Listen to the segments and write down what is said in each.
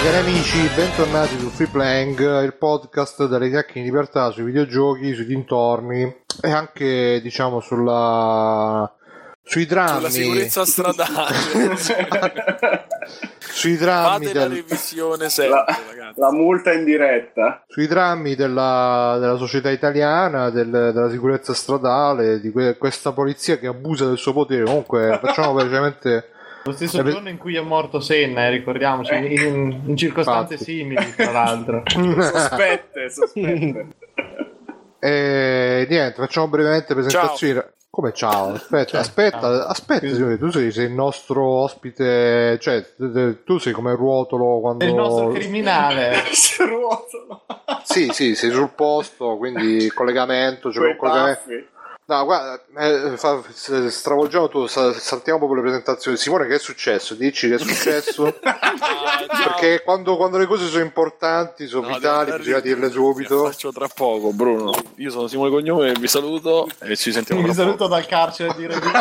cari amici, bentornati su Free Playing, il podcast dalle chiacchiere in libertà sui videogiochi, sui dintorni e anche, diciamo, sui drammi. Sulla sicurezza stradale. Sui drammi Fate la revisione sempre, ragazzi. La multa in diretta. Sui drammi della società italiana, della sicurezza stradale, di questa polizia che abusa del suo potere. Comunque facciamo velocemente... Lo stesso giorno in cui è morto Senna, ricordiamoci, in circostanze simili, tra l'altro. Sospette. E niente, facciamo brevemente presentazioni. Ciao. Come ciao? Aspetta, signore, tu sei il nostro ospite, cioè tu sei come Ruotolo quando... È il nostro criminale. Ruotolo. Sì, sei sul posto, quindi collegamento, c'è un collegamento. No, guarda, stravolgiamo tu, saltiamo proprio le presentazioni. Simone, che è successo? Dici che è successo? Perché quando le cose sono importanti, sono vitali, bisogna dirle subito. Faccio tra poco, Bruno. Io sono Simone Cognome, vi saluto e ci sentiamo tra Vi saluto poco. dal carcere di Reddito.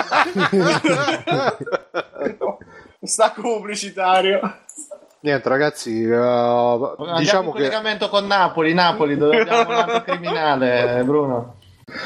Stacco pubblicitario. Niente, ragazzi, Abbiamo diciamo un che... collegamento con Napoli, dove abbiamo un altro criminale, Bruno.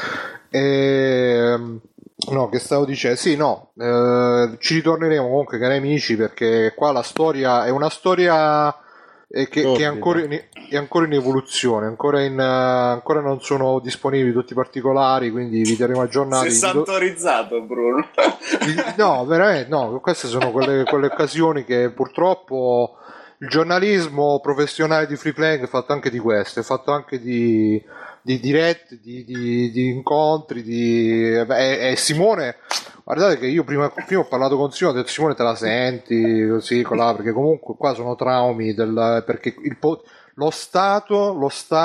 No, che stavo dicendo? Sì, no, ci ritorneremo comunque, cari amici, perché qua la storia è una storia che è ancora in evoluzione, ancora non sono disponibili tutti i particolari, quindi vi terremo aggiornati. Sei santorizzato, Bruno. No, veramente no, queste sono quelle occasioni che purtroppo il giornalismo professionale di Free Playing è fatto anche di questo, è fatto anche di dirette, di incontri, e Simone, guardate che io prima ho parlato con Simone, ho detto Simone te la senti così, colà, perché comunque qua sono traumi perché lo Stato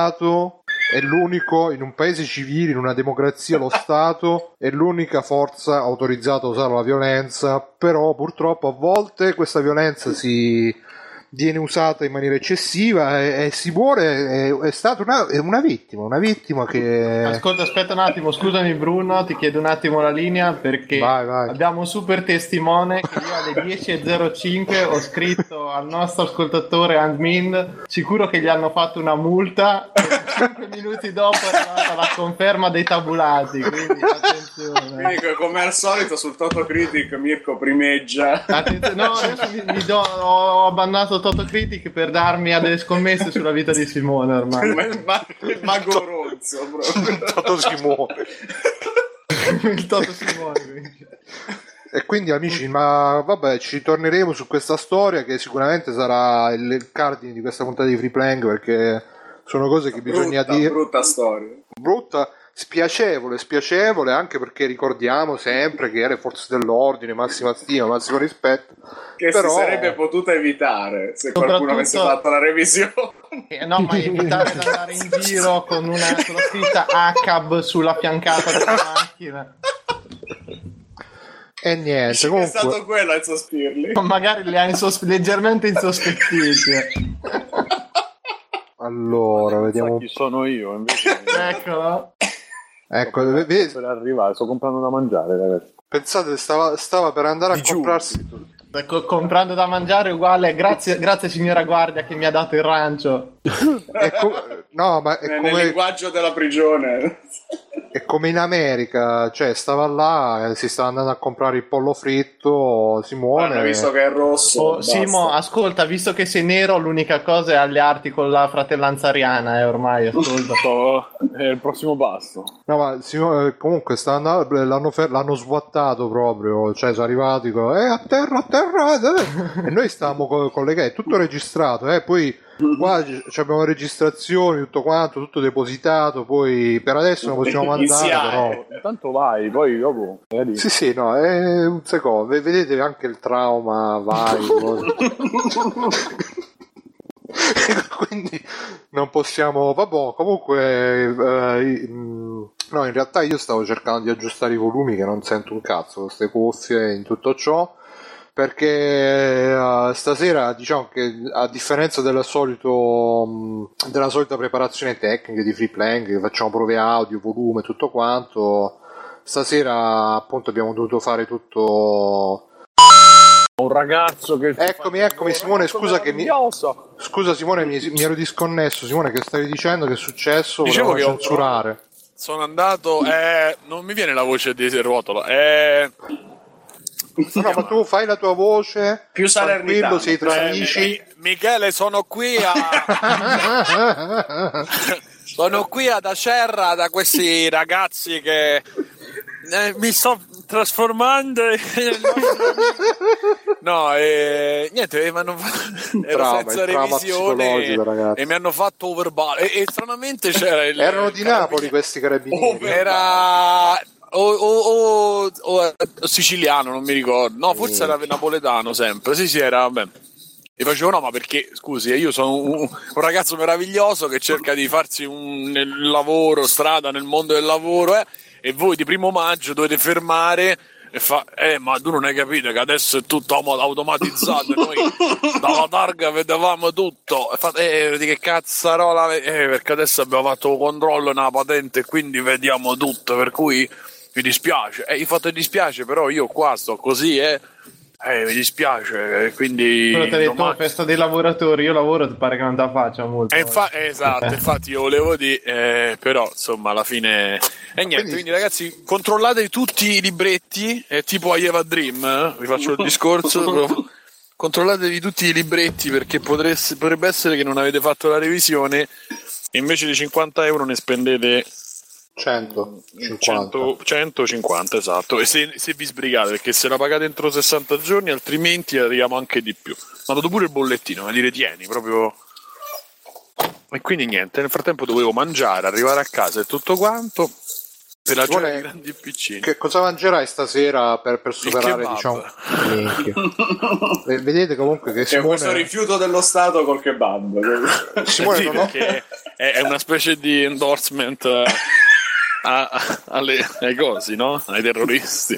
è l'unico, in un paese civile, in una democrazia, lo Stato è l'unica forza autorizzata a usare la violenza, però purtroppo a volte questa violenza viene usata in maniera eccessiva e Simone è stata una vittima che... Ascolta, aspetta un attimo, scusami Bruno, ti chiedo un attimo la linea perché Vai. abbiamo un super testimone che io alle 10:05 ho scritto al nostro ascoltatore Angmin, sicuro che gli hanno fatto una multa e 5 minuti dopo è arrivata la conferma dei tabulati, quindi attenzione. Quindi, come al solito sul Totocritic Mirko primeggia. No, adesso ho abbandonato Totocritic per darmi a delle scommesse sulla vita di Simone ormai. Il mago Ronzo proprio. Toto Simone. Il Toto Simone quindi. E quindi amici, ma vabbè, ci ritorneremo su questa storia che sicuramente sarà il cardine di questa puntata di Free Playing, perché sono cose che bisogna dire. Brutta storia. Brutta, spiacevole, anche perché ricordiamo sempre che le forze dell'ordine, massima stima, massimo rispetto, Che però... si sarebbe potuta evitare se qualcuno avesse fatto la revisione. No, ma evitare di andare in giro con la scritta ACAB sulla fiancata della macchina. E niente, È comunque... stato quello a insospirli. Magari li ha leggermente insospettiti. Allora, vediamo. Chi sono io invece? Eccolo. Ecco, Per arrivare, sto comprando da mangiare, ragazzi. pensate, stava per andare a comprarsi... Comprando da mangiare uguale, grazie signora guardia che mi ha dato il rancio. No, ma è Nel come... linguaggio della prigione. È come in America, cioè stava là, si stava andando a comprare il pollo fritto, Simone... Hanno visto che è rosso. Simo, ascolta, visto che sei nero, l'unica cosa è allearti con la fratellanza ariana, ormai, ascolta. È il prossimo passo. No, ma Simone, comunque l'hanno svuotato proprio, cioè sono arrivati con a terra, e noi stavamo collegati, è tutto registrato, poi qua abbiamo registrazioni, tutto quanto, tutto depositato, poi per adesso non possiamo mandare, però... Intanto vai, poi dopo... Sì, no, è un secondo, vedete anche il trauma, vai... Quindi non possiamo, vabbè, comunque no, in realtà io stavo cercando di aggiustare i volumi, che non sento un cazzo con queste cuffie in tutto ciò, perché stasera diciamo che a differenza della solita preparazione tecnica di Free Playing, che facciamo prove audio, volume, tutto quanto, stasera appunto abbiamo dovuto fare tutto un ragazzo che... Eccomi Simone, scusa Simone, mi ero disconnesso. Simone, che stavi dicendo? Che è successo? Dicevo che censurare. Sono andato, non mi viene la voce di Serruotolo, No, ma tu fai la tua voce più salernitano, sei tra amici. Michele, sono qui sono qui ad Acerra da questi ragazzi che mi sto trasformando niente, mi hanno ero senza revisione e mi hanno fatto overball e stranamente c'era erano di Napoli questi carabinieri, era o siciliano, non mi ricordo, no, forse era napoletano sempre, sì era, vabbè. E facevo no, ma perché, scusi, io sono un ragazzo meraviglioso che cerca di farsi nel lavoro, strada nel mondo del lavoro, e voi di 1° maggio dovete fermare e ma tu non hai capito che adesso è tutto automatizzato, noi dalla targa vedevamo tutto, e fate, che cazzarola, perché adesso abbiamo fatto un controllo nella patente e quindi vediamo tutto, per cui mi dispiace, io fatto dispiace, però io qua sto così, mi dispiace, quindi... Però ti ha detto festa dei lavoratori, io lavoro, ti pare che non te la faccia molto. Esatto, infatti io volevo dire, però insomma alla fine... E niente, quindi ragazzi, controllate tutti i libretti, tipo a Eva Dream, vi faccio il discorso, controllatevi tutti i libretti perché potrebbe essere che non avete fatto la revisione e invece di 50 euro ne spendete... 150, esatto, e se vi sbrigate, perché se la pagate entro 60 giorni altrimenti arriviamo anche di più. Ma dato pure il bollettino, dire tieni proprio. E quindi niente, nel frattempo dovevo mangiare, arrivare a casa e tutto quanto per la giornata di grandi piccini. Che cosa mangerai stasera per superare, diciamo, vedete comunque che Simone... questo rifiuto dello Stato col kebab. Simone è una specie di endorsement ai cosi, no? Ai terroristi.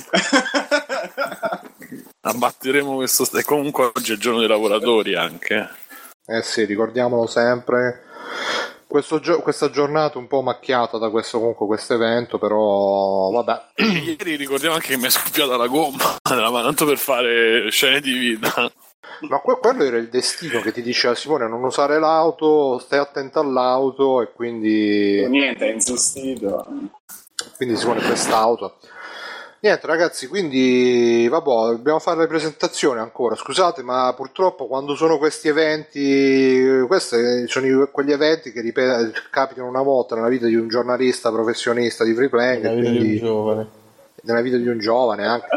Abbatteremo questo e comunque oggi è il giorno dei lavoratori anche. Sì, ricordiamolo sempre. Questa giornata un po' macchiata da questo evento, però vabbè. Ieri ricordiamo anche che mi è scoppiata la gomma della mano, tanto per fare scene di vita. Ma quello era il destino che ti diceva Simone, non usare l'auto, stai attento all'auto, e quindi niente, è insostito. Quindi Simone quest'auto. Niente ragazzi, quindi vabbè, dobbiamo fare le presentazioni ancora, scusate, ma purtroppo quando sono questi eventi, questi sono quegli eventi che capitano una volta nella vita di un giornalista professionista di Freeplaying, nella vita di un giovane, anche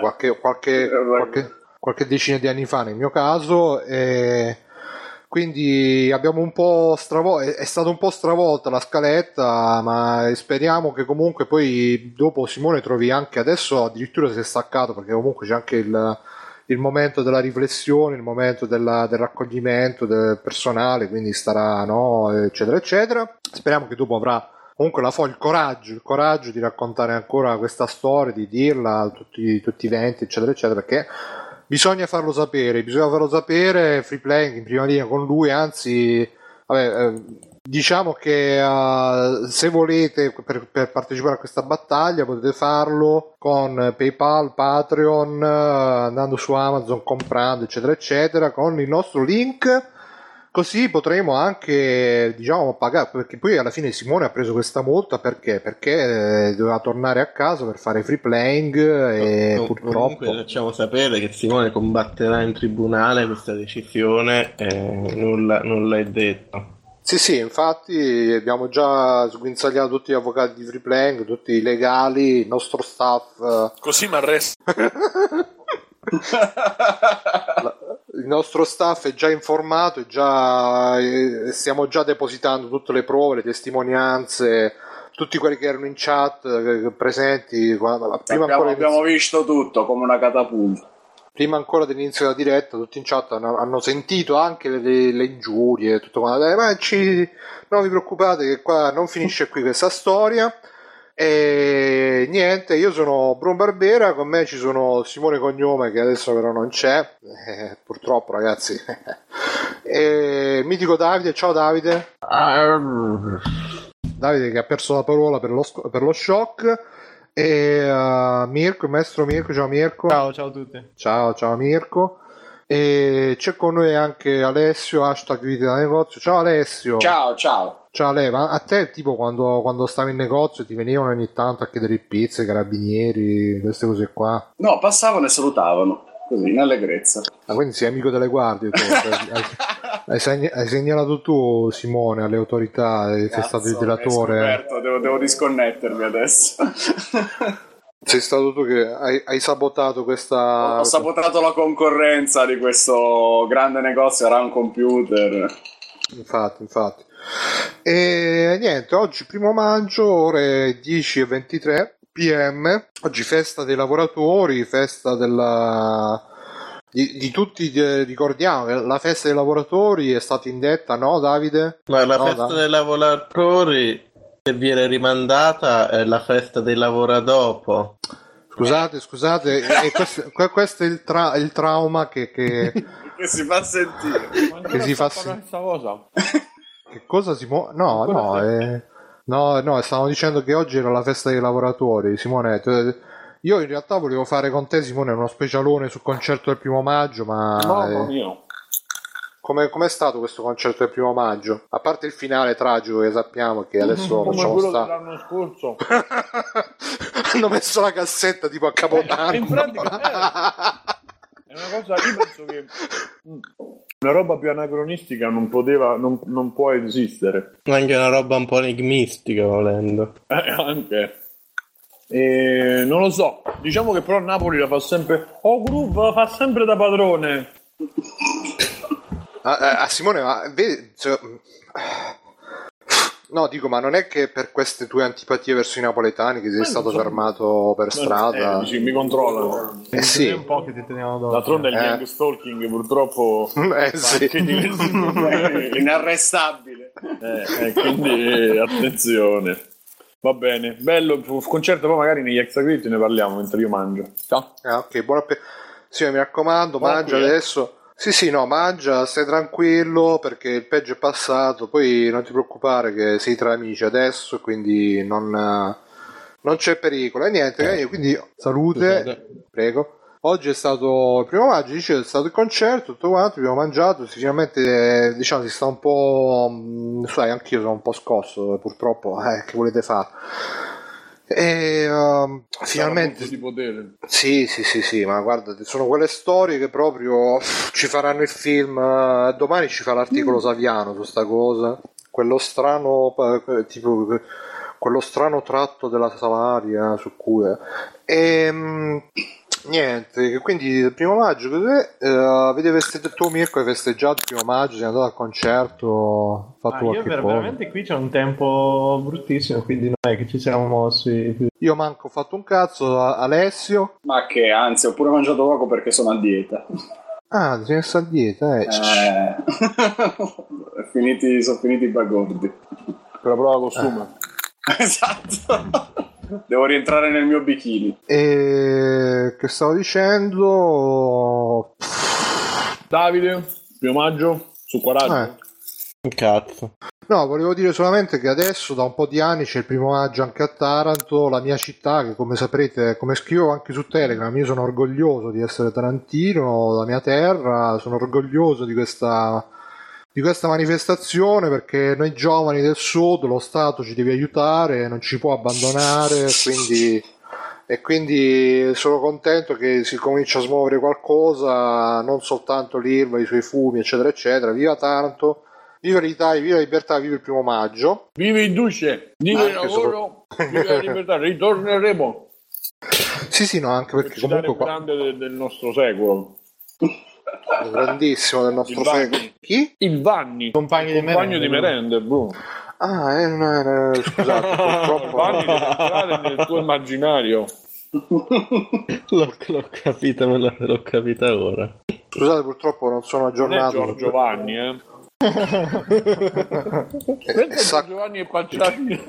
qualche decina di anni fa nel mio caso, e quindi abbiamo un po' è stata un po' stravolta la scaletta, ma speriamo che comunque poi dopo Simone trovi anche, adesso addirittura si è staccato perché comunque c'è anche il momento della riflessione, il momento del raccoglimento del personale, quindi starà, no, eccetera eccetera. Speriamo che dopo avrà comunque il coraggio di raccontare ancora questa storia, di dirla a tutti i eventi, eccetera eccetera, perché bisogna farlo sapere, Freeplaying in prima linea con lui, anzi, diciamo che se volete per partecipare a questa battaglia potete farlo con PayPal, Patreon, andando su Amazon, comprando, eccetera, eccetera, con il nostro link. Così potremo anche, diciamo, pagare, perché poi alla fine Simone ha preso questa multa perché doveva tornare a casa per fare Freeplaying e purtroppo... Comunque facciamo sapere che Simone combatterà in tribunale questa decisione, nulla è detto. Sì, infatti abbiamo già sguinzagliato tutti gli avvocati di Freeplaying, tutti i legali, il nostro staff... Così mi arresto. Il nostro staff è già informato, stiamo già depositando tutte le prove, le testimonianze, tutti quelli che erano in chat presenti. Abbiamo visto tutto come una catapulta. Prima ancora dell'inizio della diretta, tutti in chat hanno sentito anche le ingiurie, tutto quanto. Ma non vi preoccupate che qua non finisce qui questa storia. E niente, io sono Bruno Barbera, con me ci sono Simone Cognome che adesso però non c'è, purtroppo ragazzi, e mitico Davide. Ciao Davide. Davide che ha perso la parola per lo shock, e Mirko, il maestro Mirko. Ciao Mirko. Ciao a tutti. Ciao Mirko. E c'è con noi anche Alessio, hashtag Vite da negozio. Ciao Alessio. Ciao. Ciao Ale, ma a te tipo quando stavi in negozio ti venivano ogni tanto a chiedere il pizza, i carabinieri, queste cose qua? No, passavano e salutavano, così, in allegrezza. Ah, quindi sei amico delle guardie tu. Hai segnalato tu, Simone, alle autorità, sei stato il delatore. Devo disconnettermi adesso. Sei stato tu che hai sabotato questa... Ho sabotato la concorrenza di questo grande negozio, era un computer. Infatti. E niente, oggi 1° maggio, ore 10:23 PM. Oggi festa dei lavoratori, festa di tutti. Ricordiamo che la festa dei lavoratori è stata indetta, no Davide? Ma la festa dei lavoratori che viene rimandata è la festa dei lavora-dopo. Scusate, questo è il trauma che si fa sentire. Che si fa questa cosa. Che cosa si può? No, stavamo dicendo che oggi era la festa dei lavoratori, Simone. Io in realtà volevo fare con te, Simone, uno specialone sul concerto del 1° maggio, ma Mamma mia. com'è stato questo concerto del 1° maggio? A parte il finale tragico che sappiamo che adesso lasciamo stare. L'anno scorso Hanno messo la cassetta tipo a Capodanno. in pratica è una cosa, io penso che una roba più anacronistica non può esistere. Anche una roba un po' enigmistica, volendo. Anche. Non lo so, diciamo che però Napoli la fa sempre. Groove la fa sempre da padrone. Simone, ma vedi, no, dico, ma non è che per queste tue antipatie verso i napoletani che sei stato fermato per strada? Dici, mi controllano. Sì. Un po' che ti teniamo d'occhio. D'altronde il gang stalking purtroppo sì. Inarrestabile. Quindi attenzione. Va bene, bello concerto, poi magari negli extra credit ne parliamo mentre io mangio. Ciao. Ok, buon appetito. Sì, mi raccomando, mangia adesso. Sì, no, mangia, stai tranquillo perché il peggio è passato, poi non ti preoccupare che sei tra amici adesso, quindi non c'è pericolo. E niente, quindi salute, prego. Oggi è stato il 1° maggio, dice, è stato il concerto, tutto quanto, abbiamo mangiato, finalmente diciamo si sta un po'... sai, anch'io sono un po' scosso, purtroppo, che volete fare? E finalmente di potere. sì, ma guarda, sono quelle storie che proprio ci faranno il film. Domani ci fa l'articolo Saviano su sta cosa, quello strano tipo quello strano tratto della Savaria su cui niente, quindi il 1° maggio vedevi tu Mirko hai festeggiato il 1° maggio, sei andato al concerto, fatto qualche cosa. Veramente qui c'è un tempo bruttissimo, quindi non è che ci siamo mossi. Io manco ho fatto un cazzo. Alessio? Ma che, anzi, ho pure mangiato poco perché sono a dieta. Ah, sei messo a dieta, sono finiti i bagordi. Per la prova costume. Esatto. Devo rientrare nel mio bikini. E che stavo dicendo? Davide, 1° maggio su 40. Cazzo. No, volevo dire solamente che adesso da un po' di anni c'è il 1° maggio anche a Taranto, la mia città, che come saprete, come scrivo anche su Telegram, io sono orgoglioso di essere tarantino, la mia terra, sono orgoglioso di questa manifestazione perché noi giovani del sud, lo Stato ci deve aiutare, non ci può abbandonare, quindi sono contento che si comincia a smuovere qualcosa, non soltanto l'Ilva, i suoi fumi, eccetera, eccetera. Viva Taranto, viva l'Italia, viva la libertà, viva il 1° maggio. Viva il duce, viva il lavoro, viva la libertà, ritorneremo. Sì, no, anche perché comunque qua... grande del nostro secolo. Grandissimo del nostro secolo. Chi? Il Vanni, compagno di merende, bro. Scusate, purtroppo Vanni deve entrare nel tuo immaginario. L'ho capita, l'ho capita ora. Scusate, purtroppo non sono aggiornato. Non è Giorgio Vanni, Giovanni e Pacciani.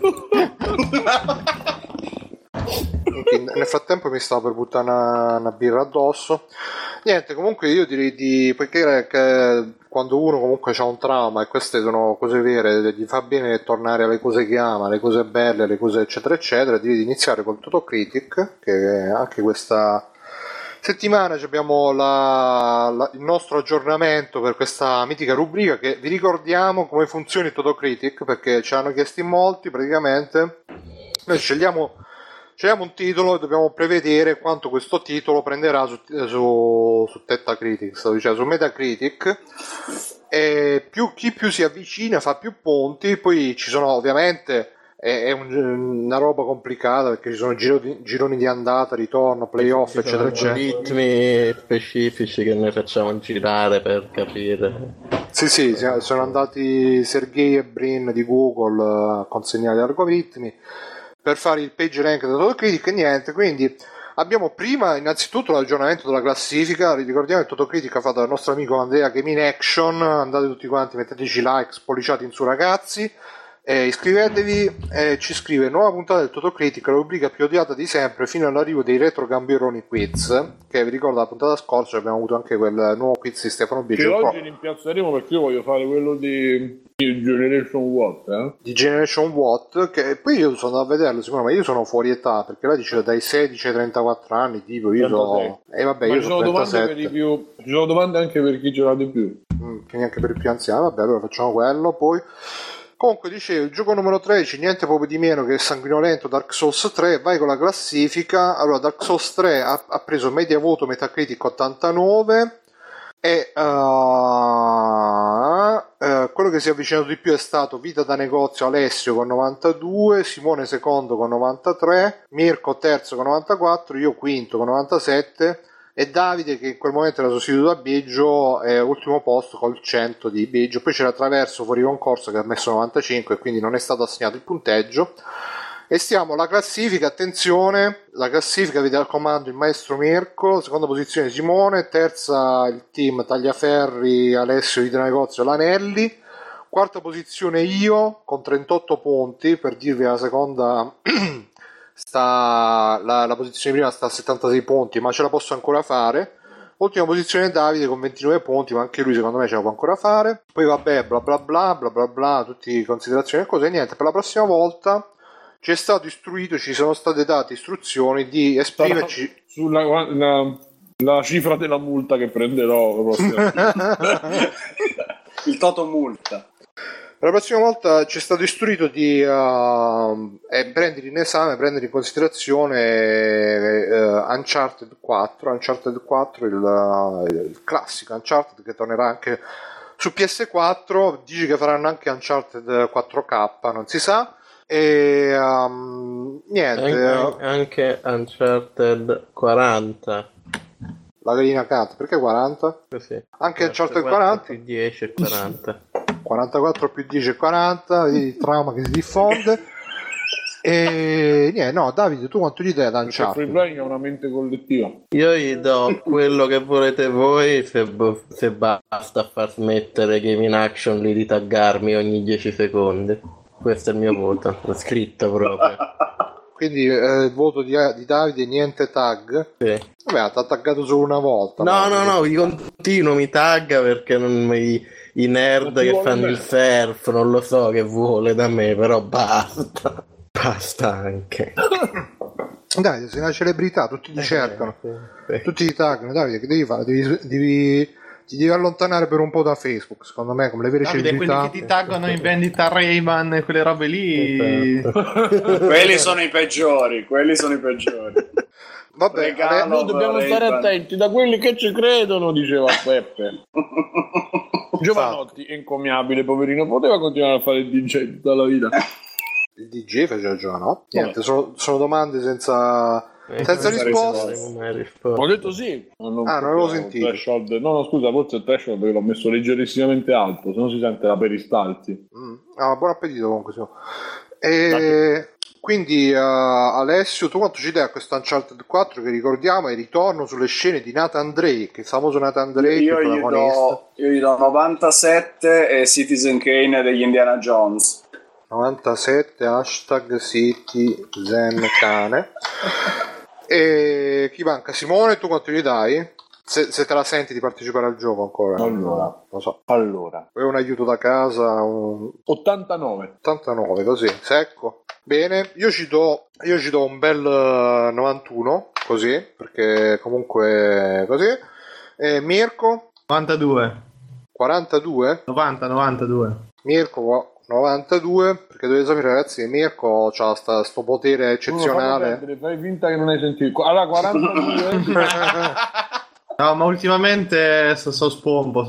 Nel frattempo mi stavo per buttare una birra addosso. Niente, comunque io direi poiché quando uno comunque ha un trauma e queste sono cose vere, gli fa bene tornare alle cose che ama, le cose belle, le cose eccetera eccetera, direi di iniziare col Totocritic, che anche questa settimana abbiamo il nostro aggiornamento per questa mitica rubrica, che vi ricordiamo come funziona il Totocritic, perché ci hanno chiesto in molti. Praticamente noi scegliamo un titolo e dobbiamo prevedere quanto questo titolo prenderà su Metacritic, cioè su Metacritic, e chi più si avvicina fa più punti. Poi ci sono, ovviamente è una roba complicata, perché ci sono gironi di andata, ritorno, playoff, eccetera eccetera, ritmi specifici che noi facciamo girare per capire. sì, sono andati Sergey e Brin di Google a consegnare gli algoritmi per fare il page rank da Totocritic e niente. Quindi abbiamo prima innanzitutto l'aggiornamento della classifica. Ricordiamo che Totocritic ha fatto dal nostro amico Andrea Game in Action. Andate tutti quanti, metteteci like, spolliciate in su ragazzi, iscrivetevi. Ci scrive: nuova puntata del Totocritic, la rubrica più odiata di sempre fino all'arrivo dei retro gambieroni quiz, che vi ricordo la puntata scorsa abbiamo avuto anche quel nuovo quiz di Stefano Biggio. Che oggi rimpiazzeremo, perché io voglio fare quello di Generation What, di Generation What, che poi io sono andato a vederlo, secondo me io sono fuori età, perché là dice dai 16 ai 34 anni, tipo io sono vabbè, ma io ci sono sono domande 37. per i più, ci sono domande anche per chi ce l'ha di più, quindi anche per i più anziani. Vabbè, allora facciamo quello. Poi comunque dicevo, il gioco numero 13, niente proprio di meno che Sanguinolento Dark Souls 3. Vai con la classifica. Allora, Dark Souls 3 ha preso media voto Metacritic 89, e quello che si è avvicinato di più è stato Vita da Negozio Alessio con 92, Simone secondo con 93, Mirko terzo con 94, io quinto con 97, e Davide, che in quel momento era sostituito da Biggio, è ultimo posto col 100 di Biggio. Poi c'era Traverso fuori concorso che ha messo 95 e quindi non è stato assegnato il punteggio. E stiamo alla classifica. Attenzione, la classifica vede al comando il maestro Mirko, seconda posizione Simone, terza il team Tagliaferri, Alessio Vita Negozio, Lanelli, quarta posizione io con 38 punti, per dirvi la seconda la posizione prima sta a 76 punti, ma ce la posso ancora fare. Ultima posizione Davide con 29 punti, ma anche lui secondo me ce la può ancora fare. Poi vabbè, bla bla bla bla bla bla, tutte considerazioni e cose. E niente, per la prossima volta ci è stato istruito, ci sono state date istruzioni di esprimerci sulla la cifra della multa che prenderò il toto multa. La prossima volta ci è stato istruito di prendere in esame, prendere in considerazione Uncharted 4, il classico Uncharted, che tornerà anche su PS4. Dice che faranno anche Uncharted 4K, non si sa. E niente, anche Uncharted 40. La gallina canta, perché 40? Così. Anche Uncharted 40 più 10 e 40. 44 più 10 e 40, il trauma che si diffonde. E niente, no, Davide, tu quanto gli dai ad Uncharted? Free playing è una mente collettiva. Io gli do quello che volete voi, se basta far smettere Game in Action lì di taggarmi ogni 10 secondi. Questo è il mio voto, l'ho scritto proprio. Quindi il voto di Davide, niente tag? Sì. Vabbè, ti ha taggato solo una volta. No, di continuo mi tagga, perché i nerd che fanno il surf, non lo so che vuole da me, però basta anche. Davide, sei una celebrità, tutti ti cercano, sì. Tutti ti taggano. Davide, che devi fare? Ti devi allontanare per un po' da Facebook, secondo me, come le vere Davide, celebrità. quelli che ti taggano in vendita Rayman e quelle robe lì. Esatto. Quelli sono i peggiori. Vabbè, Noi dobbiamo stare attenti da quelli che ci credono, diceva Peppe. Giovanotti, encomiabile, poverino, poteva continuare a fare il DJ tutta la vita. il DJ faceva Giovanotti. Niente, sono domande senza risposte. Ho detto sì. Non avevo sentito. No, scusa, forse il threshold perché l'ho messo leggerissimamente alto, se no si sente la peristalsi. Buon appetito comunque. Quindi Alessio, tu quanto ci dai a questo Uncharted 4, che ricordiamo è il ritorno sulle scene di Nathan Drake, il famoso Nathan Drake, io gli do 97 e Citizen Kane degli Indiana Jones. 97 #Citizen Kane. E chi manca? Simone, tu quanto gli dai? se te la senti di partecipare al gioco ancora. Allora, lo so. Vuoi un aiuto da casa? 89. 89, così, secco. Bene, io ci do un bel 91, così, perché comunque così. E Mirko? 92. 42? 92. Mirko 92, perché dovete sapere ragazzi che Mirko ha sto potere eccezionale. Fai finta che non hai sentito. Allora 42. No, ma ultimamente so spompo.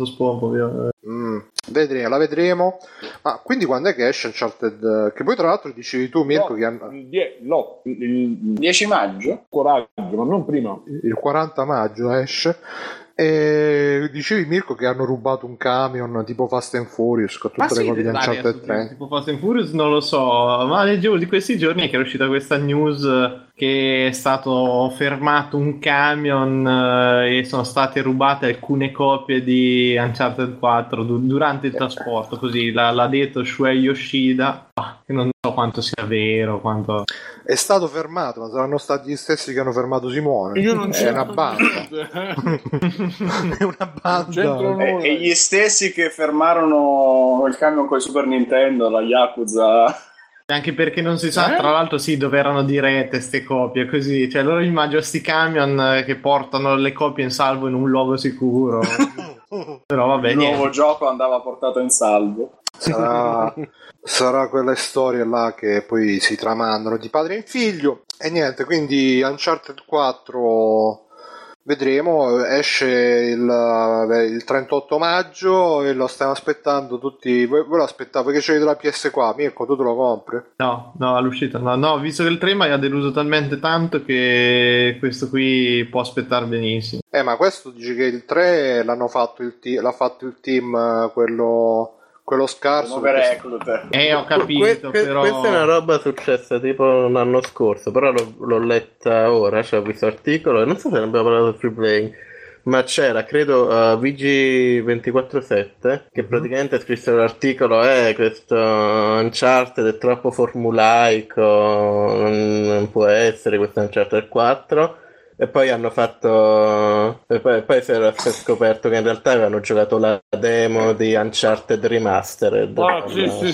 La vedremo. Ma quindi quando è che esce Uncharted? Che poi tra l'altro dicevi tu Mirko che hanno... il 10 maggio? Coraggio, ma non prima. Il 40 maggio esce. E dicevi Mirko che hanno rubato un camion tipo Fast and Furious con tutte le copie di Uncharted 3. Tipo Fast and Furious non lo so, ma leggevo di questi giorni che è uscita questa news che è stato fermato un camion e sono state rubate alcune copie di Uncharted 4 durante il trasporto, così l'ha detto Shuei Yoshida, che non so quanto sia vero, quanto... È stato fermato, ma saranno stati gli stessi che hanno fermato Simone. Io non è una banda. È una banda. E gli stessi che fermarono il camion con il Super Nintendo, la Yakuza. Anche perché non si sa, tra l'altro, dove erano dirette ste copie, così. Cioè, loro immagino sti camion che portano le copie in salvo in un luogo sicuro. Però vabbè, il nuovo gioco andava portato in salvo. Sarà quelle storie là che poi si tramandano di padre in figlio. E niente, quindi Uncharted 4 vedremo, esce il 38 maggio e lo stiamo aspettando tutti. Voi lo aspettate perché c'è la PS qua, Mirko, tu te lo compri? No, all'uscita no, visto che il 3 mi ha deluso talmente tanto che questo qui può aspettare benissimo. Ma questo dice che il 3 l'ha fatto il team quello scarso. Ho capito, però... Questa è una roba successa tipo l'anno scorso, però l'ho letta ora, cioè ho visto l'articolo e non so se ne abbiamo parlato free playing, ma c'era, credo, VG247 che praticamente scrisse l'articolo questo Uncharted è troppo formulaico, non può essere questo Uncharted 4. E poi hanno fatto. E poi si è scoperto che in realtà avevano giocato la demo di Uncharted Remastered. Sì.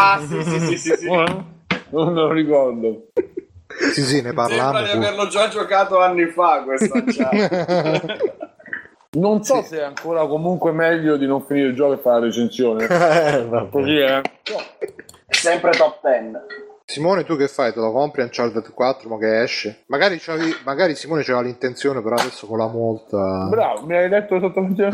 Non lo ricordo. Sì, ne parlavamo. Sembra di averlo già giocato anni fa questo Uncharted. Non so se è ancora comunque meglio di non finire il gioco e fare la recensione. Così è. Sempre top 10. Simone, tu che fai? Te lo compri Uncharted 4 ma che esce? Magari Simone c'aveva l'intenzione, però adesso con la multa. Bravo, mi hai detto esattamente.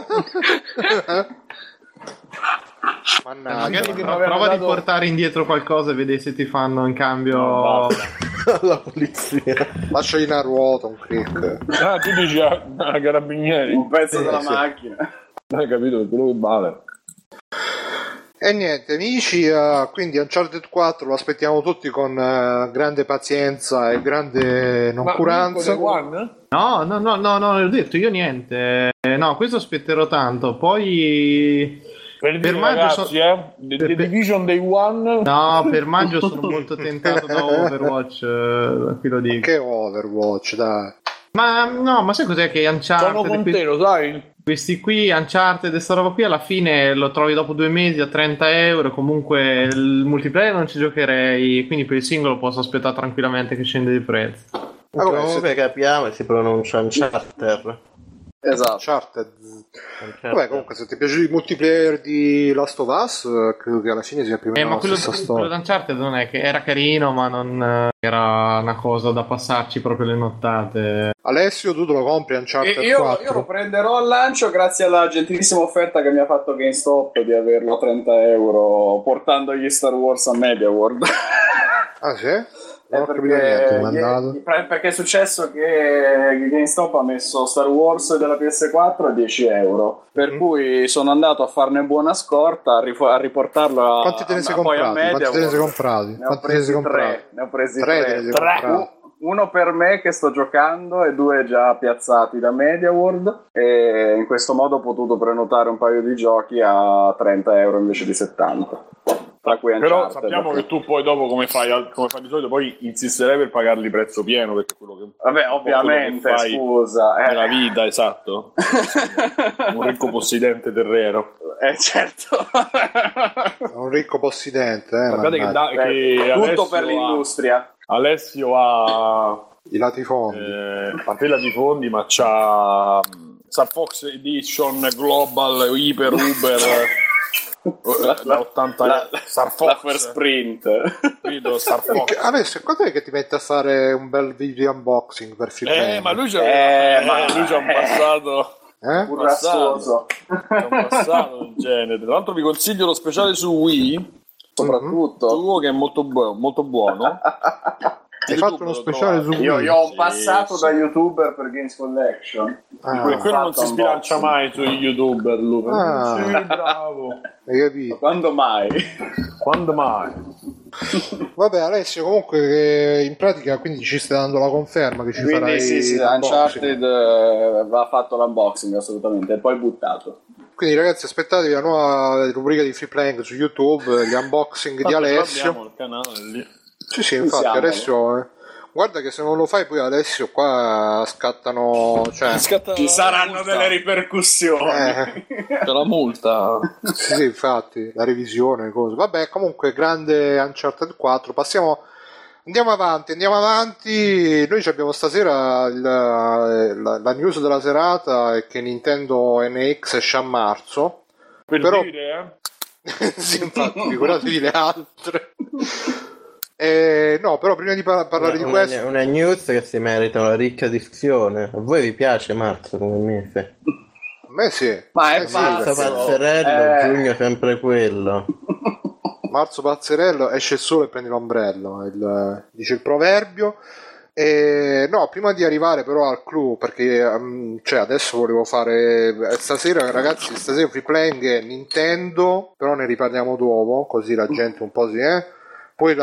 Mannaggia, prova a riportare indietro qualcosa e vedi se ti fanno in cambio la polizia. Lasciagli una ruota, un click. Tu dici a carabinieri un pezzo della macchina. Hai capito? Quello che vale. E niente amici, quindi Uncharted 4 lo aspettiamo tutti con grande pazienza e grande noncuranza. No, ho detto io niente. No, questo aspetterò tanto. Poi per maggio The Division Day One. No, per maggio sono molto tentato da Overwatch, qui lo dico. Che Overwatch, dai. Ma sai cos'è che Uncharted? Sono con te, lo sai? Questi qui, Uncharted e sta roba qui, alla fine lo trovi dopo 2 mesi a 30 euro. Comunque il multiplayer non ci giocherei, quindi per il singolo posso aspettare tranquillamente che scende di prezzo. Comunque capiamo e si pronuncia Uncharted. Esatto. Uncharted. Vabbè, comunque se ti piace il multiplayer di Last of Us, credo che alla fine sia più o meno la stessa storia. Quello di Uncharted non è che era carino, ma non era una cosa da passarci proprio le nottate. Alessio, tu te lo compri Uncharted 4? Io lo prenderò al lancio grazie alla gentilissima offerta che mi ha fatto GameStop di averlo a 30 euro portandogli Star Wars a Media World. Ah sì? Non ho capito niente, perché è successo che GameStop ha messo Star Wars della PS4 a 10 euro, per cui sono andato a farne buona scorta a riportarlo a Quanti te ne sei comprati? Ne ho presi tre. Uno per me che sto giocando e 2 già piazzati da Media World, e in questo modo ho potuto prenotare un paio di giochi a 30 euro invece di 70. tra cui Però Uncharted. sappiamo che tu poi dopo come fai di solito, poi insisterai per pagarli prezzo pieno, perché è quello che Vabbè, ovviamente, quello che fai scusa. nella vita, esatto. Un ricco possidente terreno. Certo. Un ricco possidente, Guardate che, mannaggia. che Tutto Alessio per l'industria. Alessio ha I latifondi. a tela di fondi, ma c'ha Star Fox Edition Global Hyper Uber da 80 Star Fox La first sprint. Vedo Star Fox. Adesso quando è che ti metti a fare un bel video unboxing per Free Ma lui ma- c'ha un passato Burrascoso. c'ha un passato del genere. Tra l'altro vi consiglio lo speciale su Wii, Soprattutto. che è molto buono. Hai fatto uno speciale su Io Wii? ho un passato da youtuber per Games Collection. Quello non si sbilancia mai sui youtuber, lui. Ah. Sì, bravo. Hai capito? Quando mai? Quando mai? Vabbè, Alessio, comunque che in pratica quindi ci stai dando la conferma che ci Quindi farai sì, l'unboxing. Uncharted va fatto l'unboxing assolutamente, e poi buttato. Quindi ragazzi, aspettatevi la nuova rubrica di Free Playing su YouTube, gli unboxing di Alessio. Abbiamo il canale lì. Sì, infatti Siamo. Alessio, guarda che se non lo fai poi Alessio qua scattano, cioè, Ci saranno delle ripercussioni. C'è la multa. sì, infatti, la revisione, cose. Vabbè, comunque grande Uncharted 4, andiamo avanti. Noi ci abbiamo stasera la news della serata è che Nintendo NX esce a marzo. Però dire, sì, infatti, figuratevi le altre. No, però prima di parlare di questo, una news che si merita una ricca discussione. A voi vi piace marzo come mese? a me sì. Ma è sì, pazzo. Pazzerello, giugno sempre quello. Marzo pazzerello, esce il sole e prendi l'ombrello, dice il proverbio. No, prima di arrivare però al clou, perché cioè adesso volevo fare stasera, ragazzi, stasera Free Playing è Nintendo, però ne riparliamo dopo, così la gente un po' poi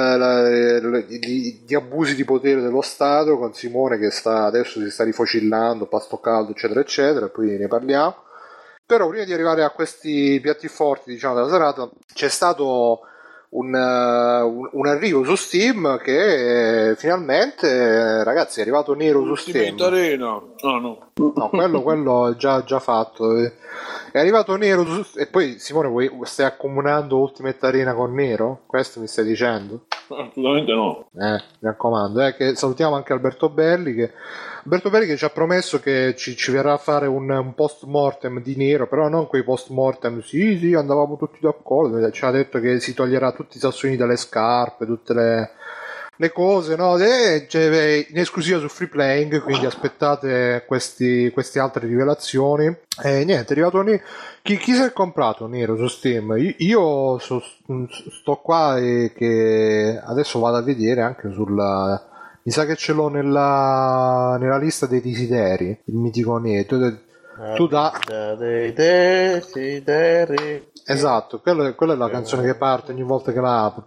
gli abusi di potere dello Stato con Simone che adesso si sta rifocillando, pasto caldo eccetera eccetera, poi ne parliamo. Però prima di arrivare a questi piatti forti, diciamo, della serata, c'è stato un arrivo su Steam che finalmente, ragazzi, è arrivato nero su Steam. no. No, quello è già fatto. È arrivato nero e poi Simone stai accomunando Ultimate Arena con nero? Questo mi stai dicendo? Assolutamente no. Mi raccomando, che salutiamo anche Alberto Belli che ci ha promesso che ci verrà a fare un post mortem di nero, però non quei post mortem sì andavamo tutti d'accordo, ci ha detto che si toglierà tutti i sassolini dalle scarpe, tutte le cose, no? Cioè, in esclusiva su Free Playing, quindi aspettate queste altre rivelazioni. E niente, è arrivato chi si è comprato nero su Steam? Io sto qua e che adesso vado a vedere anche mi sa che ce l'ho nella lista dei desideri, il mitico nero. Tu dei desideri. Esatto, quella è la canzone che parte ogni volta che la apro.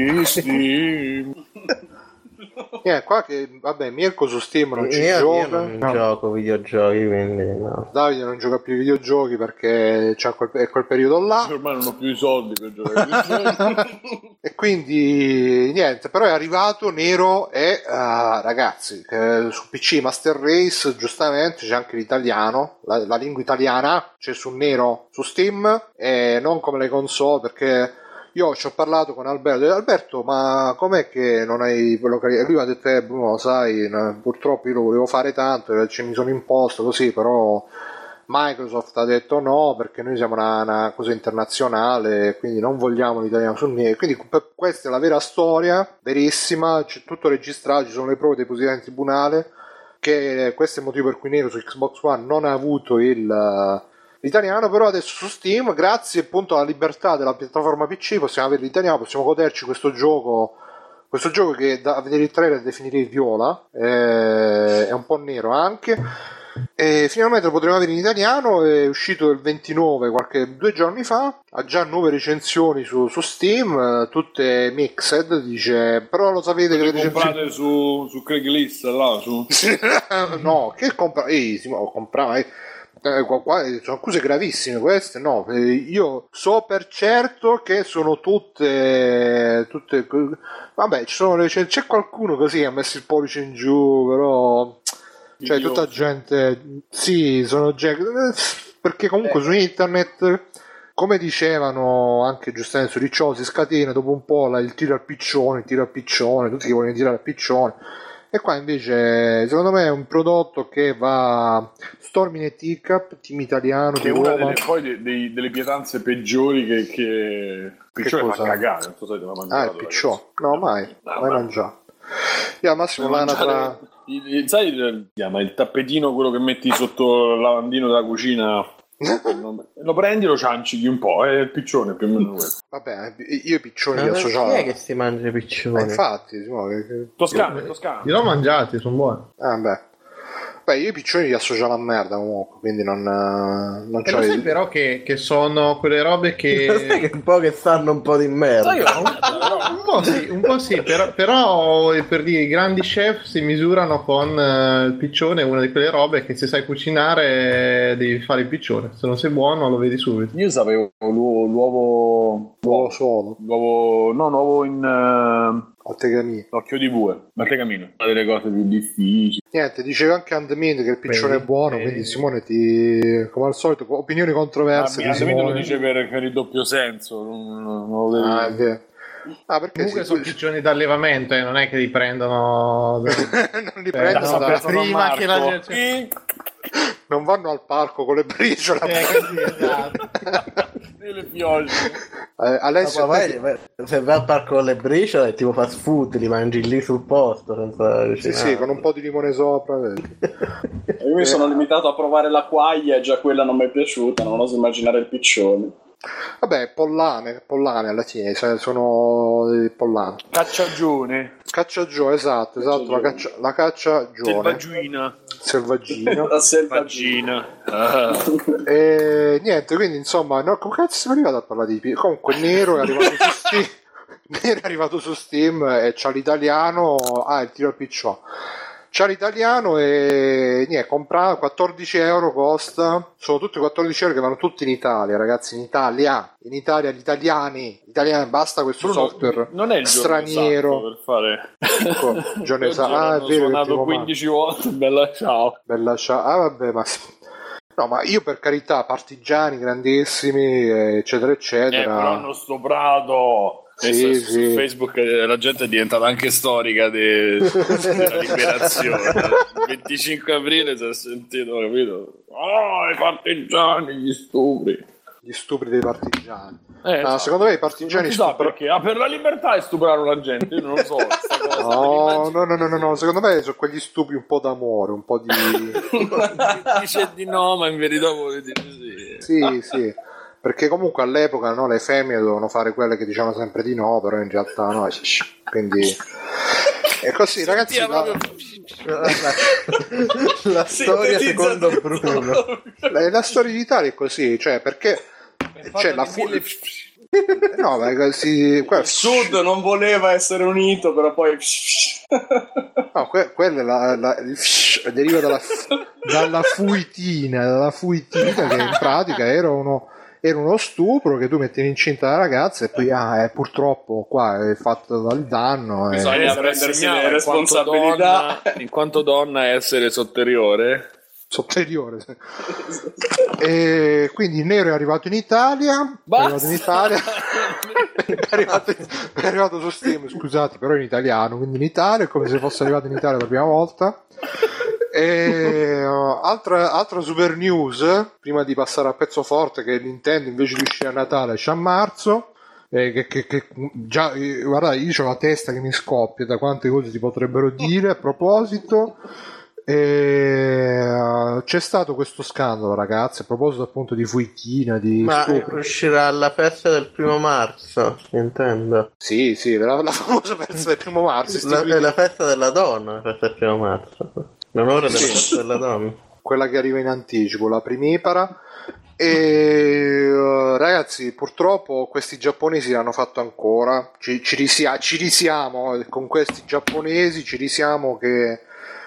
Qua che vabbè, Mirko su Steam non ci gioca. Io non gioco videogiochi, quindi no. Davide non gioca più ai videogiochi perché c'è quel periodo là. Ormai non ho più i soldi per giocare. E quindi niente, però è arrivato nero e ragazzi, su PC Master Race giustamente c'è anche l'italiano, la lingua italiana c'è su nero su Steam e non come le console, perché io ci ho parlato con Alberto, ma com'è che non hai localizzato? E lui mi ha detto Bruno, sai, purtroppo io lo volevo fare tanto, mi sono imposto così, però Microsoft ha detto no, perché noi siamo una cosa internazionale, quindi non vogliamo l'italiano sul nero. Quindi questa è la vera storia, verissima, c'è tutto registrato, ci sono le prove depositate in tribunale, che questo è il motivo per cui nero su Xbox One non ha avuto l'italiano, però adesso su Steam, grazie appunto alla libertà della piattaforma PC, possiamo avere l'italiano, possiamo goderci questo gioco che a vedere il trailer definirei viola, è un po' nero anche, e finalmente lo potremo avere in italiano. È uscito il 29, 2 giorni fa, ha già 9 recensioni su Steam, tutte mixed, dice, però lo sapete che le recensioni comprate su Craigslist là su. no, che compra? Comprava Sono accuse gravissime queste, no? Io so per certo che sono tutte vabbè, c'è qualcuno così che ha messo il pollice in giù, però cioè tutta gente, sì, sono perché comunque su internet, come dicevano anche giustamente su Ricciò, si scatena dopo un po' il tiro al piccione, tutti che vogliono tirare al piccione. E qua invece secondo me è un prodotto che va Storming e Teacup, team italiano che è di una Roma. delle pietanze peggiori che Piccione fa cagare, non so se te l'ha mangiato. Il Piccione, no, mai mangiato. Io al massimo l'anatra. Sai, il tappetino, quello che metti sotto il lavandino della cucina, lo prendi e lo ciancichi un po', è il piccione più o meno questo. Vabbè, io i piccioni li associavo. Chi è che si mangia i piccioni? Infatti, Toscano. Li ho mangiati, sono buoni. Beh, io i piccioni li associo alla merda comunque, quindi non E lo sai però che sono quelle robe che... che un po' che sanno un po' di merda. un po' sì, però per dire, i grandi chef si misurano con il piccione, una di quelle robe che se sai cucinare devi fare il piccione, se non sei buono lo vedi subito. Io sapevo l'uovo solo. L'uovo in... Occhio di bue, Maltegamino, una delle cose più difficili. Niente, diceva anche Andmin che il piccione è buono, quindi Simone come al solito, opinioni controverse. Andmin lo dice per il doppio senso, non lo devi... È vero. Perché comunque sono piccioni d'allevamento, non è che li prendono non li prendono prima che la gente... non vanno al parco con le briciole esatto. le piogge. Alessio, se vai al parco con le briciole, tipo fast food, li mangi lì sul posto senza sì, con un po' di limone sopra. Io mi sono limitato a provare la quaglia e già quella non mi è piaciuta, non oso immaginare il piccione. Vabbè, pollame alla fine, sono pollame. Cacciagione, esatto, la cacciagione. Selvaggina. E niente, quindi insomma, come cazzo siamo arrivati a parlare di comunque Nero è arrivato su Steam. Nero è arrivato su Steam e c'ha l'italiano, il tiro al piccione. C'ha l'italiano e niente, comprare 14 euro costa, sono tutti 14 euro che vanno tutti in Italia, ragazzi, in Italia gli italiani, basta questo software non è il straniero per fare giorno esatto, è vero, suonato 15 volte, bella ciao, vabbè, ma io per carità, partigiani grandissimi eccetera eccetera, però hanno stuprato. Sì. Su Facebook la gente è diventata anche storica della liberazione. Il 25 aprile si è sentito, capito? I partigiani, gli stupri dei partigiani. Esatto. Secondo me i partigiani perché per la libertà è stuprare la gente, io non lo so. No, secondo me sono quegli stupri un po' d'amore, un po' di dice di no, ma in verità vuole dire sì. Sì. Perché comunque all'epoca le femmine dovevano fare quelle che dicevano sempre di no, però in realtà no, quindi è così, ragazzi. La storia secondo Bruno. La storia d'Italia è così, cioè perché c'è la il Sud non voleva essere unito, però poi quella deriva dalla fuitina che in pratica era uno stupro che tu mettevi incinta la ragazza e poi purtroppo qua è fatto dal danno. Bisogna prendersi le responsabilità. In quanto donna essere superiore. E quindi Nero è arrivato in Italia. È arrivato su Steam, scusate, però in italiano, quindi in Italia è come se fosse arrivato in Italia per la prima volta. E altra super news prima di passare al pezzo forte, che Nintendo invece di uscire a Natale esce a marzo, che già guarda, io ho la testa che mi scoppia da quante cose si potrebbero dire a proposito. C'è stato questo scandalo, ragazzi, a proposito appunto di fuichina, ma uscirà alla festa del 1° marzo, Nintendo. Sì, la famosa festa del 1° marzo, è la festa della donna, la festa del 1° marzo, l'onore della festa della donna, quella che arriva in anticipo, la primipara. E ragazzi, purtroppo questi giapponesi l'hanno fatto ancora, ci risiamo con questi giapponesi, ci risiamo che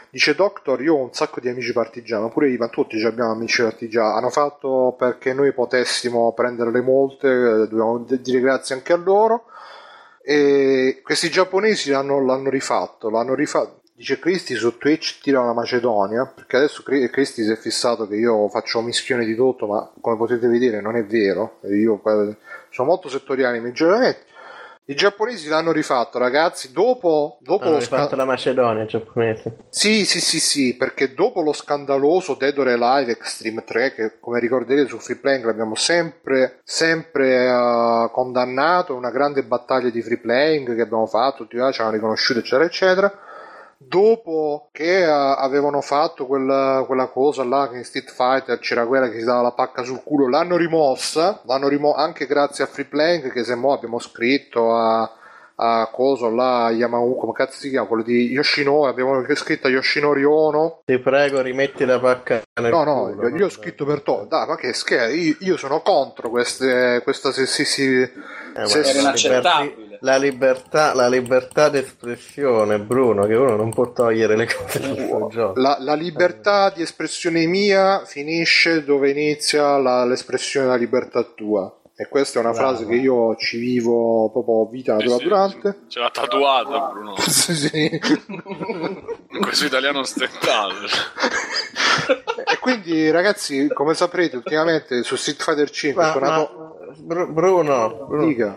Dice Doctor, io ho un sacco di amici partigiani, ma pure io, ma tutti abbiamo amici partigiani. Hanno fatto perché noi potessimo prendere le molte, dobbiamo dire grazie anche a loro. E questi giapponesi l'hanno rifatto. Dice Cristi su Twitch tira la Macedonia, perché adesso Cristi si è fissato che io faccio un mischione di tutto, ma come potete vedere non è vero. Io sono molto settoriale nei miei ragionamenti. I giapponesi l'hanno rifatto, ragazzi, dopo hanno rifatto la Macedonia, giapponese. Sì, perché dopo lo scandaloso Dead or Alive Extreme 3, che come ricorderete su Freeplaying l'abbiamo sempre condannato, una grande battaglia di Freeplaying che abbiamo fatto, tutti ci hanno riconosciuto, eccetera, eccetera. Dopo che avevano fatto quella cosa là che in Street Fighter c'era quella che si dava la pacca sul culo, l'hanno rimossa anche grazie a Freeplaying, che se mo abbiamo scritto a coso là, Yamahu, come cazzo si chiama, quello di Yoshinori, abbiamo scritto a Yoshinori Ono. Ti prego, rimetti la pacca nel culo. No, io ho scritto per dai, ma che scherzo, io sono contro questa Era inaccettabile. La libertà d'espressione, Bruno, che uno non può togliere le cose dal suo gioco. La libertà di espressione mia finisce dove inizia l'espressione della libertà tua. E questa è una frase che io ci vivo proprio vita naturale. Ce l'ha tatuata Bruno. Sì. In questo italiano stentato. E quindi ragazzi, come saprete, ultimamente su Street Fighter 5 è tornato... Bruno, dica.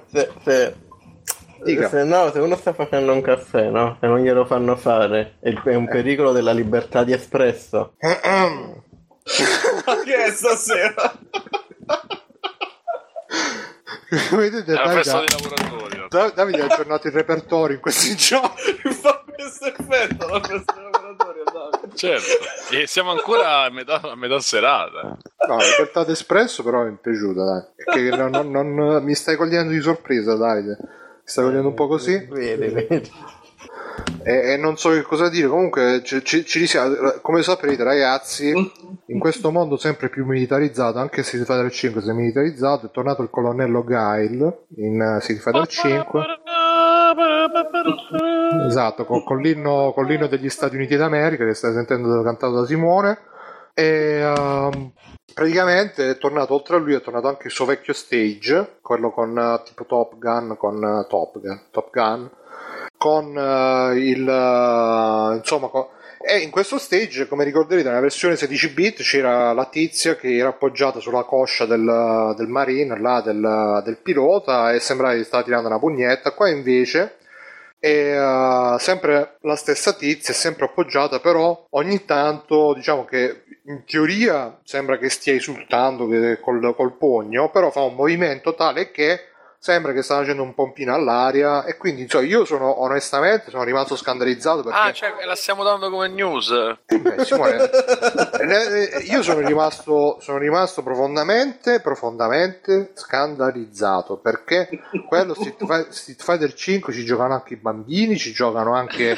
Se uno sta facendo un caffè, no? E non glielo fanno fare, è un pericolo della libertà di espresso. Ma che è stasera? Vedete, È la festa dei lavoratori. Davide ha aggiornato il repertorio in questi giorni. Fa questo effetto la festa dei lavoratori, Davide. Certo, e siamo ancora a metà serata. No, la libertà d'espresso però mi è piaciuta, dai. Che non mi stai cogliendo di sorpresa, Davide. Mi stai cogliendo un po' così? Vedi. E non so che cosa dire. Comunque ci risiamo. Come saprete, ragazzi, in questo mondo sempre più militarizzato, anche Street Fighter 5 si è militarizzato, è tornato il colonnello Guile in Street Fighter 5. Esatto, con l'inno degli Stati Uniti d'America che stai sentendo cantato da Simone. E praticamente è tornato, oltre a lui è tornato anche il suo vecchio stage, quello con tipo Top Gun con e in questo stage, come ricorderete, nella versione 16 bit c'era la tizia che era appoggiata sulla coscia del marine là, del pilota, e sembrava che stava tirando una pugnetta. Qua invece è sempre la stessa tizia, è sempre appoggiata, però ogni tanto diciamo che in teoria sembra che stia esultando col pugno, però fa un movimento tale che sembra che sta facendo un pompino all'aria, e quindi io onestamente sono rimasto scandalizzato perché... cioè la stiamo dando come news. Simone, io sono rimasto profondamente scandalizzato, perché quello Street Fighter 5 ci giocano anche i bambini, ci giocano anche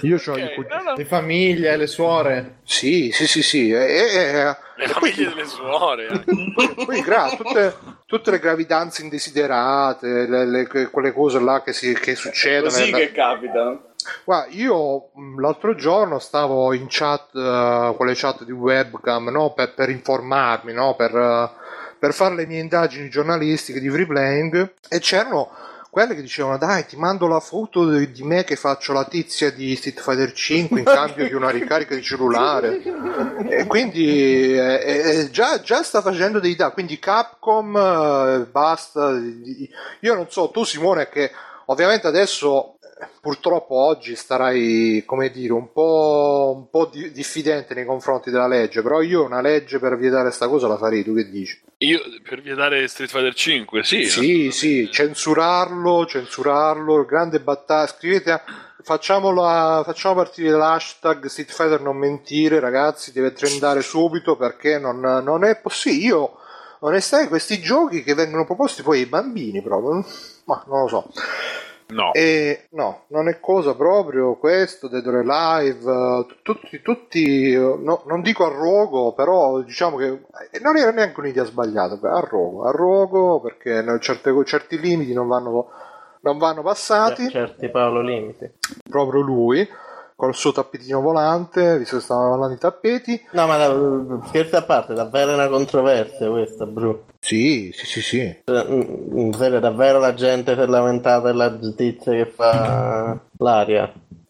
le famiglie, le suore. Sì. Le famiglie delle suore. Poi tutte le gravidanze indesiderate, quelle cose là che succedono. Così che capitano. Guarda, io l'altro giorno stavo in chat, con le chat di webcam, no? per informarmi, no? per fare le mie indagini giornalistiche di Freeplaying, e c'erano quelle che dicevano: dai, ti mando la foto di me che faccio la tizia di Street Fighter 5 in cambio di una ricarica di cellulare. E quindi già sta facendo dei danni. Quindi Capcom basta. Io non so, tu Simone, che ovviamente adesso purtroppo oggi starai, come dire, un po' diffidente nei confronti della legge, però io una legge per vietare sta cosa la farei. Tu che dici? Io per vietare Street Fighter 5? Sì, censurarlo, grande battaglia. Scrivete, facciamo partire l'hashtag Street Fighter non mentire, ragazzi, deve trendare subito, perché non è possibile. Io onestamente questi giochi che vengono proposti poi ai bambini proprio, ma non lo so. No. No, non è cosa proprio questo. Dead or Alive, tutti non dico a rogo, però diciamo che non era neanche un'idea sbagliata. A rogo, perché certi limiti non vanno passati. Certi Paolo limiti. Proprio lui. col suo tappetino volante, visto che stavamo parlando di tappeti. No, ma scherzi a parte, davvero è una controversia questa, Bru. Sì. In serio, davvero la gente si è lamentata della tizia che fa l'aria.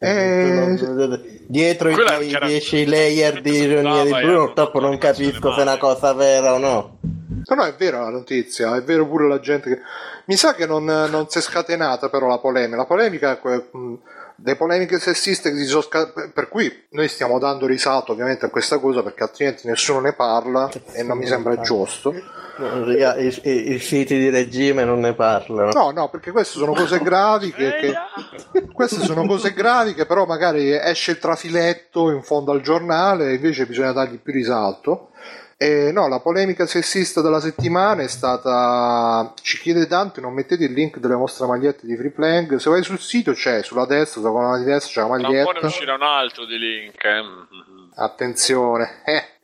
Dietro i 10 layer di ironia di Bruno, purtroppo non capisco se è una cosa vera o no. No, è vera la notizia, è vero pure la gente che... Mi sa che non si è scatenata però la polemica, le polemiche sessiste che si sono per cui noi stiamo dando risalto ovviamente a questa cosa, perché altrimenti nessuno ne parla e non mi sembra giusto. I siti di regime non ne parlano. No, perché queste sono cose gravi queste sono cose gravi che però magari esce il trafiletto in fondo al giornale e invece bisogna dargli più risalto. No, la polemica sessista della settimana è stata: ci chiede Dante, non mettete il link delle vostre magliette di Freeplank. Se vai sul sito c'è, sulla destra, sulla colonna di destra c'è la maglietta. Tra un po' ne uscirà un altro di link. Attenzione.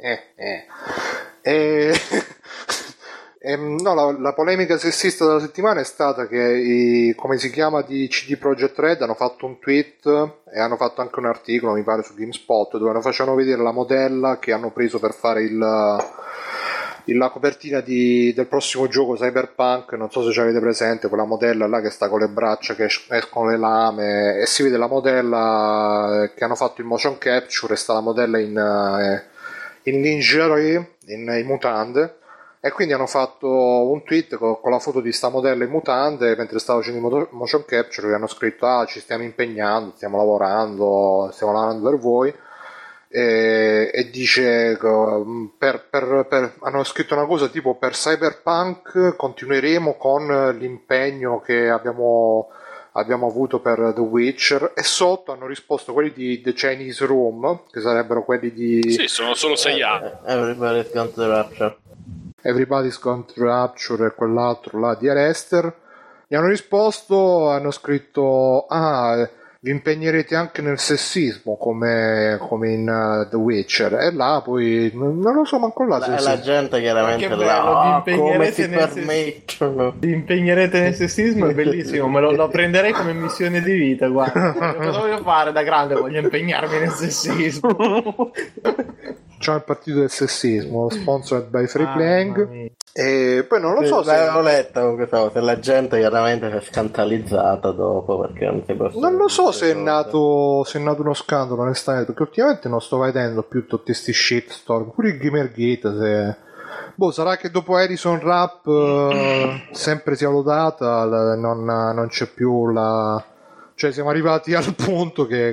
No, la polemica sessista della settimana è stata che come si chiama di CD Projekt Red hanno fatto un tweet e hanno fatto anche un articolo, mi pare, su GameSpot, dove facevano vedere la modella che hanno preso per fare la copertina del prossimo gioco Cyberpunk. Non so se ci avete presente quella modella là che sta con le braccia che escono le lame, e si vede la modella che hanno fatto in motion capture, e sta la modella in lingerie, in mutande. E quindi hanno fatto un tweet con la foto di sta modella in mutande mentre stava facendo motion capture, che hanno scritto: ci stiamo impegnando, stiamo lavorando per voi, e dice hanno scritto una cosa tipo: per Cyberpunk continueremo con l'impegno che abbiamo avuto per The Witcher, e sotto hanno risposto quelli di The Chinese Room, che sarebbero quelli di... Sì, sono solo 6 anni. Everybody's Gone to Rapture. Everybody's Gone to Rapture e quell'altro là di Arester. Gli hanno risposto, hanno scritto: vi impegnerete anche nel sessismo come in The Witcher. E là poi non lo so manco là se la gente chiaramente là come si permettono. Vi impegnerete nel sessismo, è bellissimo, lo prenderei come missione di vita, guarda. Cosa voglio fare da grande? Voglio impegnarmi nel sessismo. C'è il partito del sessismo, sponsored by Freeplank. E poi non lo so se l'avevo letta comunque, se la gente chiaramente si è scandalizzata dopo, perché non lo so se è nato uno scandalo, onestamente, perché ultimamente non sto vedendo più tutti questi shitstorm, pure il Gamergate, sarà che dopo Edison Rap sempre sia lodata, non c'è più cioè siamo arrivati al punto che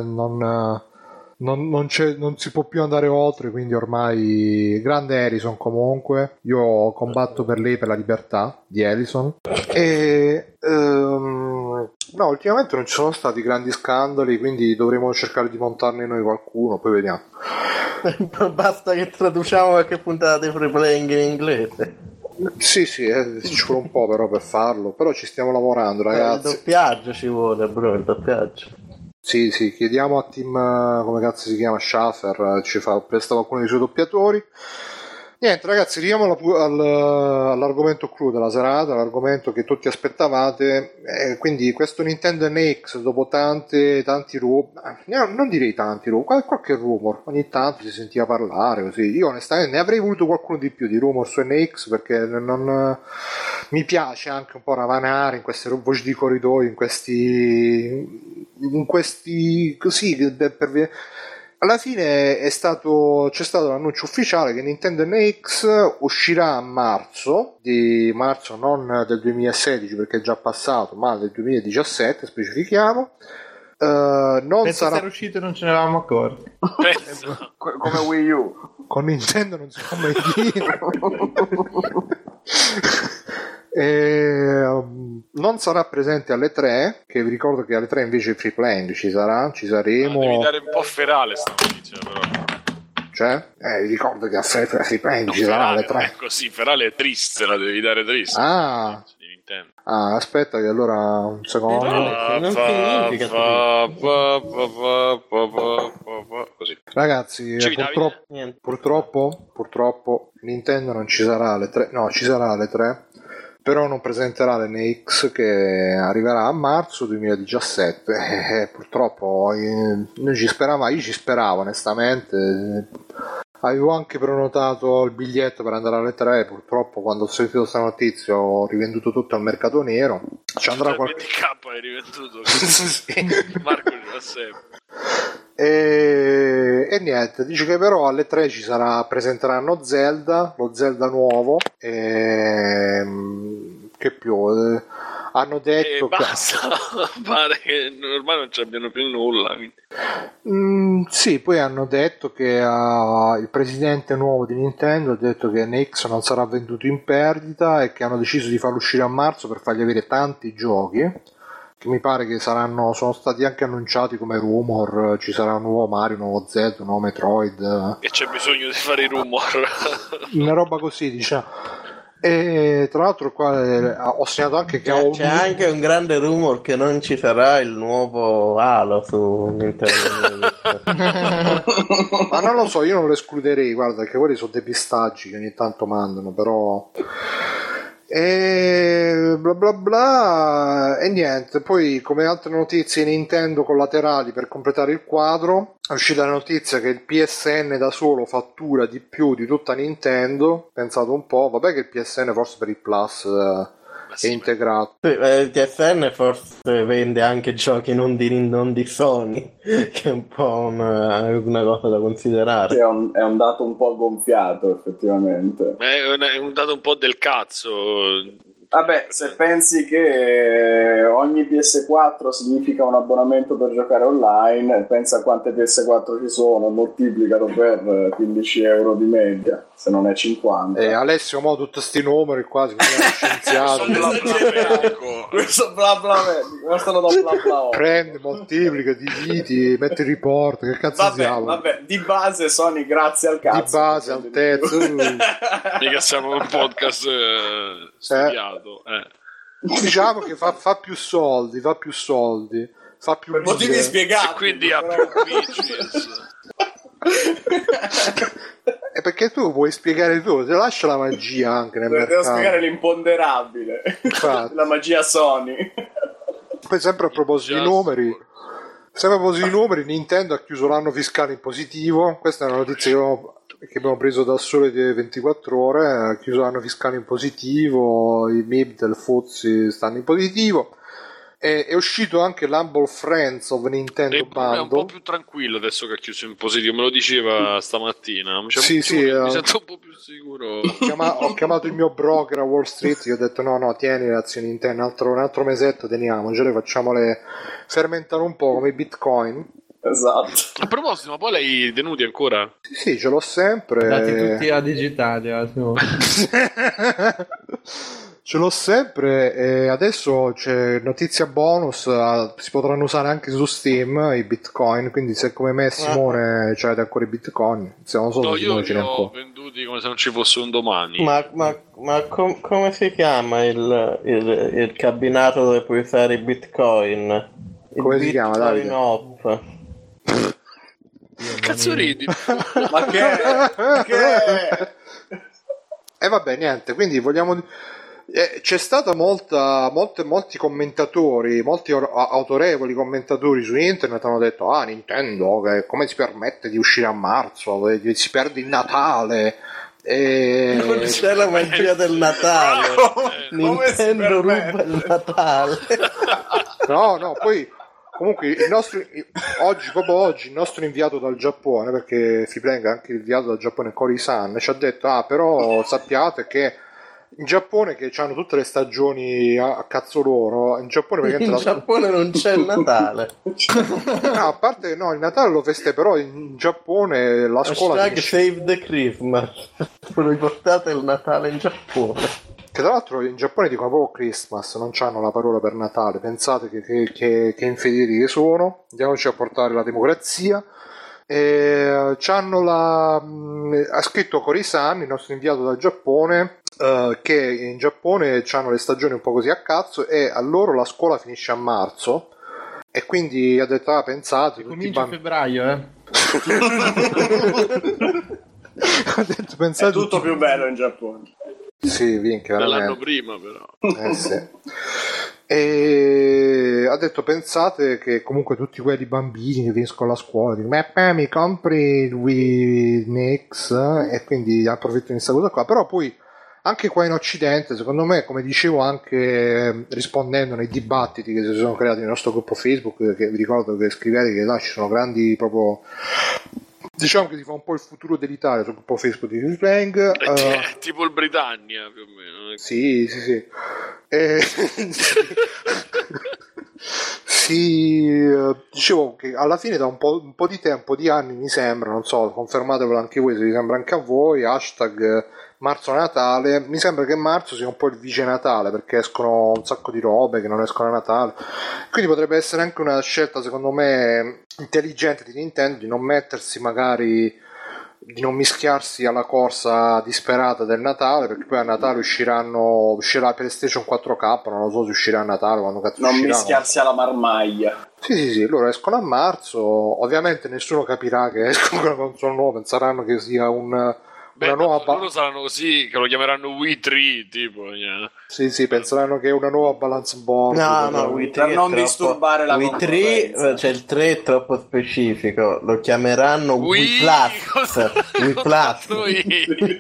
non si può più andare oltre, quindi ormai grande Harrison. Comunque io combatto per lei, per la libertà di Harrison. E no, ultimamente non ci sono stati grandi scandali, quindi dovremo cercare di montarne noi qualcuno, poi vediamo. Basta che traduciamo qualche puntata di Freeplaying in inglese. Sì, ci vuole un po' però per farlo, però ci stiamo lavorando, ragazzi. Il doppiaggio ci vuole, bro, il doppiaggio. Sì, chiediamo a Tim, come cazzo si chiama, Schaffer, ci presta qualcuno dei suoi doppiatori. Niente, ragazzi, arriviamo all'argomento clou della serata, l'argomento che tutti aspettavate. Quindi questo Nintendo NX, dopo tanti rumor, non direi tanti rumor, qualche rumor, ogni tanto si sentiva parlare così. Io onestamente ne avrei voluto qualcuno di più di rumor su NX, perché non mi piace anche un po' ravanare in queste voci di corridoio, in questi così alla fine c'è stato l'annuncio ufficiale che Nintendo NX uscirà a marzo non del 2016 perché è già passato, ma del 2017 specifichiamo. Penso sarà uscito e non ce ne avevamo accorti. Come Wii U. Con Nintendo non si può mai dire. Non sarà presente alle 3, che vi ricordo che alle 3 invece Freeplank ci saremo. Devi dare un po' ferale sta notizia, però. Cioè? Vi ricordo che a Freeplank ci sarà alle 3. Così, ferale è triste, la devi dare triste. Aspetta che allora un secondo. Non significa così. Ragazzi, purtroppo Nintendo non ci sarà alle 3. No, ci sarà alle 3. però non presenterà l'NX che arriverà a marzo 2017. Purtroppo io ci speravo onestamente. Avevo anche prenotato il biglietto per andare alle 3, purtroppo quando ho sentito questa notizia ho rivenduto tutto al mercato nero. Ci andrà qualche K hai rivenduto. Sì. Marco ci va sempre. E niente, dice che però alle 3 presenteranno Zelda, lo Zelda nuovo, che più hanno detto basta. Pare che ormai non ci abbiano più nulla, sì, poi hanno detto che il presidente nuovo di Nintendo ha detto che NX non sarà venduto in perdita e che hanno deciso di farlo uscire a marzo per fargli avere tanti giochi, che mi pare che sono stati anche annunciati come rumor. Ci sarà un nuovo Mario, un nuovo Zelda, un nuovo Metroid, e c'è bisogno di fare i rumor. Una roba così, diciamo. E tra l'altro qua ho segnato anche che c'è anche un grande rumor che non ci sarà il nuovo Halo su Nintendo. Ma non lo so, io non lo escluderei, guarda, che quelli sono dei pistaggi che ogni tanto mandano, però e bla bla bla. E niente, poi come altre notizie Nintendo collaterali per completare il quadro, è uscita la notizia che il PSN da solo fattura di più di tutta Nintendo. Pensate un po', vabbè che il PSN forse per il Plus è integrato. Sì, il PSN forse vende anche giochi non di Sony, che è un po' una cosa da considerare. Sì, è un dato un po' gonfiato effettivamente. È un dato un po' del cazzo. Vabbè, se pensi che ogni PS4 significa un abbonamento per giocare online, pensa a quante PS4 ci sono, moltiplicano per 15 euro di media, se non è 50. Alessio, mo tutti sti numeri qua, si chiamano scienziati. Questo bla bla questo lo do bla bla. Prendi, moltiplica, dividi, metti il report, che cazzo siamo? Vabbè, di base Sony grazie al cazzo. Di base al terzo. Mica siamo un podcast studiato. Diciamo che fa più soldi, fa più per motivi spiegati. E quindi ha più business. E perché tu puoi spiegare tu, te lascia la magia anche nel mercato. Devo spiegare l'imponderabile. La magia Sony. Poi sempre a proposito di numeri, Nintendo ha chiuso l'anno fiscale in positivo. Questa è una notizia che abbiamo preso da Sole 24 Ore. Ha chiuso l'anno fiscale in positivo, i MIB del FTSE stanno in positivo. È uscito anche l'Humble Friends of Nintendo Bundle. È un po' più tranquillo adesso che ha chiuso in positivo, me lo diceva stamattina. Mi sento un po' più sicuro. Ho chiamato il mio broker a Wall Street, gli ho detto no, tieni le azioni Nintendo, un altro mesetto teniamocele, facciamole fermentare un po' come i Bitcoin. Esatto. A proposito, ma poi l'hai tenuti ancora? Sì, ce l'ho sempre. Dati tutti a digitale. Ce l'ho sempre e adesso c'è notizia bonus, si potranno usare anche su Steam i Bitcoin, quindi se come me Simone c'avete ancora i Bitcoin, non so se Simone ce ne ho venduti come se non ci fosse un domani. Ma come si chiama il cabinato dove puoi usare i Bitcoin? Come si chiama? Bitcoin Hop. Cazzo ridi? Ma che è? E vabbè, niente, quindi vogliamo... c'è stata molti commentatori, molti autorevoli commentatori su internet hanno detto Nintendo come si permette di uscire a marzo, si perde il Natale, non c'è la magia del Natale. Nintendo ruba il Natale. no, poi comunque proprio oggi il nostro inviato dal Giappone, perché Freeplaying è anche inviato dal Giappone, Cory-san, ci ha detto però sappiate che in Giappone, che hanno tutte le stagioni a cazzo loro, in Giappone Giappone non c'è il Natale. No, a parte il Natale lo feste, però in Giappone la scuola Save the Christmas. Riportate il Natale in Giappone. Che tra l'altro in Giappone dicono proprio Christmas, non c'hanno la parola per Natale. Pensate che infedeli che sono. Andiamoci a portare la democrazia. Ha scritto Cory-san, il nostro inviato dal Giappone, che in Giappone c'hanno le stagioni un po' così a cazzo e a loro la scuola finisce a marzo e quindi ha detto pensate, comincia a febbraio ha detto, pensate, è tutto più bello in Giappone. Sì, vinca L'anno veramente. prima però. Sì. E ha detto, pensate che comunque tutti quelli bambini che finiscono la scuola dicono papà mi compri il Wii Mix, e quindi approfitto di questa cosa qua. Però poi anche qua in Occidente, secondo me, come dicevo anche rispondendo nei dibattiti che si sono creati nel nostro gruppo Facebook, che vi ricordo che scrivete che là ci sono grandi proprio, diciamo che si fa un po' il futuro dell'Italia sul gruppo Facebook di Freeplaying. È tipo il Britannia più o meno. Sì. Sì, dicevo che alla fine da un po' di tempo, di anni mi sembra, non so, confermatevelo anche voi se vi sembra anche a voi, hashtag marzo Natale, mi sembra che marzo sia un po' il vice Natale perché escono un sacco di robe che non escono a Natale, quindi potrebbe essere anche una scelta secondo me intelligente di Nintendo di non mettersi magari, di non mischiarsi alla corsa disperata del Natale, perché poi a Natale uscirà la PlayStation 4K, non lo so se uscirà a Natale, quando cazzo non uscirà, mischiarsi alla marmaglia. Sì, loro escono a marzo, ovviamente nessuno capirà che escono con una console nuova, penseranno che sia una nuova loro saranno così, che lo chiameranno Wii 3 tipo. Sì, penseranno che è una nuova balance board. No, Wii 3 per non disturbare la Wii 3, cioè il 3 è troppo specifico, lo chiameranno Wii Plus. Wii Plus.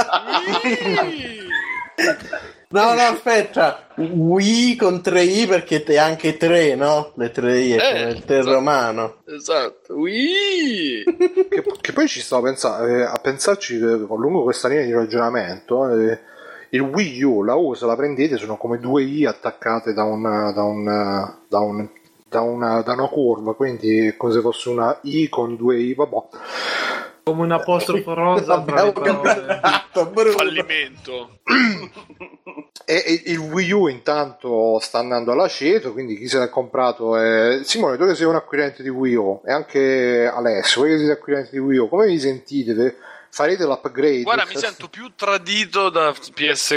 No, aspetta, Wii con 3i perché è anche 3, no? Le 3i è come il 3 romano. Esatto, Wii! che poi ci stavo a pensarci con lungo questa linea di ragionamento, il Wii U, la U se la prendete sono come due I attaccate da una curva, quindi è come se fosse una I con due I, vabbè. Come un apostrofo rosa tra le parole. Fallimento. E il Wii U intanto sta andando all'aceto, quindi chi se l'ha comprato è... Simone, tu che sei un acquirente di Wii U, e anche Alessio, voi che siete acquirenti di Wii U, come vi sentite? Farete l'upgrade? Guarda, mi sento più tradito da PS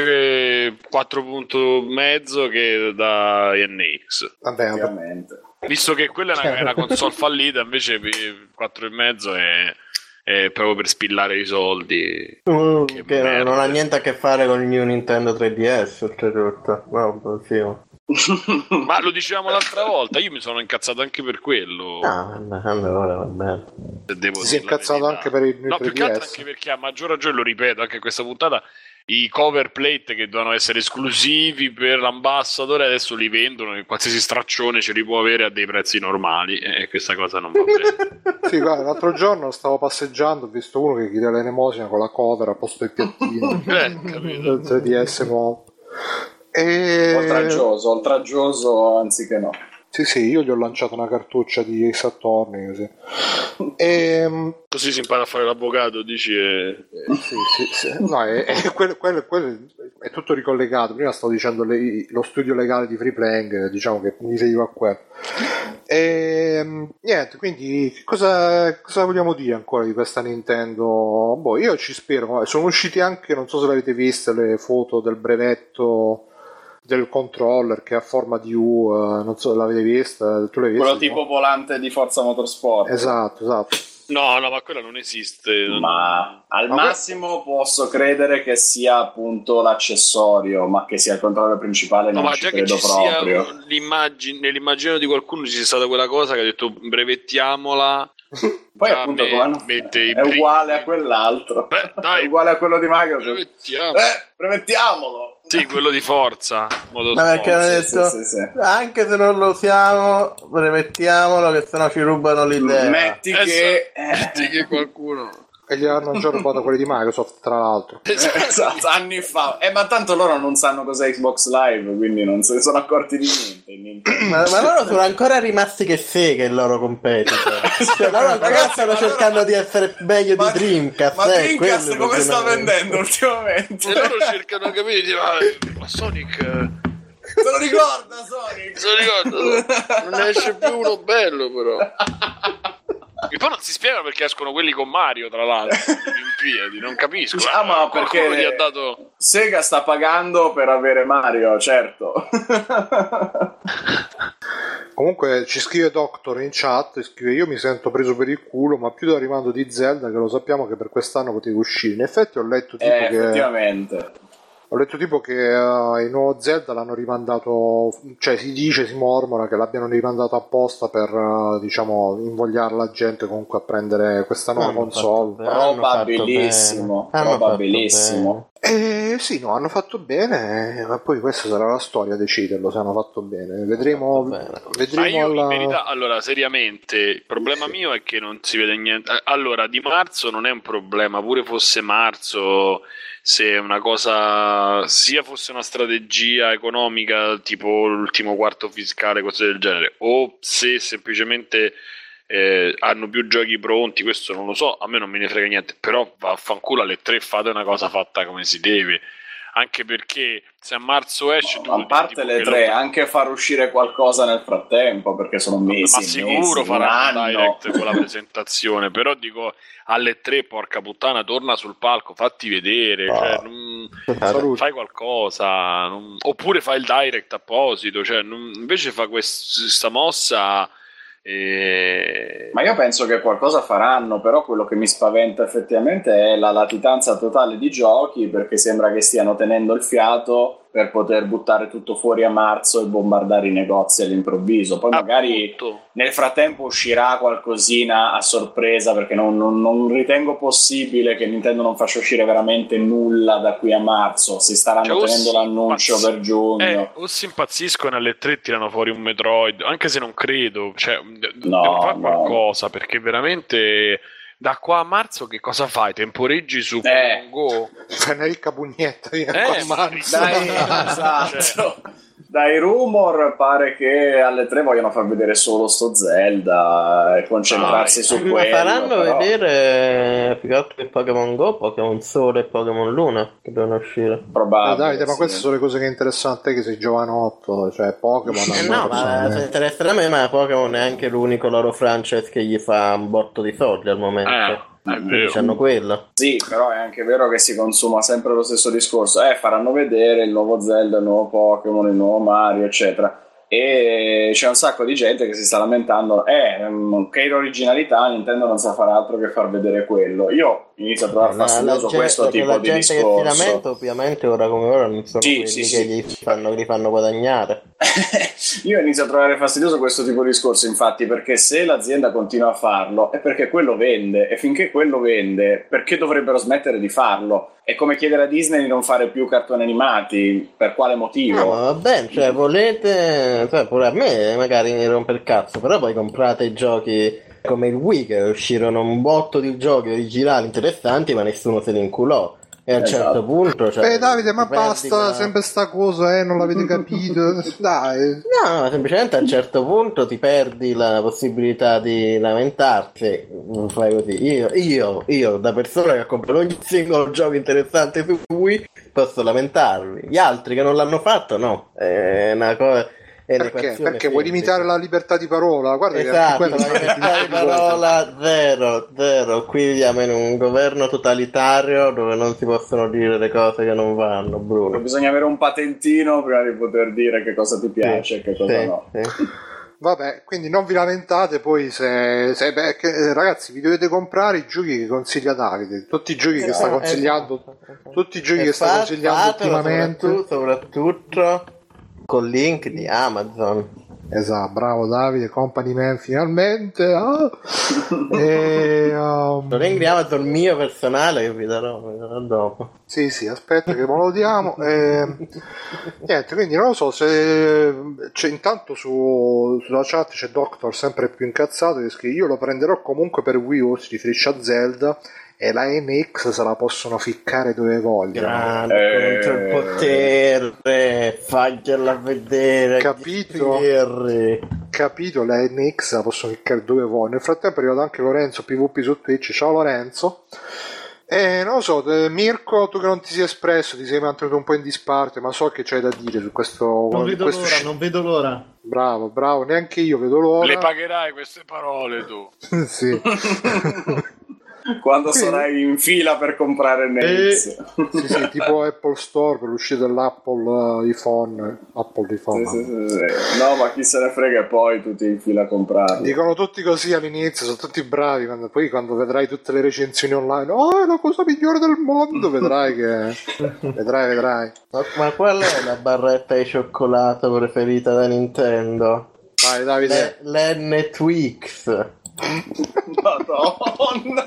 4.5 che da NX. Vabbè, Ovviamente. Visto che quella è una console fallita, invece 4.5 è proprio per spillare i soldi. Che non ha niente a che fare con il New Nintendo 3DS, oltretutto. Vabbè, sì. Ma lo dicevamo l'altra volta, io mi sono incazzato anche per quello. Allora va bene. Devo si è incazzato anche per il New 3DS. Più che altro anche perché a maggior ragione, lo ripeto anche in questa puntata, i cover plate che dovevano essere esclusivi per l'ambassadore adesso li vendono e qualsiasi straccione ce li può avere a dei prezzi normali, e questa cosa non va bene. Sì, guarda, l'altro giorno stavo passeggiando, ho visto uno che chiedeva l'elemosina con la cover a posto del piattino Capito. del 3DS nuovo. Oltraggioso anziché no. Sì, io gli ho lanciato una cartuccia di Ace Attorney così. Così si impara a fare l'avvocato, dici? Sì. No, quello è tutto ricollegato. Prima stavo dicendo lo studio legale di Freeplaying, diciamo che mi riferivo a quello. Niente, quindi cosa vogliamo dire ancora di questa Nintendo? Boh, io ci spero. Sono usciti anche, non so se l'avete viste, le foto del brevetto del controller che ha forma di U, non so se l'avete vista, tu l'hai vista? Quello tipo volante di Forza Motorsport. Esatto. No, ma quella non esiste. Ma al massimo posso credere che sia appunto l'accessorio, ma che sia il controller principale non ci credo proprio. Nell'immagine di qualcuno ci sia stata quella cosa che ha detto brevettiamola. Poi appunto è uguale a quell'altro. Dai, è uguale a quello di Microsoft. Brevettiamolo. Sì, quello di Forza. Ma perché hanno detto sì. Anche se non lo usiamo, brevettiamolo, che sennò ci rubano l'idea. Metti che qualcuno. E gli hanno già rubato quelli di Microsoft, tra l'altro. Esatto, anni fa. Ma tanto loro non sanno cos'è Xbox Live, quindi non se ne sono accorti di niente. Ma loro sono ancora rimasti che Sega il loro competitor. Cioè, loro ancora stanno cercando di essere meglio di Dreamcast. Ma Dreamcast come sta vendendo ultimamente? E loro cercano di capire, ma Sonic... Se lo ricorda Sonic? Non ne esce più uno bello, però. E poi non si spiega perché escono quelli con Mario, tra l'altro, Olimpiadi, non capisco. Ma perché gli ha dato... Sega sta pagando per avere Mario, certo. Comunque ci scrive Doctor in chat, scrive: io mi sento preso per il culo, ma più dal rimando di Zelda, che lo sappiamo che per quest'anno poteva uscire. In effetti ho letto tipo effettivamente. Ho letto tipo che il nuovo Zelda l'hanno rimandato, cioè si mormora che l'abbiano rimandato apposta per diciamo invogliare la gente comunque a prendere questa nuova console. Probabilissimo. Sì, no, hanno fatto bene, ma poi questa sarà la storia a deciderlo se hanno fatto bene. Vedremo Ma io in verità, allora, seriamente, il problema mio è che non si vede niente. Allora, di marzo non è un problema, pure fosse marzo, se una cosa sia fosse una strategia economica tipo l'ultimo quarto fiscale, cose del genere, o se semplicemente hanno più giochi pronti, questo non lo so, a me non me ne frega niente, però vaffanculo alle 3 fate una cosa fatta come si deve, anche perché se a marzo esce a parte le 3 anche far uscire qualcosa nel frattempo, perché sono mesi, ma sicuro faranno un direct con la presentazione, però dico alle 3 porca puttana torna sul palco, fatti vedere, fai qualcosa, oppure fai il direct apposito, cioè invece fa questa mossa. Ma io penso che qualcosa faranno, però quello che mi spaventa effettivamente è la latitanza totale di giochi, perché sembra che stiano tenendo il fiato per poter buttare tutto fuori a marzo e bombardare i negozi all'improvviso. Poi magari nel frattempo uscirà qualcosina a sorpresa, perché non ritengo possibile che Nintendo non faccia uscire veramente nulla da qui a marzo. Si staranno tenendo l'annuncio per giugno. O si impazziscono alle 3 tirano fuori un Metroid, anche se non credo, cioè devono fare qualcosa, perché veramente da qua a marzo che cosa fai? Temporeggi su Pokémon Go? Fai una ricca pugnetta a marzo. Dai, esatto. Dai rumor pare che alle 3 vogliono far vedere solo sto Zelda e concentrarsi su quello. Faranno vedere più che altro il Pokémon Go, Pokémon Sole e Pokémon Luna che devono uscire. Probabile. Davide, ma queste sono le cose che interessano a te, che sei giovanotto, cioè Pokémon. No, ma se interessa a me, ma Pokémon è anche l'unico loro franchise che gli fa un botto di soldi al momento. C'hanno quello. Sì, però è anche vero che si consuma sempre lo stesso discorso. Faranno vedere il nuovo Zelda, il nuovo Pokémon, il nuovo Mario, eccetera. E c'è un sacco di gente che si sta lamentando che l'originalità Nintendo non sa fare altro che far vedere quello. Io inizio a trovare fastidioso questo tipo di discorso. Che si lamenta, ovviamente ora come ora non sono quelli che gli fanno guadagnare. Io inizio a trovare fastidioso questo tipo di discorso, infatti, perché se l'azienda continua a farlo è perché quello vende, e finché quello vende, perché dovrebbero smettere di farlo? È come chiedere a Disney di non fare più cartoni animati, per quale motivo? No, ma va bene, cioè volete, cioè, pure a me magari mi rompe il cazzo, però poi comprate i giochi come il Wii, che uscirono un botto di giochi originali interessanti, ma nessuno se ne inculò. E a un certo punto, cioè, Davide, ma basta sempre sta cosa, non l'avete capito? Dai. No, semplicemente a un certo punto ti perdi la possibilità di lamentarti. Fai così. Io da persona che compro ogni singolo gioco interessante su Wii posso lamentarmi. Gli altri che non l'hanno fatto, no. È una cosa. Perché vuoi limitare la libertà di parola? Guarda, esatto, che la libertà di parola zero. Qui viviamo in un governo totalitario dove non si possono dire le cose che non vanno, Bruno. Bisogna avere un patentino prima di poter dire che cosa ti piace e che cosa no. Vabbè, quindi non vi lamentate poi ragazzi, vi dovete comprare i giochi che consiglia Davide, tutti i giochi che sta consigliando, tutti i giochi che sta consigliando ultimamente, soprattutto col link di Amazon. Esatto, bravo Davide, Company Man finalmente. Non link di Amazon mio personale che vi darò dopo. Sì, aspetta che me lo diamo. Niente, quindi non lo so se c'è, intanto sulla chat c'è Doctor sempre più incazzato che scrive: io lo prenderò comunque per Wii U, si riferisce a Zelda, e la NX se la possono ficcare dove vogliono. Contro il potere, fagliela vedere. Capito, la NX la possono ficcare dove vogliono. Nel frattempo è arrivato anche Lorenzo PvP su Twitch. Ciao Lorenzo. Non lo so, Mirko, tu che non ti sei espresso, ti sei mantenuto un po' in disparte, ma so che c'hai da dire su questo. Non vedo l'ora. Bravo, neanche io vedo l'ora. Le pagherai queste parole tu. Sì. Quando sarai in fila per comprare Nails. Sì, tipo Apple Store per l'uscita dell'Apple iPhone. Sì. No, ma chi se ne frega, poi tutti in fila a comprarlo. Dicono tutti così all'inizio, sono tutti bravi, quando vedrai tutte le recensioni online, è la cosa migliore del mondo, vedrai che... vedrai. Ma qual è la barretta di cioccolato preferita da Nintendo? Vai Davide. L'N Twix. Madonna.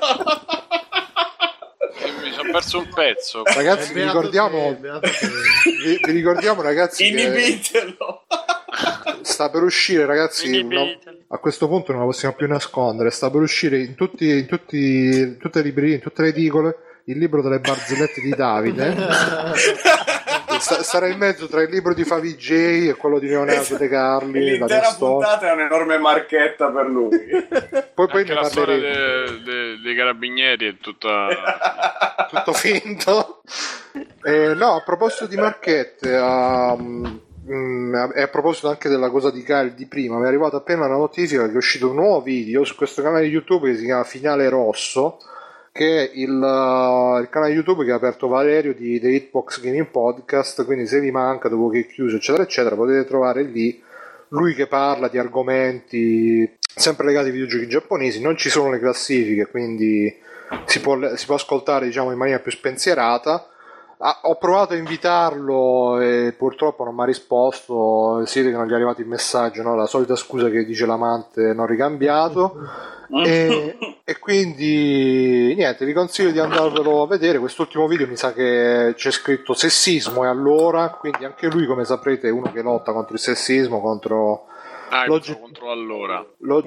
Mi sono perso un pezzo. Ragazzi, vi ricordiamo ragazzi Inibitelo. Sta per uscire, ragazzi, a questo punto non la possiamo più nascondere, sta per uscire in tutte le librerie, in tutte le edicole, il libro delle barzellette di Davide. Sarà in mezzo tra il libro di Favij e quello di Leonardo De Carli. L'intera puntata è un'enorme marchetta per lui. Poi anche la storia dei carabinieri è tutta tutto finto. No, a proposito di marchette, e a proposito anche della cosa di Kyle di prima, mi è arrivata appena la notifica che è uscito un nuovo video su questo canale YouTube che si chiama Finale Rosso, che è il canale YouTube che ha aperto Valerio di The Hitbox Gaming Podcast, quindi se vi manca dopo che è chiuso eccetera eccetera potete trovare lì lui che parla di argomenti sempre legati ai videogiochi giapponesi. Non ci sono le classifiche, quindi si può ascoltare, diciamo, in maniera più spensierata. Ho provato a invitarlo e purtroppo non mi ha risposto. Si vede che non gli è arrivato il messaggio, no? La solita scusa che dice l'amante non ricambiato. E quindi niente, vi consiglio di andarvelo a vedere. Quest'ultimo video mi sa che c'è scritto sessismo, e allora, quindi anche lui, come saprete, è uno che lotta contro il sessismo, contro allora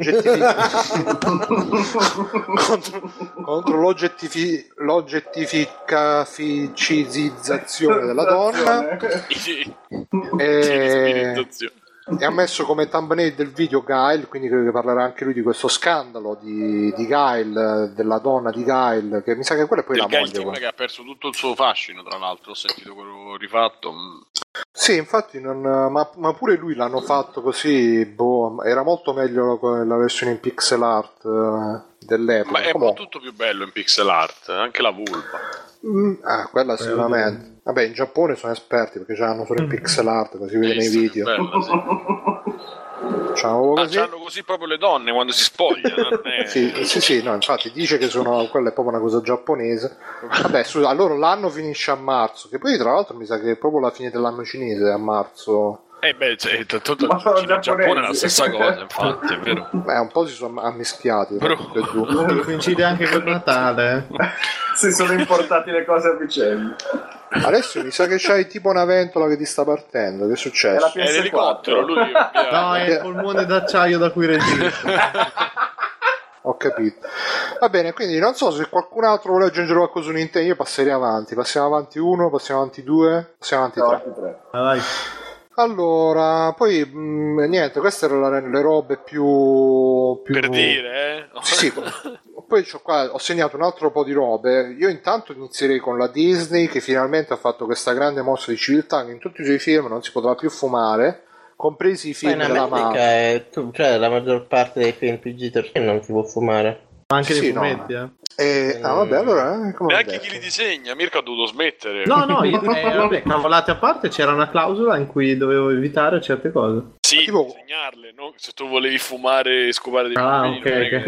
contro l'oggettificizzazione della donna. E ha messo come thumbnail del video Guile, quindi credo che parlerà anche lui di questo scandalo di Guile, della donna di Guile, che mi sa che quella è poi la moglie, che ha perso tutto il suo fascino, tra l'altro ho sentito quello rifatto. Sì, infatti ma pure lui l'hanno fatto così, era molto meglio la versione in pixel art dell'epoca. Ma è un po' tutto più bello in pixel art, anche la vulva. Quella sicuramente. Vabbè, in Giappone sono esperti perché c'hanno solo in pixel art, così vede nei video. Bella, sì. C'hanno così proprio le donne quando si spogliano. Sì, no, infatti dice che quella è proprio una cosa giapponese. Vabbè, allora l'anno finisce a marzo, che poi tra l'altro mi sa che è proprio la fine dell'anno cinese a marzo. Tutto il Giappone è la stessa cosa, infatti, è vero. Un po' si sono ammischiati. Coincide anche con Natale. Si sono importati le cose a vicenda. Adesso mi sa che c'hai tipo una ventola che ti sta partendo. Che è successo? È l'elicottero. No, è il polmone d'acciaio da cui registro. Ho capito. Va bene, quindi non so se qualcun altro vuole aggiungere qualcosa su Nintendo. Io passerei avanti. Passiamo avanti 1, passiamo avanti 2, passiamo avanti 3. Vai. Allora, poi niente, queste erano le robe più per dire, Sì. Poi ho segnato un altro po' di robe. Io intanto inizierei con la Disney, che finalmente ha fatto questa grande mossa di civiltà, che in tutti i suoi film non si poteva più fumare, compresi i film della Marvel. Cioè la maggior parte dei film PG-13 non si può fumare. Anche nei fumetti, vabbè, allora neanche chi li disegna. Mirko ha dovuto smettere. No, vabbè, cavolate a parte, c'era una clausola in cui dovevo evitare certe cose. Sì, disegnarle, no? Se tu volevi fumare e scopare dei bambini.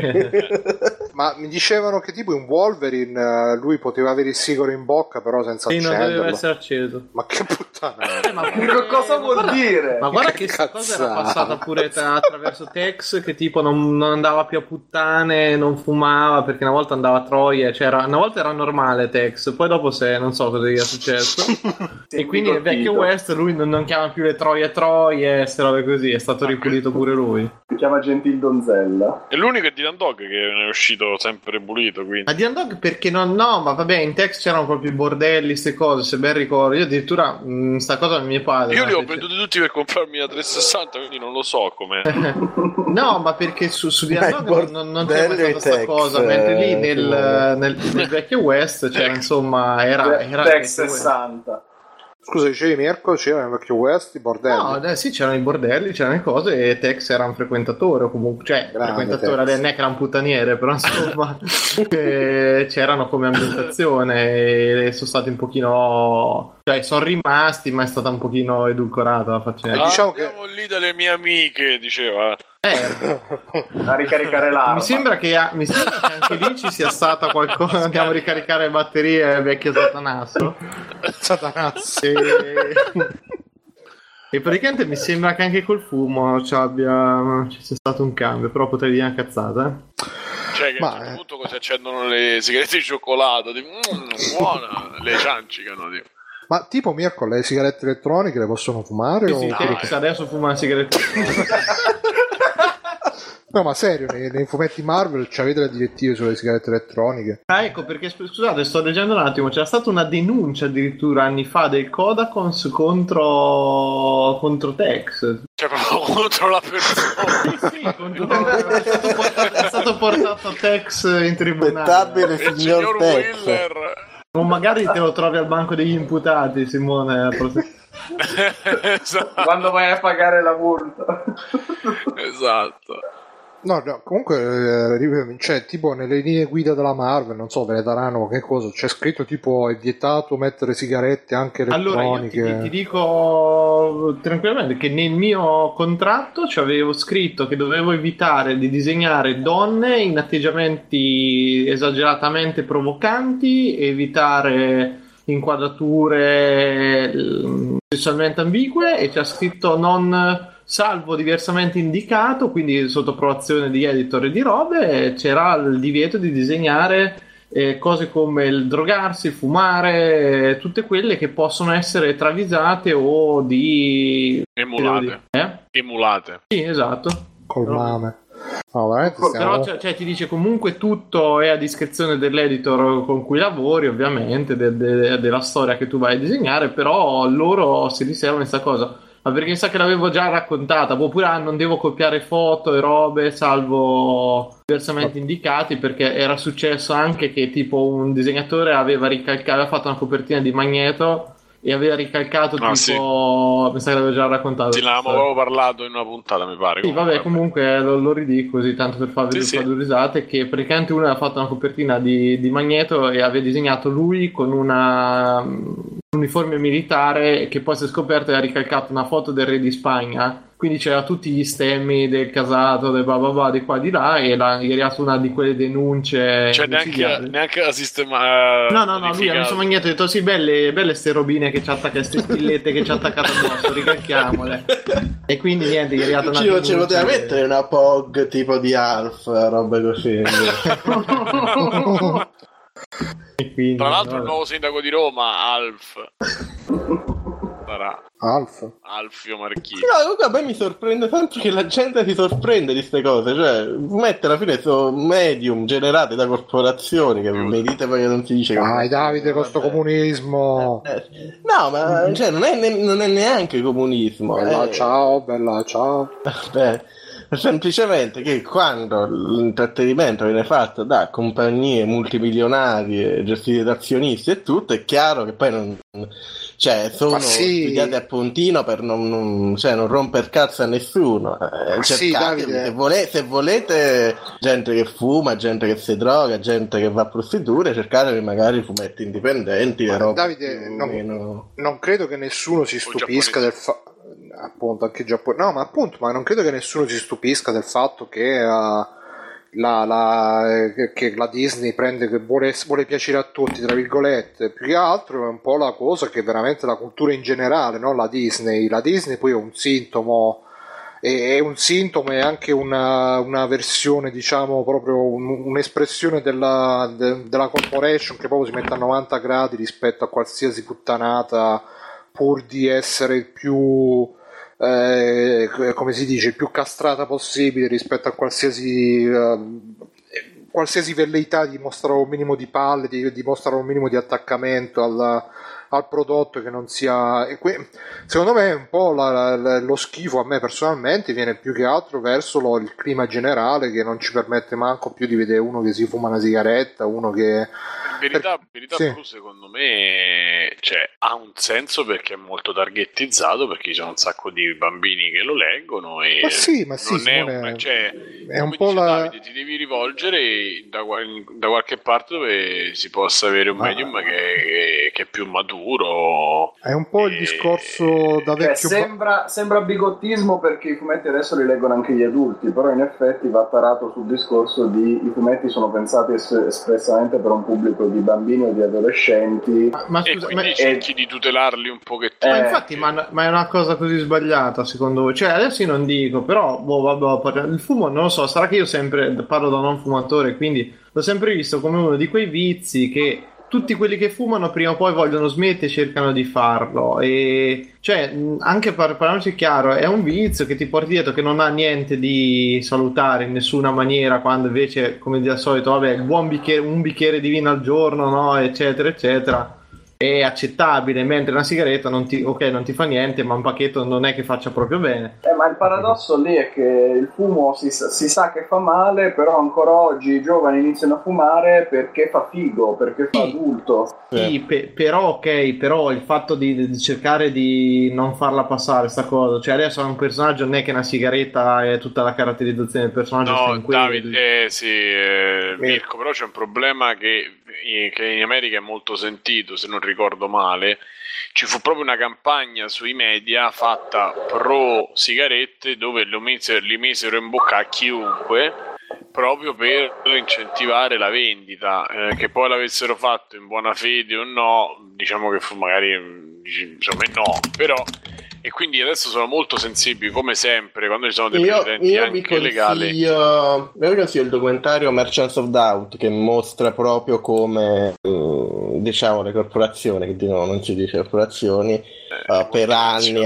Ok. Ma mi dicevano che tipo in Wolverine lui poteva avere il sigaro in bocca, però senza accenderlo. Non doveva essere acceso. Ma che puttana. Ma cosa vuol dire? Ma guarda che cosa era passata pure attraverso Tex, che tipo non andava più a puttane, non fumava, perché una volta andava a troie, una volta era normale Tex, poi dopo non so cosa gli è successo. E quindi nel vecchio West lui non chiama più le troie, queste robe così, è stato ripulito pure lui. Si chiama Gentil Donzella. È l'unico è Dylan Dog che ne è uscito sempre pulito, quindi. Ma Dylan Dog perché no, ma vabbè, in Tex c'erano proprio i bordelli, ste cose, se ben ricordo. Io addirittura sta cosa mio padre. Io li ho venduti tutti per comprarmi la 360, quindi non lo so come. No, ma perché su Dylan Dog non c'è mai stata sta cosa, mentre lì nel vecchio West c'era, insomma, era Tex 60. Scusa, dicevi Mirko, c'era nel vecchio West i bordelli? No, sì, c'erano i bordelli, c'erano le cose e Tex era un frequentatore, o comunque, cioè, Grande frequentatore, Tex. non è che era un puttaniere, però insomma, c'erano come ambientazione e sono stati un pochino, cioè, sono rimasti, ma è stata un pochino edulcorata la faccenda. Diciamo che- Andiamo lì dalle mie amiche, diceva. A ricaricare l'arma. Mi sembra che anche lì ci sia stata qualcosa, andiamo a ricaricare le batterie, vecchio Satanasso. Satanazzo. E praticamente mi sembra che anche col fumo ci sia stato un cambio, però potrei dire una cazzata. Cioè che a un certo punto così accendono le sigarette di cioccolato, buona, le ciancicano, tipo. Ma tipo Mirko, le sigarette elettroniche le possono fumare? Sì, Tex adesso fuma una sigaretta. No, ma serio, nei fumetti Marvel c'avete le direttive sulle sigarette elettroniche? Ah, ecco, perché scusate, sto leggendo un attimo, c'era stata una denuncia addirittura anni fa del Kodakons contro Tex. Cioè proprio contro la persona. Sì, è stato portato Tex in tribunale. Aspettabile Il signor signor Tex. Wheeler. O magari te lo trovi al banco degli imputati, Simone. Esatto. Quando vai a pagare la multa. Esatto. No, comunque, cioè, tipo nelle linee guida della Marvel, non so, ve ne daranno che cosa, c'è scritto tipo è vietato mettere sigarette anche elettroniche. Allora, io ti dico tranquillamente che nel mio contratto ci avevo scritto che dovevo evitare di disegnare donne in atteggiamenti esageratamente provocanti, evitare inquadrature sessualmente ambigue, e c'è scritto non salvo diversamente indicato, quindi sotto approvazione di editor e di robe, c'era il divieto di disegnare cose come il drogarsi, il fumare, tutte quelle che possono essere travisate o di Emulate. Emulate. Sì, esatto. Col mame. No, veramente stiamo... Però cioè, ti dice comunque tutto è a discrezione dell'editor con cui lavori, ovviamente, della storia che tu vai a disegnare, però loro si riservano questa cosa. Ma perché sa che l'avevo già raccontata, oppure non devo copiare foto e robe salvo diversamente indicati, perché era successo anche che tipo un disegnatore aveva fatto una copertina di Magneto e aveva ricalcato tipo sì. mi sa che l'avevo già raccontato. Sì, ne avevamo parlato in una puntata, mi pare. Sì, vabbè, comunque lo ridico così tanto per farvi due risate, che praticamente uno aveva fatto una copertina di Magneto e aveva disegnato lui con un uniforme militare, che poi si è scoperto e ha ricalcato una foto del re di Spagna, quindi c'era tutti gli stemmi del casato, del bababà, di qua di là, e gli è arrivata una di quelle denunce, cioè neanche la sistema. No, lui ha messo Magneto e ha detto sì, belle ste robine che ci attacca, queste spillette che ci ha attaccato addosso, ricalchiamole. E quindi niente, gli è arrivata una Ci poteva mettere una POG tipo di Alf, robe così. E quindi, tra l'altro il nuovo sindaco di Roma, Alf. Sarà Alfio Marchini. No, comunque a me mi sorprende tanto che la gente si sorprende di queste cose, cioè mette alla fine sono medium generate da corporazioni, che mi dite poi che non si dice dai Davide con sto comunismo. No, ma cioè, non è neanche comunismo. Bella ciao. Beh, semplicemente che quando l'intrattenimento viene fatto da compagnie multimilionarie gestite da azionisti e tutto, è chiaro che poi non, cioè, sono studiati a puntino per non romper cazzo a nessuno. Cercate, se volete gente che fuma, gente che si droga, gente che va a prostitute, cercatevi magari fumetti indipendenti. Davide, non credo che nessuno si stupisca del fatto, appunto, anche Giappone. No, ma appunto, ma non credo che nessuno si stupisca del fatto che che la Disney che vuole piacere a tutti, tra virgolette. Più che altro è un po' la cosa che veramente la cultura in generale, no? La Disney poi è un sintomo, è un sintomo e anche una versione, diciamo, proprio un'espressione della corporation che proprio si mette a 90 gradi rispetto a qualsiasi puttanata, pur di essere il più come si dice, il più castrata possibile rispetto a qualsiasi velleità di mostrare un minimo di palle, di mostrare un minimo di attaccamento al prodotto, che non sia... secondo me un po' lo schifo, a me personalmente, viene più che altro verso il clima generale, che non ci permette manco più di vedere uno che si fuma una sigaretta, uno che... In verità sì. Blu, secondo me, cioè, ha un senso perché è molto targettizzato, perché ci sono un sacco di bambini che lo leggono e ma sì, non cioè, è un come po' dice la... Davide, ti devi rivolgere da qualche parte dove si possa avere un medium che è più maturo. È un po' il discorso da vecchio... sembra bigottismo, perché i fumetti adesso li leggono anche gli adulti, però in effetti va tarato sul discorso di i fumetti sono pensati espressamente per un pubblico di bambini o di adolescenti, Ma e scusa, quindi cerchi di tutelarli un pochettino. ma infatti, ma è una cosa così sbagliata secondo voi? Cioè, adesso io non dico, però vabbè, il fumo non lo so, sarà che io sempre parlo da non fumatore, quindi l'ho sempre visto come uno di quei vizi che tutti quelli che fumano prima o poi vogliono smettere e cercano di farlo. E cioè, anche per parlarci chiaro, è un vizio che ti porti dietro, che non ha niente di salutare in nessuna maniera, quando invece, come di al solito, vabbè, il buon un bicchiere di vino al giorno, no, eccetera eccetera, è accettabile, mentre una sigaretta non ti fa niente, ma un pacchetto non è che faccia proprio bene. Ma il paradosso lì è che il fumo si sa che fa male, però ancora oggi i giovani iniziano a fumare perché fa figo, perché fa adulto. Sì, però il fatto di cercare di non farla passare sta cosa, cioè adesso è un personaggio, non è che una sigaretta è tutta la caratterizzazione del personaggio. No, Davide, Mirko, però c'è un problema che in America è molto sentito, se non ricordo male. Ci fu proprio una campagna sui media fatta pro sigarette, dove li misero in bocca a chiunque, proprio per incentivare la vendita. Che poi l'avessero fatto in buona fede o no, diciamo che fu magari, insomma, no, però... E quindi adesso sono molto sensibili, come sempre, quando ci sono dei precedenti anche legali. Io consiglio il documentario Merchants of Doubt, che mostra proprio come, diciamo, le corporazioni, che di nuovo non si dice corporazioni, per anni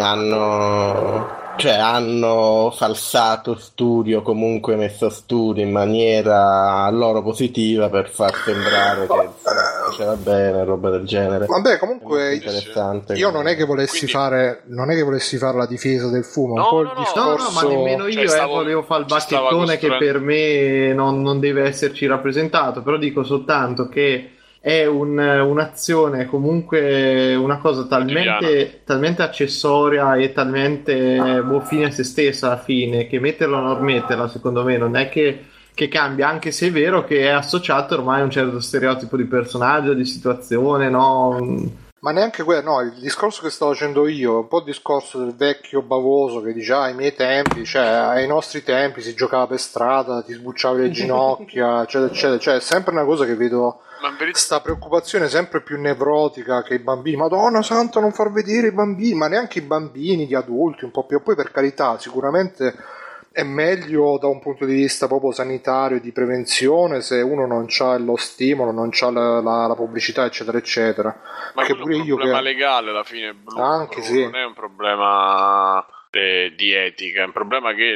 hanno falsato studi o comunque messo studi in maniera loro positiva per far sembrare che faceva bene, roba del genere. Vabbè, comunque interessante. Io non è che volessi fare la difesa del fumo, un po' il discorso... No, ma nemmeno io volevo fare il bacchettone che per me non deve esserci rappresentato, però dico soltanto che è un'azione, comunque una cosa talmente accessoria e talmente fine a se stessa alla fine, che metterla o non metterla secondo me non è che cambia, anche se è vero che è associato ormai a un certo stereotipo di personaggio, di situazione, no? Ma neanche quello, no, il discorso che stavo facendo io è un po' il discorso del vecchio bavoso che dice ai miei tempi, cioè ai nostri tempi si giocava per strada, ti sbucciavi le ginocchia, eccetera, cioè è sempre una cosa che vedo, sta preoccupazione sempre più nevrotica che i bambini, Madonna santa, non far vedere i bambini, ma neanche i bambini, gli adulti un po' più, poi per carità sicuramente è meglio da un punto di vista proprio sanitario, di prevenzione, se uno non c'ha lo stimolo, non c'ha la pubblicità, eccetera eccetera. Ma perché pure è un problema legale alla fine, Blu, anche sì. Non è un problema di etica, è un problema che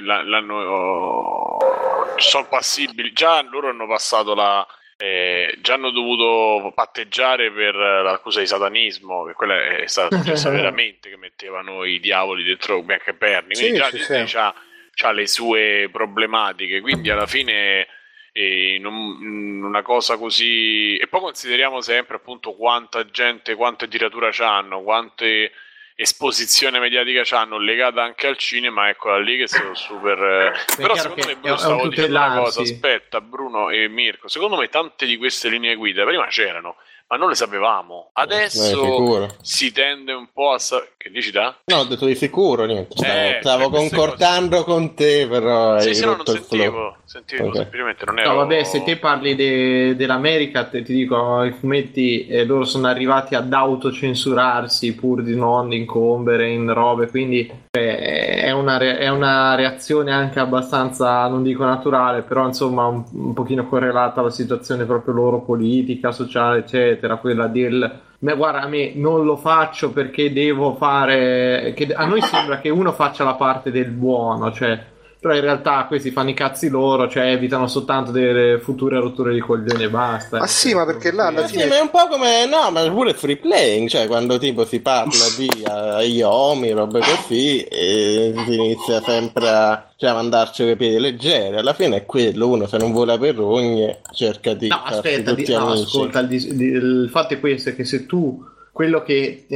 sono passibili, già loro hanno passato già hanno dovuto patteggiare per l'accusa di satanismo, che quella è stata successa veramente, che mettevano i diavoli dentro Bianca e Berni, quindi c'ha le sue problematiche, quindi alla fine in una cosa così, e poi consideriamo sempre appunto quanta gente, quante tiratura c'hanno, quante esposizione mediatica c'hanno legata anche al cinema, eccola lì che sono super. Però secondo me, Bruno, stavo dicendo una cosa, aspetta Bruno e Mirko, secondo me tante di queste linee guida prima c'erano, ma non le sapevamo. Adesso si tende un po' a che dici da? No, ho detto di sicuro niente. Stavo concordando con te, però sì, no, non sentivo semplicemente non ero. No, vabbè, se te parli dell'America, ti dico, i fumetti loro sono arrivati ad autocensurarsi pur di non incombere in robe, quindi è una reazione anche abbastanza, non dico naturale, però insomma un pochino correlata alla situazione proprio loro politica, sociale, eccetera, quella guarda, a me non lo faccio perché devo fare, che a noi sembra che uno faccia la parte del buono, cioè però in realtà questi fanno i cazzi loro, cioè evitano soltanto delle future rotture di coglioni e basta. Ma sì, ma perché là alla fine... Sì, ma è un po' come, no, ma pure free playing, cioè quando tipo si parla di Yomi, robe così, e si inizia sempre a mandarci coi piedi leggeri, alla fine è quello, uno se non vuole per rogne cerca di No, farsi aspetta, tutti amici. ascolta, il fatto è questo, è che se tu quello che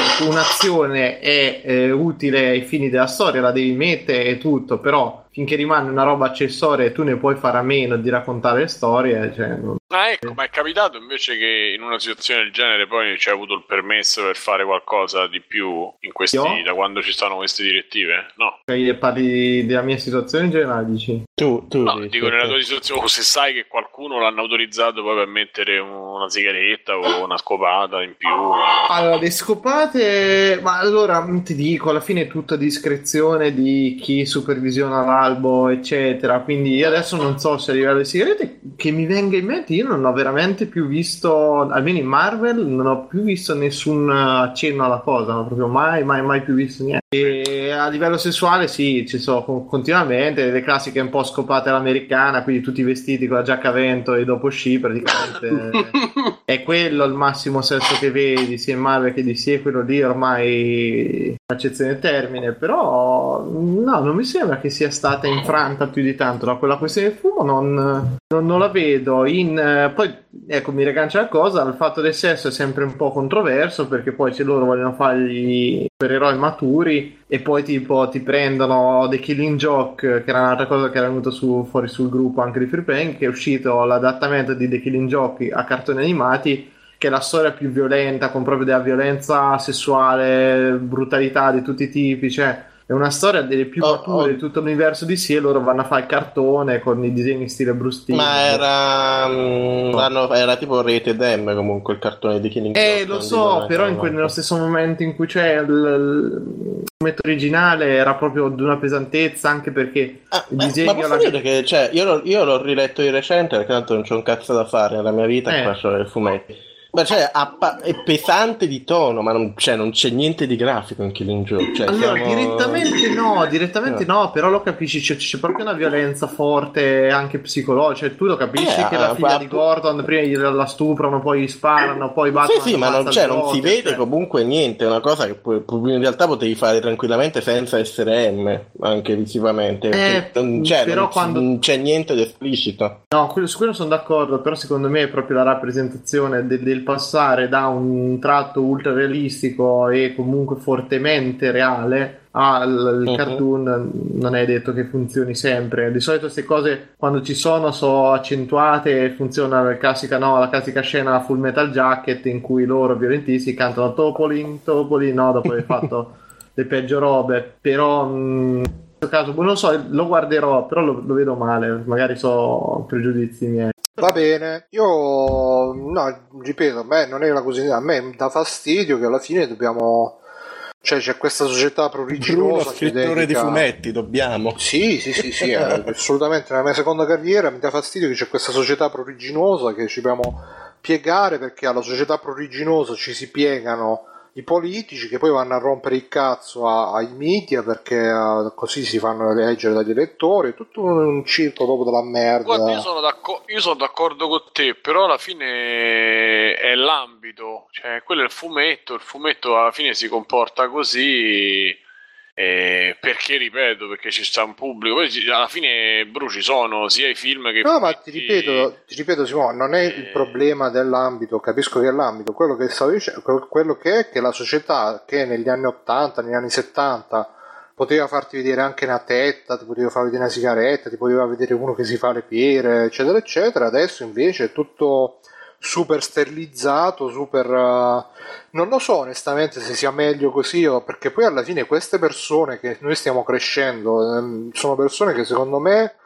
un'azione è utile ai fini della storia la devi mettere e tutto, però finché rimane una roba accessoria e tu ne puoi fare a meno di raccontare le storie, cioè non... Ah, ecco, ma è capitato invece che in una situazione del genere poi c'è avuto il permesso per fare qualcosa di più in questi, da quando ci stanno queste direttive? No. Cioè, parli della mia situazione in generale, dici? Tu No, dici, dico nella tua situazione, o se sai che qualcuno l'hanno autorizzato poi per mettere una sigaretta o una scopata in più. Allora, le scopate, ma allora ti dico, alla fine è tutta discrezione di chi supervisiona l'albo, eccetera. Quindi io adesso non so se a livello di sigarette che mi venga in mente, io non ho veramente più visto, almeno in Marvel, non ho più visto nessun accenno alla cosa, non ho proprio mai più visto niente. E a livello sessuale sì, ci sono continuamente le classiche un po' scopate all'americana, quindi tutti vestiti con la giacca a vento e dopo sci praticamente. È quello il massimo sesso che vedi sia in Marvel che di DC, è quello lì ormai accezione del termine, però no, non mi sembra che sia stata infranta più di tanto, no? Quella questione del fumo non la vedo poi ecco, mi riaggancia la cosa, il fatto del sesso è sempre un po' controverso perché poi se loro vogliono fare gli supereroi maturi e poi tipo ti prendono The Killing Joke, che era un'altra cosa che era venuta fuori sul gruppo anche di Free Playing, che è uscito l'adattamento di The Killing Joke a cartoni animati, che è la storia più violenta, con proprio della violenza sessuale, brutalità di tutti i tipi, cioè è una storia delle più mature di tutto l'universo di sé, e loro vanno a fare il cartone con i disegni stile Bruce Timm. Ma era tipo Rated M comunque il cartone di Killing Joke. Lo so, però nello stesso momento in cui c'è il fumetto originale era proprio di una pesantezza, anche perché il disegno... Ma posso dire che, cioè, io l'ho riletto di recente perché tanto non c'ho un cazzo da fare nella mia vita, qua c'ho i fumetti. Ma cioè, è pesante di tono, ma non c'è niente di grafico in Killing Joke. Cioè, allora, direttamente no, però lo capisci, c'è proprio una violenza forte anche psicologica, cioè tu lo capisci che la figlia di Gordon prima la stuprano, poi sparano, poi battono. Sì, ma non si vede comunque niente, è una cosa che in realtà potevi fare tranquillamente senza essere M, anche visivamente. Non c'è niente di esplicito. No, su quello sono d'accordo, però secondo me è proprio la rappresentazione del passare da un tratto ultra realistico e comunque fortemente reale al cartoon. Non è detto che funzioni sempre. Di solito queste cose quando ci sono accentuate e funziona la classica scena Full Metal Jacket in cui loro violentisti cantano Topolin, no, dopo aver fatto le peggio robe, però in questo caso non so, lo guarderò, però lo vedo male, magari so pregiudizi miei. Va bene, io ripeto, a me non è una cosa, a me dà fastidio che alla fine dobbiamo, cioè c'è questa società pruriginosa. Bruno, scrittore di fumetti, dobbiamo. Sì, assolutamente. Nella mia seconda carriera mi dà fastidio che c'è questa società pruriginosa che ci dobbiamo piegare, perché alla società pruriginosa ci si piegano i politici che poi vanno a rompere il cazzo ai media perché così si fanno eleggere dagli elettori, tutto un circo proprio della merda. Guarda, io sono d'accordo con te, però alla fine è l'ambito, cioè quello è il fumetto alla fine si comporta così, perché ripeto, perché ci sta un pubblico, poi alla fine ci sono sia i film che no, ma ti ripeto Simone, non è il problema dell'ambito, capisco che è l'ambito, quello che stavo dicendo, quello che è che la società che negli anni 80, negli anni 70 poteva farti vedere anche una tetta, ti poteva far vedere una sigaretta, ti poteva vedere uno che si fa le pere, eccetera eccetera, adesso invece è tutto super sterilizzato, super non lo so onestamente se sia meglio così, perché poi alla fine queste persone che noi stiamo crescendo sono persone che secondo me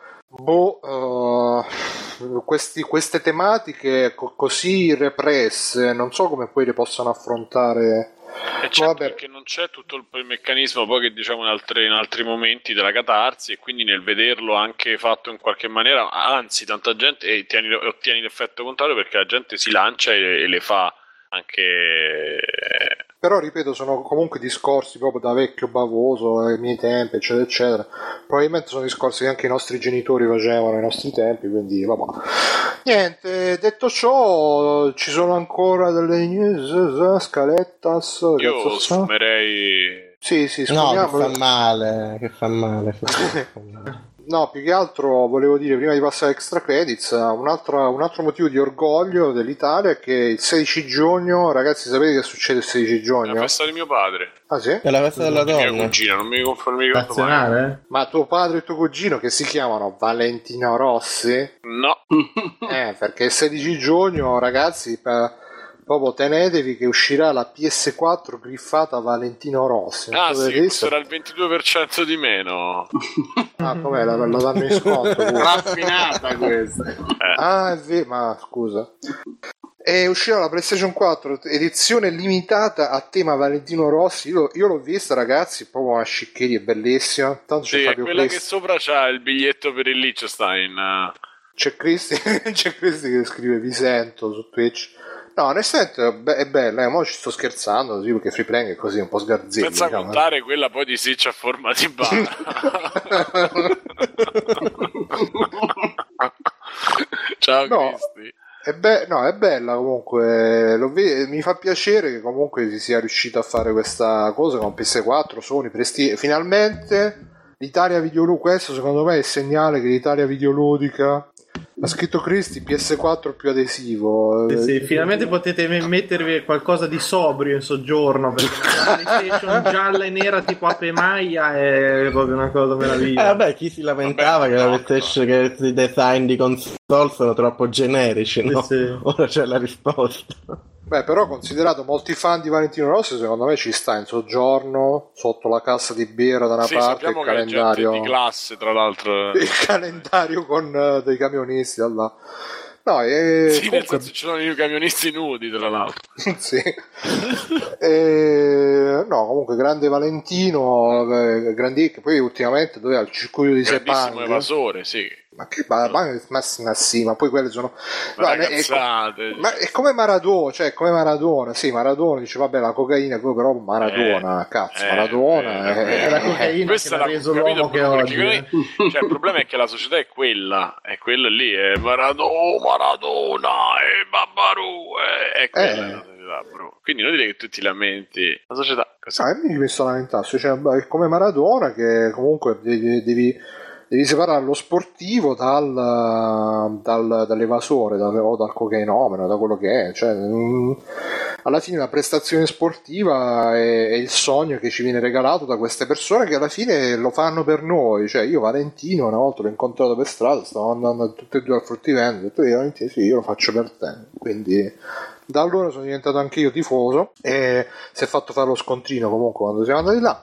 queste tematiche così represse non so come poi le possano affrontare. Certo, perché non c'è tutto il meccanismo poi che diciamo in altri momenti della catarsi, e quindi nel vederlo anche fatto in qualche maniera, anzi tanta gente, e ottieni l'effetto contrario perché la gente si lancia e le fa anche Però ripeto, sono comunque discorsi proprio da vecchio bavoso ai miei tempi, eccetera eccetera. Probabilmente sono discorsi che anche i nostri genitori facevano ai nostri tempi, quindi vabbè. Niente, detto ciò, ci sono ancora delle news, scalettas. Io sfumerei. Sì, No, sfumiamo. che fa male. No, più che altro volevo dire, prima di passare a extra credits, un altro motivo di orgoglio dell'Italia è che il 16 giugno, ragazzi, sapete che succede il 16 È giugno? la festa di mio padre. Ah sì? È la festa della Mia donna. cugina, non mi ricordo mai. Nazionale? Ma tuo padre e tuo cugino che si chiamano Valentino Rossi? No. Perché il 16 giugno, ragazzi, proprio tenetevi che uscirà la PS4 griffata Valentino Rossi. Non Ah so se sì, avete visto. questo era il 22% di meno. Ah, com'è? La danno in sconto pure. Raffinata questa. Ah, è vero, ma scusa. E uscirà la PlayStation 4 edizione limitata a tema Valentino Rossi. Io l'ho vista, ragazzi, proprio una sciccheria, bellissima. Tanto c'è Sì, è Fabio quella Cristi, che sopra c'ha il biglietto per il Liechtenstein. c'è Cristi che scrive vi sento su Twitch. No, onestamente è bella, mo ci sto scherzando, sì, perché Free Playing è così un po' sgarzello. Senza contare quella poi di Sitch a forma di bar. Ciao No. Cristi. È bella comunque, mi fa piacere che comunque si sia riuscito a fare questa cosa con PS4, Sony, finalmente l'Italia Videoludica, questo secondo me è il segnale che l'Italia Videoludica, ha scritto Cristi, PS4 più adesivo. Sì, finalmente potete mettervi qualcosa di sobrio in soggiorno, perché la PlayStation gialla e nera tipo Ape Maia è proprio una cosa meravigliosa. Vabbè, chi si lamentava che la PlayStation, che i design di console sono troppo generici, no? Sì. Ora c'è la risposta. Beh, però considerato molti fan di Valentino Rossi, secondo me ci sta in soggiorno, sotto la cassa di birra da una Sì, parte, sappiamo il che è gente calendario di classe, tra l'altro. il calendario con dei camionisti da là. No, Sì, nel comunque, senso ci sono i camionisti nudi, tra l'altro. sì. No, comunque grande Valentino, che poi ultimamente dove al circuito di Grandissimo Sepang. evasore, sì. Ma che ma sì, ma poi quelle sono Ragazzate. ma è come Maradona, cioè come Maradona, sì, Maradona dice vabbè la cocaina, però Maradona, cazzo, Maradona È la cocaina questa che l'ha l'ha reso capito l'uomo che proprio, oggi. perché cioè, il problema è che la società è quello lì, è Maradona, è Babbarù, è quella la società, bro. Quindi non dire che tu ti lamenti, la società così. mi sto lamentando, cioè, è come Maradona che comunque devi separare lo sportivo dall'evasore o dal cocainomano, da quello che è. Cioè, alla fine la prestazione sportiva è il sogno che ci viene regalato da queste persone che alla fine lo fanno per noi. Cioè, io Valentino una volta l'ho incontrato per strada, stavamo andando tutti e due al fruttivendolo, ho detto Valentino sì, io lo faccio per te. Quindi da allora sono diventato anche io tifoso e si è fatto fare lo scontrino comunque quando siamo andati là.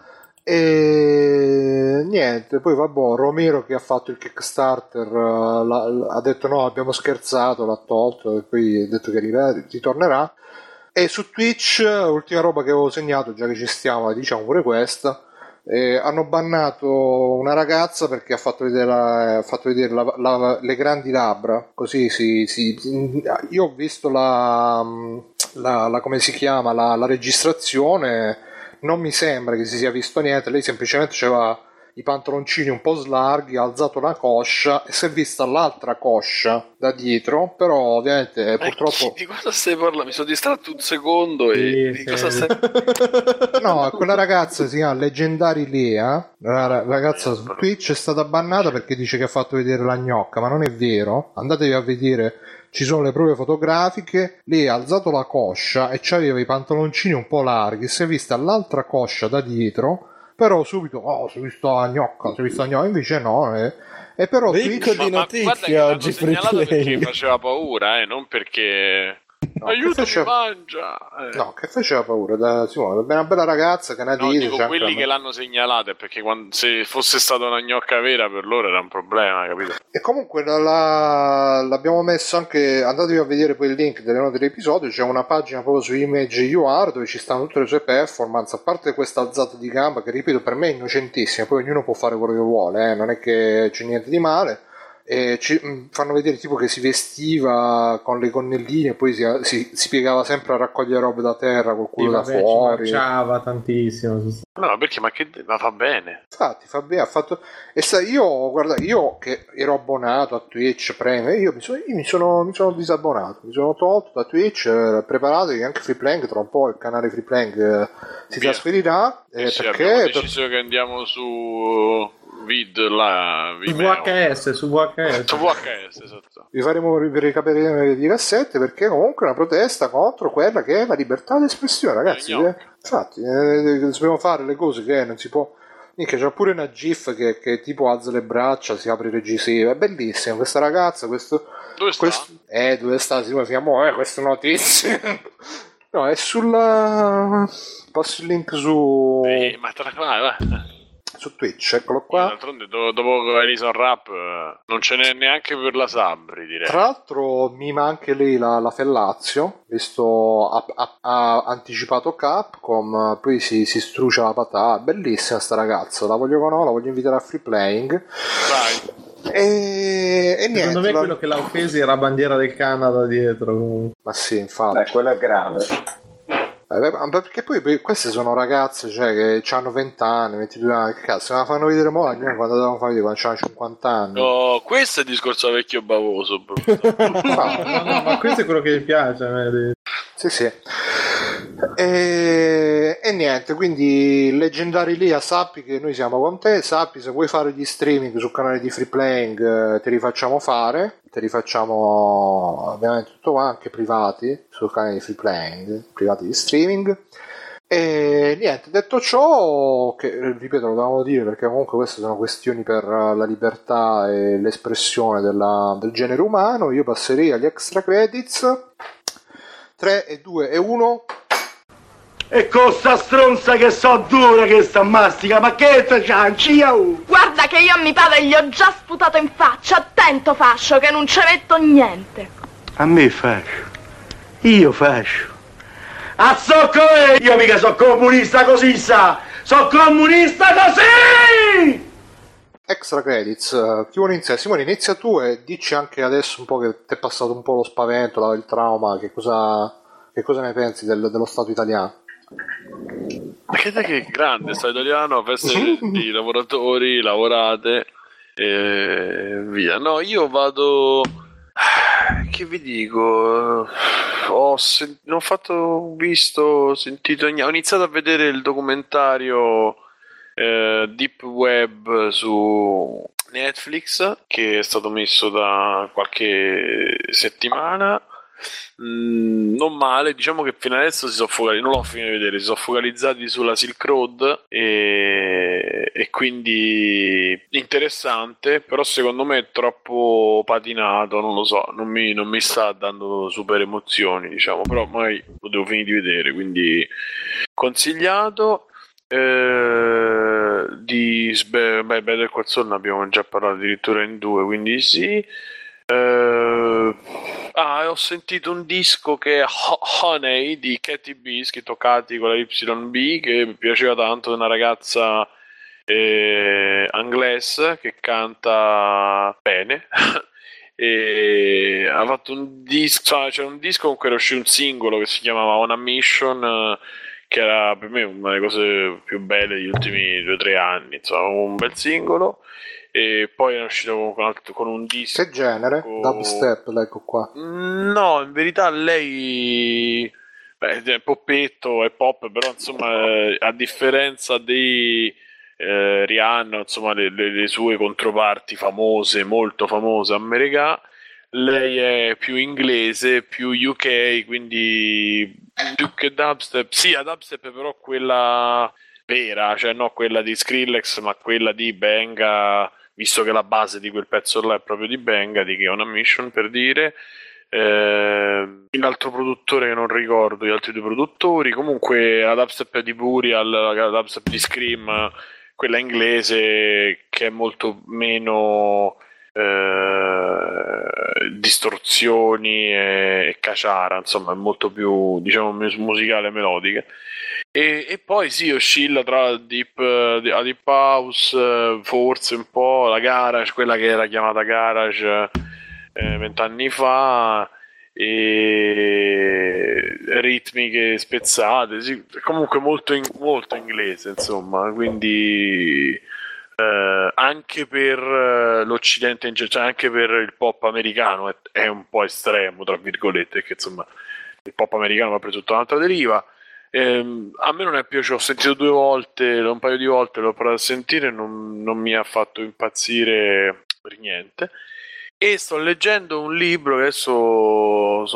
E niente, poi vabbè, Romero che ha fatto il Kickstarter ha detto no, abbiamo scherzato, l'ha tolto e poi ha detto che ritornerà. E su Twitch, ultima roba che avevo segnato, già che ci stiamo, diciamo pure questa, hanno bannato una ragazza perché ha fatto vedere le grandi labbra, così io ho visto la come si chiama, la registrazione. Non mi sembra che si sia visto niente, lei semplicemente aveva i pantaloncini un po' slarghi, ha alzato la coscia e si è vista l'altra coscia da dietro, però ovviamente purtroppo... Di cosa stai parlando? Mi sono distratto un secondo e di cosa stai... No, quella ragazza si chiama Leggendari Lea, la ragazza su Twitch è stata bannata perché dice che ha fatto vedere la gnocca, ma non è vero, andatevi a vedere... Ci sono le prove fotografiche, lei ha alzato la coscia e c'aveva i pantaloncini un po' larghi, si è vista l'altra coscia da dietro, però subito, si è vista la gnocca, invece no, e però ricco di notizie oggi Free Play. Perché faceva paura, non perché... No, aiuto, mi mangia! No, che faceva paura, Simone, è una bella ragazza canadese. No, dico quelli che l'hanno segnalata, perché se fosse stata una gnocca vera per loro era un problema, capito? E comunque l'abbiamo messo anche, andatevi a vedere poi il link delle note dell'episodio, c'è una pagina proprio su Image UR dove ci stanno tutte le sue performance, a parte questa alzata di gamba che ripeto per me è innocentissima, poi ognuno può fare quello che vuole, non è che c'è niente di male. e fanno vedere tipo che si vestiva con le gonnelline e poi si piegava sempre a raccogliere robe da terra col culo da fuori. Ci mangiava tantissimo. No, perché? Ma fa bene. Infatti fa bene, ha fatto. Io che ero abbonato a Twitch Premium, io mi sono disabbonato, mi sono tolto da Twitch, preparatevi che anche Freeplank tra un po' il canale Freeplank si trasferirà Sì, perché abbiamo deciso che andiamo su su VHS, esatto. vi faremo ricapere di cassette, perché comunque è una protesta contro quella che è la libertà di espressione, ragazzi. Infatti dobbiamo fare le cose che non si può. Minchia, c'è pure una gif che tipo alza le braccia, si apre il reggiseno, è bellissima questa ragazza. Dove sta? Dove sta? Si chiama questa notizia. No, è sulla. Passo il link su. Ma vai. Su Twitch, eccolo qua. D'altronde dopo Alison Rap non ce n'è neanche per la Sabri, direi. Tra l'altro mima anche lei la Fellazio, visto ha anticipato Capcom, poi si strucia la patata. Bellissima sta ragazza, la voglio invitare a Free Playing. Vai. E niente. Secondo me quello che l'ha offesi era bandiera del Canada dietro. Ma sì, infatti. Quello è grave. Perché poi queste sono ragazze, cioè, che hanno 20 anni, 22 anni, che cazzo, me la fanno vedere mo' quando devono fare vedere quando hanno 50 anni. No, questo è il discorso vecchio bavoso. No, ma questo è quello che mi piace a me. Sì. E niente, quindi leggendari lì, sappi che noi siamo con te, sappi se vuoi fare gli streaming sul canale di Free Playing, te li facciamo fare, te li facciamo ovviamente tutto qua, anche privati sul canale di Free Playing, privati di streaming. E niente, detto ciò, che ripeto, lo dobbiamo dire perché comunque queste sono questioni per la libertà e l'espressione del genere umano, io passerei agli extra credits. 3 e 2 e 1. E con sta stronza che so dura che sta mastica, ma che faccia? Guarda che io a mio padre gli ho già sputato in faccia, attento fascio che non ci metto niente. A me fascio, io fascio. A zocco io mica so comunista così sa, so comunista così! Extra credits, chi vuole iniziare? Simone, inizia tu e dici anche adesso un po' che ti è passato un po' lo spavento, il trauma, che cosa ne pensi dello Stato italiano? Ma che è grande Stato italiano, feste di lavoratori, lavorate e via. No, io vado, che vi dico, ho sentito, ho iniziato a vedere il documentario Deep Web su Netflix, che è stato messo da qualche settimana. Non male, diciamo che fino adesso si sono focalizzati, non l'ho finito di vedere, si sono focalizzati sulla Silk Road e quindi interessante, però secondo me è troppo patinato, non lo so, non mi sta dando super emozioni, diciamo, però magari lo devo finire di vedere, quindi consigliato. Better Call Saul ne abbiamo già parlato addirittura in 2, quindi sì. Ho sentito un disco che è Honey di Katy B, scritto Katy con la YB, che mi piaceva tanto, una ragazza inglese che canta bene. E ha fatto un disco, c'era un disco con cui era uscito un singolo che si chiamava On a Mission, che era per me una delle cose più belle degli ultimi 2-3 anni, insomma, un bel singolo. E poi è uscito con un disco. Che genere? Dubstep, leggo qua. No, in verità lei è poppetto, è pop, però insomma a differenza di Rihanna, insomma le sue controparti famose, molto famose americane, lei è più inglese, più UK, quindi più che dubstep, sì, a dubstep però quella vera, cioè no quella di Skrillex, ma quella di Benga, visto che la base di quel pezzo là è proprio di Benga, di che è una mission, per dire. Un altro produttore che non ricordo, gli altri due produttori, comunque la dubstep di Burial, la dubstep di Scream, quella inglese, che è molto meno distorsioni e caciara, insomma è molto più, diciamo, musicale e melodica. E poi sì, oscilla tra Deep House, forse un po', la Garage, quella che era chiamata Garage 20 anni fa, e ritmiche spezzate, sì, comunque molto inglese, insomma, quindi anche per l'Occidente, cioè anche per il pop americano è un po' estremo, tra virgolette, che insomma il pop americano va preso tutta un'altra deriva. A me non è piaciuto, ho sentito 2 volte, un paio di volte l'ho provato a sentire, non mi ha fatto impazzire per niente. E sto leggendo un libro che adesso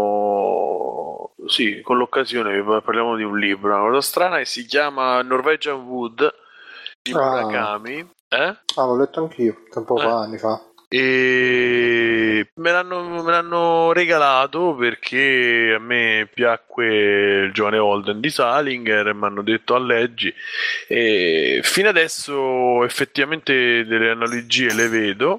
sì, con l'occasione parliamo di un libro, una cosa strana, che si chiama Norwegian Wood di Murakami. L'ho letto anch'io tempo fa, anni fa. E me l'hanno regalato perché a me piacque il giovane Holden di Salinger e mi hanno detto leggi, e fino adesso effettivamente delle analogie le vedo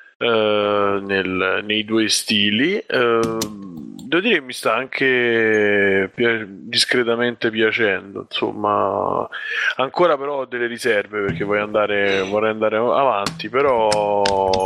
nei 2 stili. Devo dire che mi sta anche discretamente piacendo, insomma. Ancora però ho delle riserve perché vorrei andare avanti, però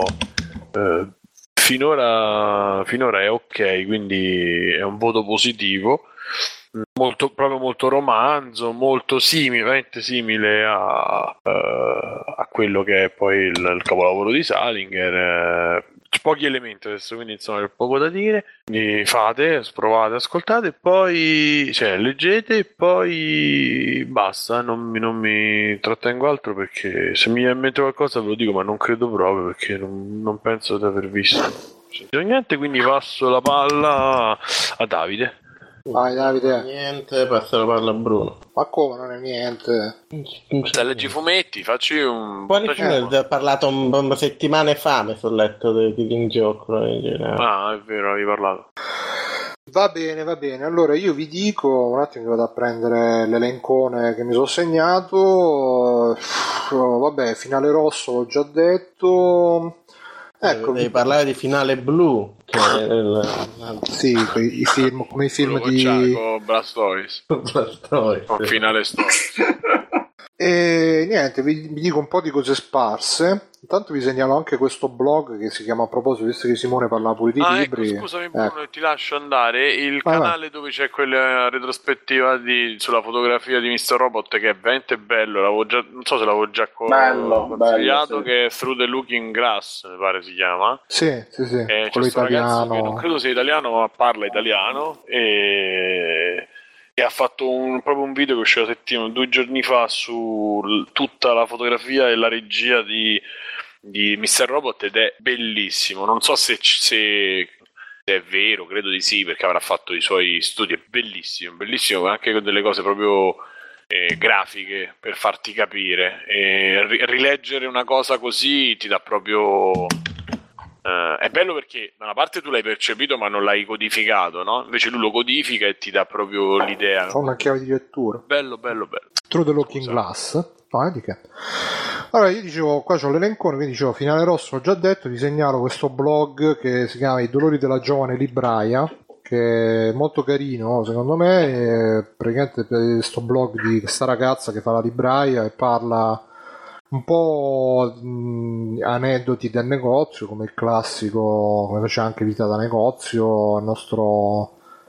finora è ok, quindi è un voto positivo. Proprio molto romanzo, molto simile, veramente simile a quello che è poi il capolavoro di Salinger. Pochi elementi adesso, quindi insomma c'è poco da dire. Fate, provate, ascoltate, poi leggete, e poi basta. Non mi trattengo altro, perché se mi viene in mente qualcosa ve lo dico, ma non credo proprio, perché non penso di aver visto niente, quindi passo la palla a Davide. Vai Davide. Niente, passo la palla a Bruno. Ma come non è niente? Se leggi fumetti, facci un... Quali fumetti? Ho parlato settimane fa, mi sono letto di Killing Joke in generale. Ah, è vero, avevi parlato. Va bene, allora io vi dico un attimo che vado a prendere l'elencone che mi sono segnato. Vabbè, finale rosso l'ho già detto. Ecco, devi parlare di finale blu, che è sì, i film, come i film di Blastoise. Con finale Stories. E niente, vi dico un po' di cose sparse. Intanto vi segnalo anche questo blog che si chiama, a proposito, visto che Simone parlava pure di libri. Ecco, scusami Bruno, ti lascio andare. Il canale dove c'è quella retrospettiva sulla fotografia di Mr. Robot, che è veramente bello. Non so se l'avevo già consigliato, sì. Che è Through the Looking Glass, mi pare si chiama. Sì. C'è questo ragazzo che non credo sia italiano, ma parla italiano, e ha fatto proprio un video che è uscito 2 giorni fa su tutta la fotografia e la regia di Mr. Robot, ed è bellissimo. Non so se è vero, credo di sì, perché avrà fatto i suoi studi. È bellissimo, anche con delle cose proprio grafiche per farti capire. Rileggere una cosa così ti dà proprio... è bello perché da una parte tu l'hai percepito ma non l'hai codificato, no? Invece lui lo codifica e ti dà proprio l'idea. Fa una chiave di lettura. Bello. Through the Looking Glass. No, di che? Allora, io dicevo, qua c'ho l'elencone, quindi dicevo, finale rosso, ho già detto, vi segnalo questo blog che si chiama I dolori della giovane libraia, che è molto carino, secondo me. È praticamente questo blog di questa ragazza che fa la libraia e parla un po' aneddoti del negozio, come il classico, come faceva anche Vita da negozio, il nostro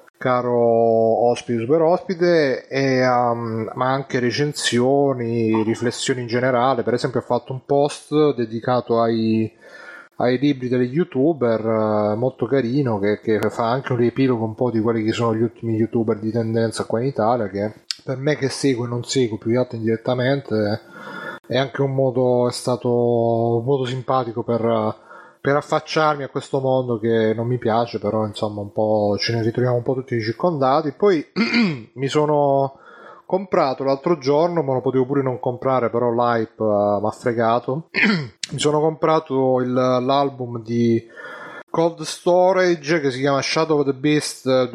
caro ospite, super ospite, ma anche recensioni, riflessioni in generale. Per esempio ha fatto un post dedicato ai libri degli youtuber, molto carino, che fa anche un riepilogo un po' di quelli che sono gli ultimi youtuber di tendenza qua in Italia, che per me che seguo e non seguo, più che altro indirettamente, è anche è stato un modo simpatico per affacciarmi a questo mondo che non mi piace, però insomma un po' ce ne ritroviamo un po' tutti circondati. Poi mi sono comprato l'altro giorno, ma lo potevo pure non comprare, però l'hype mi ha fregato. Mi sono comprato l'album di Cold Storage che si chiama Shadow of the Beast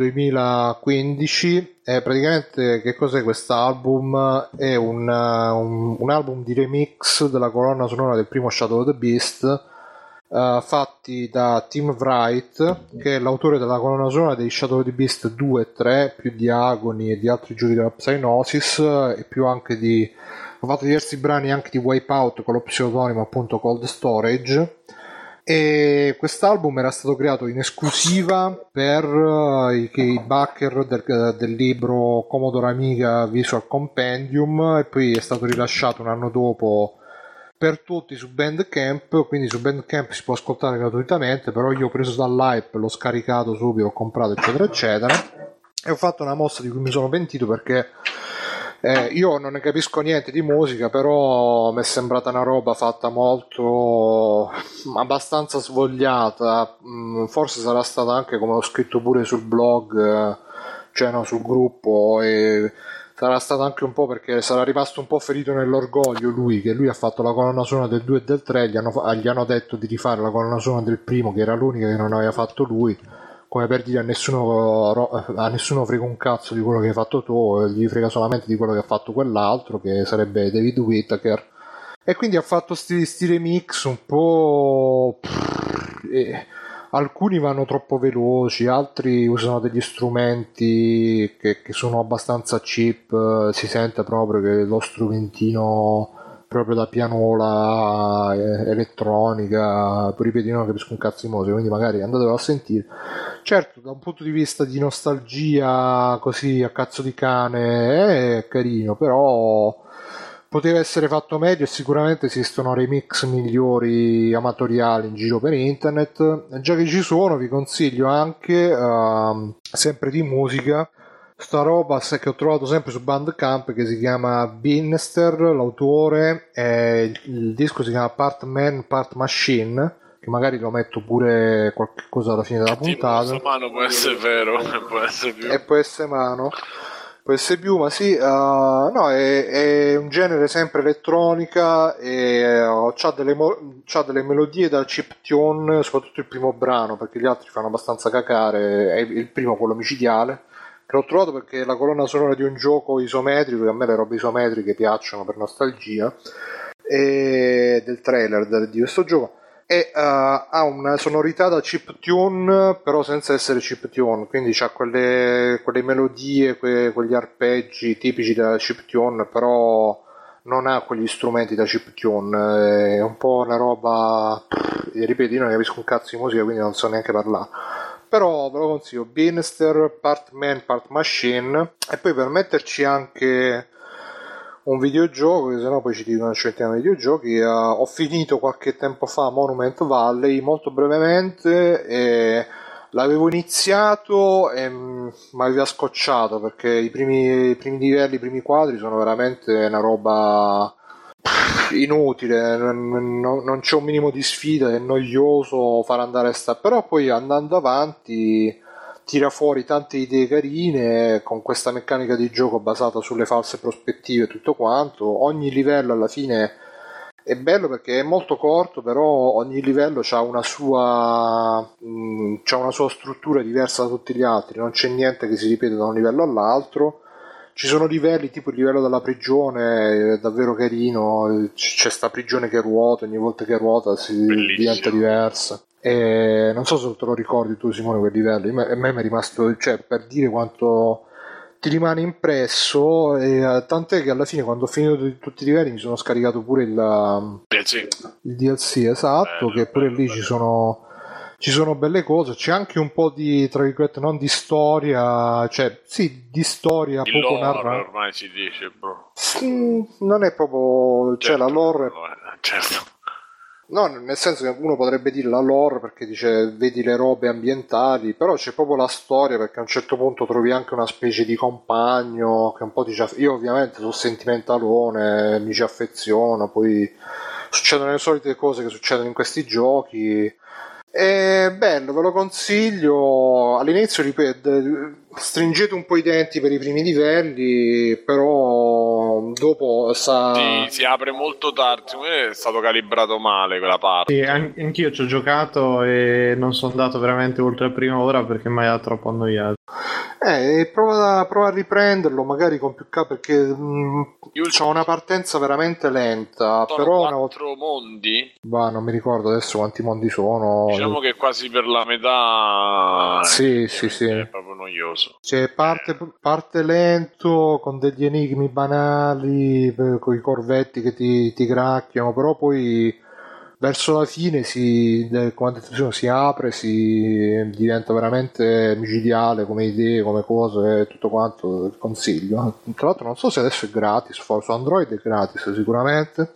2015. E praticamente che cos'è quest'album? È un album di remix della colonna sonora del primo Shadow of the Beast, fatti da Tim Wright, che è l'autore della colonna sonora dei Shadow of the Beast 2 e 3, più di Agony e di altri giochi della Psygnosis, e più anche ho fatto diversi brani anche di Wipeout con lo pseudonimo appunto Cold Storage. E quest'album era stato creato in esclusiva per i backer del libro Commodore Amiga Visual Compendium, e poi è stato rilasciato un anno dopo per tutti su Bandcamp. Quindi su Bandcamp si può ascoltare gratuitamente, però io ho preso dall'hype, l'ho scaricato subito, l'ho comprato eccetera eccetera, e ho fatto una mossa di cui mi sono pentito, perché io non ne capisco niente di musica, però mi è sembrata una roba fatta molto abbastanza svogliata. Forse sarà stata anche, come ho scritto pure sul blog, cioè no, sul gruppo, e sarà stato anche un po' perché sarà rimasto un po' ferito nell'orgoglio lui, che lui ha fatto la colonna sonora del 2 e del 3, gli hanno detto di rifare la colonna sonora del primo, che era l'unica che non aveva fatto lui, come per dire a nessuno frega un cazzo di quello che hai fatto tu, gli frega solamente di quello che ha fatto quell'altro, che sarebbe David Whittaker. E quindi ha fatto sti remix un po'... alcuni vanno troppo veloci, altri usano degli strumenti che sono abbastanza cheap, si sente proprio che lo strumentino proprio da pianola elettronica, poi ripeto, io non capisco un cazzo di musica, quindi magari andatevelo a sentire. Certo, da un punto di vista di nostalgia così a cazzo di cane è carino, però poteva essere fatto meglio, e sicuramente esistono remix migliori amatoriali in giro per internet. Già che ci sono, vi consiglio anche sempre di musica sta roba che ho trovato sempre su Bandcamp, che si chiama Binster, l'autore, il disco si chiama Part Man Part Machine, che magari lo metto pure qualche cosa alla fine della puntata. Mano può essere vero, può essere più. E può essere mano, può essere più, ma sì, no, è un genere sempre elettronica, e c'ha delle melodie da chiptune, soprattutto il primo brano, perché gli altri fanno abbastanza cacare, è il primo, quello micidiale, che l'ho trovato perché è la colonna sonora di un gioco isometrico, che a me le robe isometriche piacciono per nostalgia, e del trailer di questo gioco. E ha una sonorità da chiptune, però senza essere chiptune, quindi c'ha quelle melodie, quegli arpeggi tipici da chiptune, però non ha quegli strumenti da chiptune, è un po' una roba, ripeto, io non capisco un cazzo di musica, quindi non so neanche parlare, però ve lo consiglio, Binster, Part Man, Part Machine. E poi per metterci anche un videogioco, che sennò poi ci dicono ci mettiamo i videogiochi, ho finito qualche tempo fa Monument Valley molto brevemente, e l'avevo iniziato e mi aveva scocciato, perché i primi livelli, i primi quadri sono veramente una roba inutile, non c'è un minimo di sfida, è noioso far andare però poi andando avanti tira fuori tante idee carine, con questa meccanica di gioco basata sulle false prospettive e tutto quanto. Ogni livello alla fine è bello perché è molto corto, però ogni livello ha una sua struttura diversa da tutti gli altri, non c'è niente che si ripete da un livello all'altro. Ci sono livelli, tipo il livello della prigione, è davvero carino, c'è sta prigione che ruota, ogni volta che ruota diventa diversa. E non so se te lo ricordi tu, Simone, quel livello. A me mi è rimasto, cioè, per dire quanto ti rimane impresso, e tant'è che alla fine, quando ho finito tutti i livelli, mi sono scaricato pure il DLC, esatto, bello, che pure lì bello. Ci sono belle cose, c'è anche un po' di, tra virgolette, non di storia, cioè sì, di storia il poco lore narrata. Ormai si dice, bro. Sì, non è proprio, certo, cioè la lore. Certo. No, nel senso che uno potrebbe dire la lore perché dice vedi le robe ambientali, però c'è proprio la storia, perché a un certo punto trovi anche una specie di compagno che un po' io ovviamente sono sentimentalone, mi ci affeziono, poi succedono le solite cose che succedono in questi giochi. È bello, ve lo consiglio. All'inizio, ripeto, stringete un po' i denti per i primi livelli, però dopo si apre molto tardi. Secondo me è stato calibrato male quella parte. Sì, anch'io ci ho giocato e non sono andato veramente oltre la prima ora perché mi ha troppo annoiato. Prova a riprenderlo magari con più perché c'ha una partenza veramente lenta. Sono però 4 mondi. Non mi ricordo adesso quanti mondi sono. Diciamo che quasi per la metà. Sì. È proprio noioso. Cioè, parte lento con degli enigmi banali, con i corvetti che ti gracchiano, però poi verso la fine si apre, diventa veramente micidiale come idee, come cose, tutto quanto. Consiglio. Tra l'altro non so se adesso è gratis, su Android è gratis sicuramente.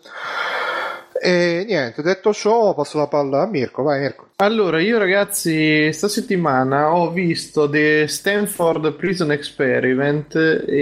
E niente, detto ciò, passo la palla a Mirko. Vai Mirko. Allora, io ragazzi, sta settimana ho visto The Stanford Prison Experiment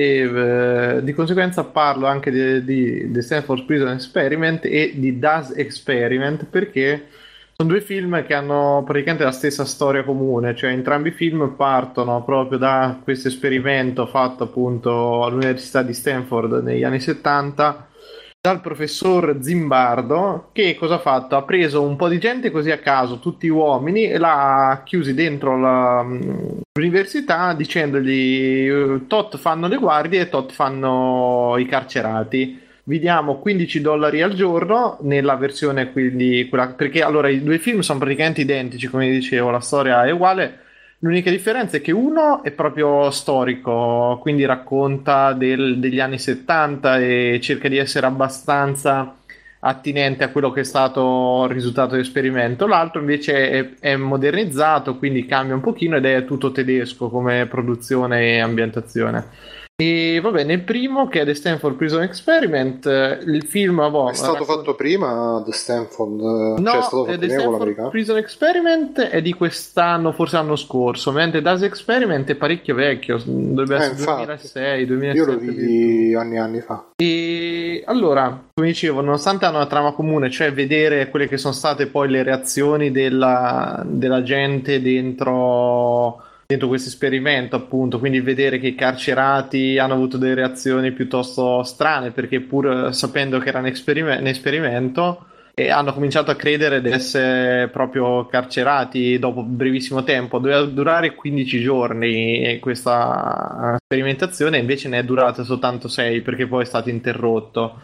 e di conseguenza parlo anche di The Stanford Prison Experiment e di Das Experiment, perché sono due film che hanno praticamente la stessa storia comune, cioè entrambi i film partono proprio da questo esperimento fatto appunto all'Università di Stanford negli anni 70 dal professor Zimbardo, che cosa ha fatto? Ha preso un po' di gente così a caso, tutti uomini, e l'ha chiusi dentro l'università dicendogli tot fanno le guardie e tot fanno i carcerati. Vi diamo $15 al giorno nella versione, quindi quella, perché allora i due film sono praticamente identici, come dicevo, la storia è uguale. L'unica differenza è che uno è proprio storico, quindi racconta degli anni 70 e cerca di essere abbastanza attinente a quello che è stato il risultato dell'esperimento. L'altro invece è modernizzato, quindi cambia un pochino ed è tutto tedesco come produzione e ambientazione. E vabbè, nel primo, che è The Stanford Prison Experiment, il film è stato fatto prima The Stanford? No, cioè è stato fatto The Stanford Prison Experiment è di quest'anno, forse l'anno scorso, mentre Das Experiment è parecchio vecchio, dovrebbe essere 2006, 2007. Io lo vidi anni fa. E allora, come dicevo, nonostante hanno una trama comune, cioè vedere quelle che sono state poi le reazioni della gente dentro questo esperimento, appunto, quindi vedere che i carcerati hanno avuto delle reazioni piuttosto strane, perché pur sapendo che era un esperimento e hanno cominciato a credere di essere proprio carcerati dopo brevissimo tempo. Doveva durare 15 giorni questa sperimentazione, invece ne è durata soltanto 6 perché poi è stato interrotto.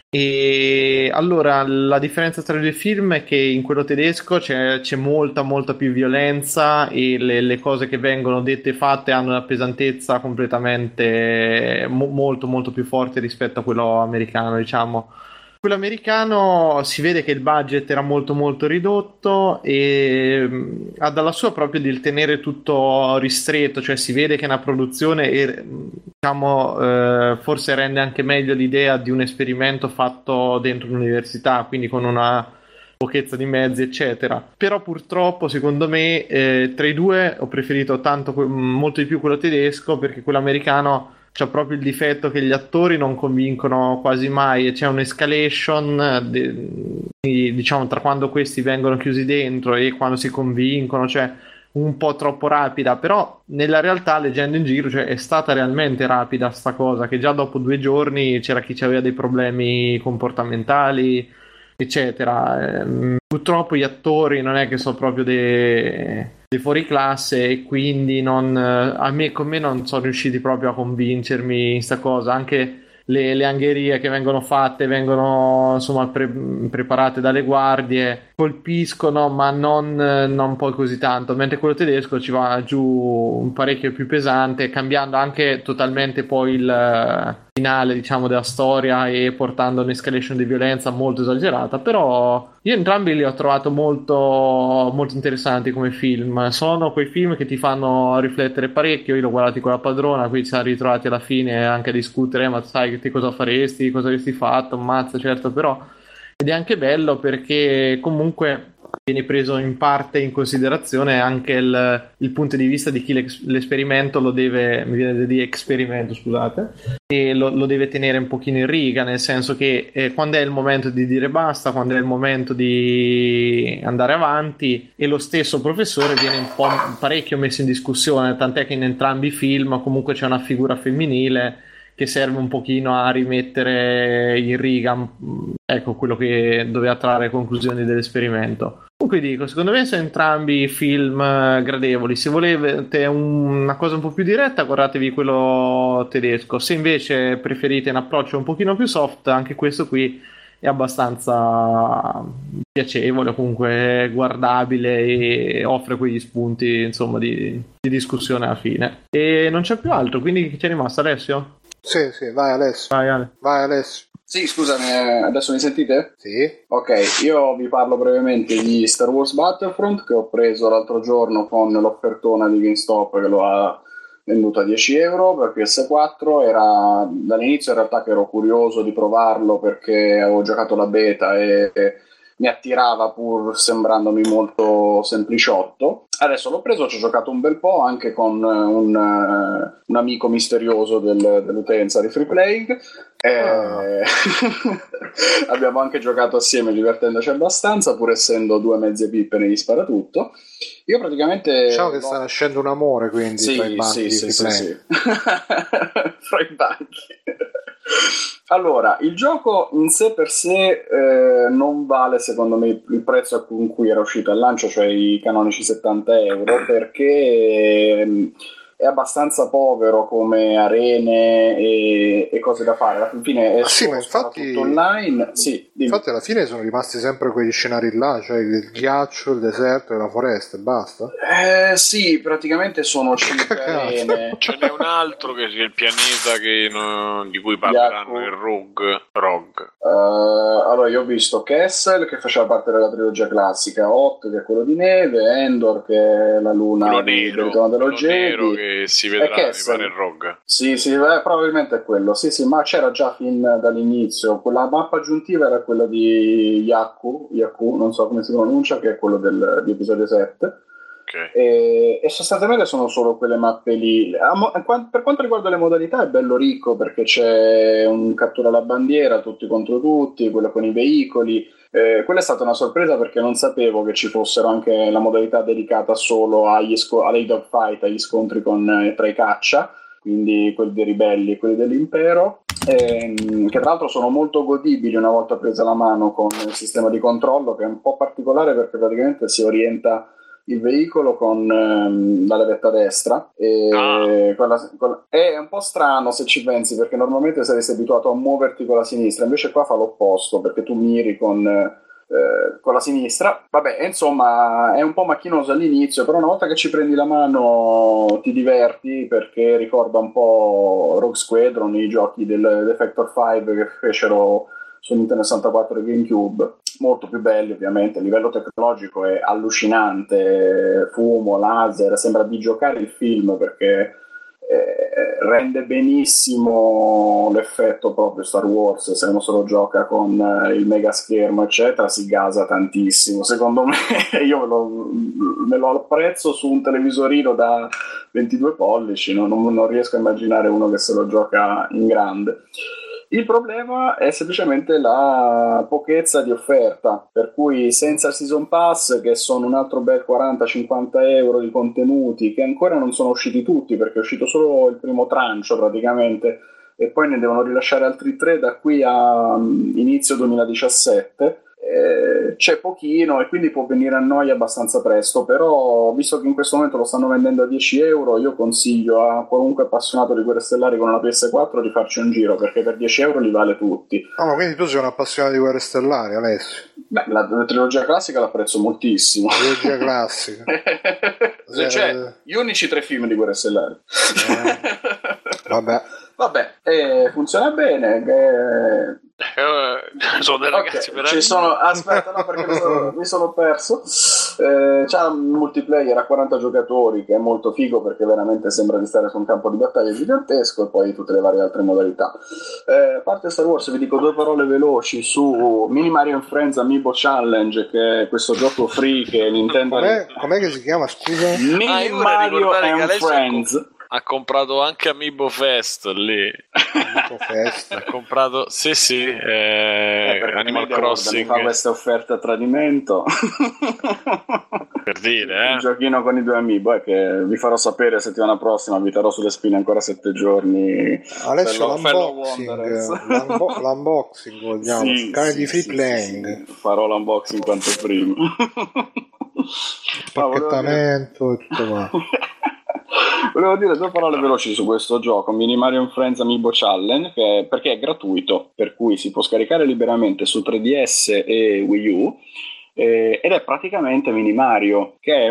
E allora la differenza tra i due film è che in quello tedesco c'è molta più violenza e le cose che vengono dette e fatte hanno una pesantezza completamente molto più forte rispetto a quello americano, diciamo. Quello americano si vede che il budget era molto ridotto e ha dalla sua proprio di tenere tutto ristretto, cioè si vede che è una produzione e diciamo forse rende anche meglio l'idea di un esperimento fatto dentro l'università, quindi con una pochezza di mezzi eccetera. Però purtroppo secondo me tra i due ho preferito molto di più quello tedesco, perché quello americano c'è proprio il difetto che gli attori non convincono quasi mai e c'è un'escalation diciamo tra quando questi vengono chiusi dentro e quando si convincono, cioè un po' troppo rapida. Però nella realtà, leggendo in giro, cioè, è stata realmente rapida sta cosa, che già dopo 2 giorni c'era chi aveva dei problemi comportamentali eccetera. Purtroppo gli attori non è che sono proprio dei fuori classe e quindi con me non sono riusciti proprio a convincermi in sta cosa. Anche le angherie che vengono fatte vengono insomma preparate dalle guardie, colpiscono ma non poi così tanto, mentre quello tedesco ci va giù un parecchio più pesante, cambiando anche totalmente poi il finale, diciamo, della storia e portando un'escalation di violenza molto esagerata. Però io entrambi li ho trovato molto interessanti come film. Sono quei film che ti fanno riflettere parecchio. Io l'ho guardati con la padrona, qui ci siamo ritrovati alla fine anche a discutere, ma sai te cosa faresti, cosa avresti fatto, ammazza, certo. Però ed è anche bello perché comunque viene preso in parte in considerazione anche il punto di vista di chi l'esperimento lo deve, mi viene da dire esperimento, scusate, e lo deve tenere un pochino in riga, nel senso che quando è il momento di dire basta, quando è il momento di andare avanti, e lo stesso professore viene un po' parecchio messo in discussione, tant'è che in entrambi i film comunque c'è una figura femminile che serve un pochino a rimettere in riga, ecco, quello che doveva trarre conclusioni dell'esperimento. Comunque dico, secondo me sono entrambi film gradevoli. Se volete una cosa un po' più diretta, guardatevi quello tedesco. Se invece preferite un approccio un pochino più soft, anche questo qui è abbastanza piacevole, comunque guardabile, e offre quegli spunti, insomma, di discussione alla fine. E non c'è più altro, quindi chi c'è rimasto? Alessio? Sì, vai Alessio. Vai Ale. Vai Alessio. Sì, scusami, adesso mi sentite? Sì. Ok, io vi parlo brevemente di Star Wars Battlefront, che ho preso l'altro giorno con l'offertona di GameStop, che lo ha venduto a 10 euro per PS4. Era dall'inizio in realtà che ero curioso di provarlo perché avevo giocato la beta e mi attirava pur sembrandomi molto sempliciotto. Adesso l'ho preso, ci ho giocato un bel po' anche con un amico misterioso dell'utenza di Free Playing. Abbiamo anche giocato assieme divertendoci abbastanza, pur essendo due mezze pippe negli sparatutto. Io praticamente diciamo che sta nascendo un amore, quindi sì, tra i banchi sì. fra i banchi. Allora, il gioco in sé per sé non vale secondo me il prezzo con cui era uscito al lancio, cioè i canonici 70 euro, perché è abbastanza povero come arene e cose da fare. Alla fine è sì, ma infatti, tutto online. Sì, infatti alla fine sono rimasti sempre quegli scenari là, cioè il ghiaccio, il deserto e la foresta e basta. Sì, praticamente sono 5 arene. Ce n'è un altro che è il pianeta di cui parleranno, il Rogue. Allora, io ho visto Kessel, che faceva parte della trilogia classica, Hoth, che è quello di neve, Endor, che è la luna del ritorno dello Jedi. Che si vedrà, mi pare il Rogue. Sì, probabilmente è quello. Sì, ma c'era già fin dall'inizio. La mappa aggiuntiva era quella di Jakku, non so come si pronuncia, che è quello di episodio 7. Okay. E sostanzialmente sono solo quelle mappe lì. Per quanto riguarda le modalità è bello ricco, perché c'è un cattura la bandiera, tutti contro tutti, quello con i veicoli. Quella è stata una sorpresa perché non sapevo che ci fossero anche la modalità dedicata solo ai dogfight, agli scontri tra i caccia, quindi quelli dei ribelli e quelli dell'impero, che tra l'altro sono molto godibili una volta presa la mano con il sistema di controllo, che è un po' particolare perché praticamente si orienta il veicolo con la levetta destra e è un po' strano se ci pensi, perché normalmente saresti abituato a muoverti con la sinistra, invece qua fa l'opposto perché tu miri con la sinistra. Vabbè, insomma è un po' macchinoso all'inizio, però una volta che ci prendi la mano ti diverti, perché ricorda un po' Rogue Squadron, i giochi del Factor 5 che fecero su Nintendo 64 e GameCube, molto più belli ovviamente. Il livello tecnologico è allucinante, fumo, laser, sembra di giocare il film, perché rende benissimo l'effetto proprio Star Wars. Se uno se lo gioca con il mega schermo eccetera si gasa tantissimo, secondo me. Io me lo apprezzo su un televisorino da 22 pollici, non riesco a immaginare uno che se lo gioca in grande. Il problema è semplicemente la pochezza di offerta, per cui senza il Season Pass, che sono un altro bel 40-50 euro di contenuti, che ancora non sono usciti tutti, perché è uscito solo il primo trancio praticamente, e poi ne devono rilasciare altri 3 da qui a inizio 2017, c'è pochino e quindi può venire a noi abbastanza presto. Però visto che in questo momento lo stanno vendendo a 10 euro, io consiglio a qualunque appassionato di Guerre Stellari con una PS4 di farci un giro, perché per 10 euro li vale tutti. Ma quindi tu sei un appassionato di Guerre Stellari, Alessio? Beh, la trilogia classica l'apprezzo moltissimo. Trilogia classica. Cioè, gli unici 3 film di Guerre Stellari. Vabbè, funziona bene. Sono dei ragazzi per aspetta, no, perché mi sono perso. C'ha un multiplayer a 40 giocatori che è molto figo, perché veramente sembra di stare su un campo di battaglia gigantesco, e poi tutte le varie altre modalità. A parte Star Wars, vi dico 2 parole veloci su Mini Mario Friends Amiibo Challenge, che è questo gioco free che Nintendo... Com'è che si chiama, scusa? Mini Mario Friends. Ha comprato anche Amiibo Fest lì. Amiibo Fest. Ha comprato, sì, Animal Crossing. Mi fa questa offerta a tradimento. Per dire, Il giochino con i 2 amiibo è che vi farò sapere settimana prossima, vi terrò sulle spine ancora 7 giorni. Adesso Fellow Wanderers. l'unboxing vogliamo, sul canale di Free Playing. Sì. Farò l'unboxing quanto prima. Pacchettamento e tutto qua. Volevo dire 2 parole veloci su questo gioco, Mini Mario Friends Amiibo Challenge, perché è gratuito, per cui si può scaricare liberamente su 3DS e Wii U, ed è praticamente Mini Mario, che è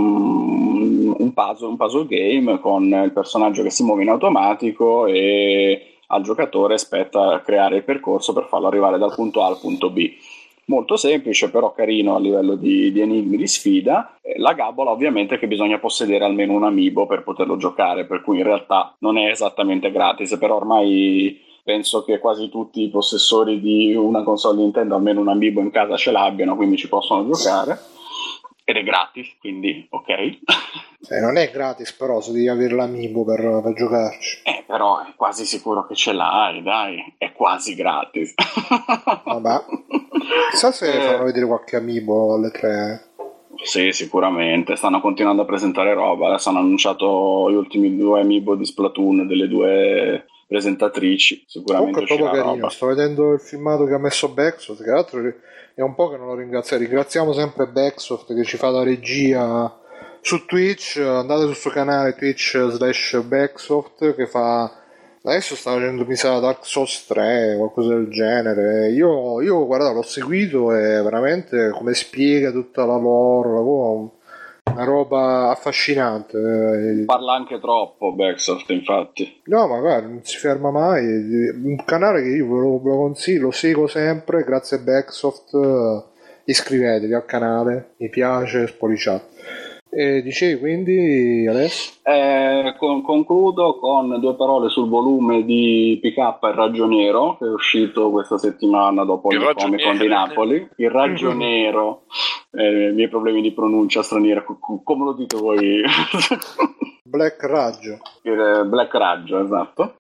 un puzzle game con il personaggio che si muove in automatico e al giocatore spetta creare il percorso per farlo arrivare dal punto A al punto B. Molto semplice, però carino a livello di enigmi, di sfida. La gabola ovviamente è che bisogna possedere almeno un amiibo per poterlo giocare, per cui in realtà non è esattamente gratis, però ormai penso che quasi tutti i possessori di una console Nintendo almeno un amiibo in casa ce l'abbiano, quindi ci possono giocare. Ed è gratis, quindi ok. Non è gratis, però se devi avere l'amiibo per giocarci. Però è quasi sicuro che ce l'hai, dai. È quasi gratis. Vabbè. Chissà se fanno vedere qualche amiibo alle 3. Sì, sicuramente. Stanno continuando a presentare roba. Adesso hanno annunciato gli ultimi 2 amiibo di Splatoon delle 2 presentatrici. Sicuramente comunque è proprio carino. Roba. Sto vedendo il filmato che ha messo Backsoft, che tra l'altro è un po' che non lo ringrazio. Ringraziamo sempre Backsoft che ci fa la regia su Twitch. Andate sul suo canale Twitch/Backsoft che fa, adesso sta facendo, mi sa, Dark Souls 3, qualcosa del genere. Io guarda, l'ho seguito e veramente come spiega tutta la lore, una roba affascinante. Parla anche troppo Backsoft, infatti. No, ma guarda, non si ferma mai. Un canale che io ve lo consiglio, lo seguo sempre, grazie a Backsoft. Iscrivetevi al canale, mi piace, spolliciate. E dicevi quindi adesso? Concludo con 2 parole sul volume di PK Il Ragioniero, che è uscito questa settimana dopo il Comic Con di Napoli. Il Ragioniero, i miei problemi di pronuncia straniera, come lo dite voi? Black Raggio. Black Raggio, esatto.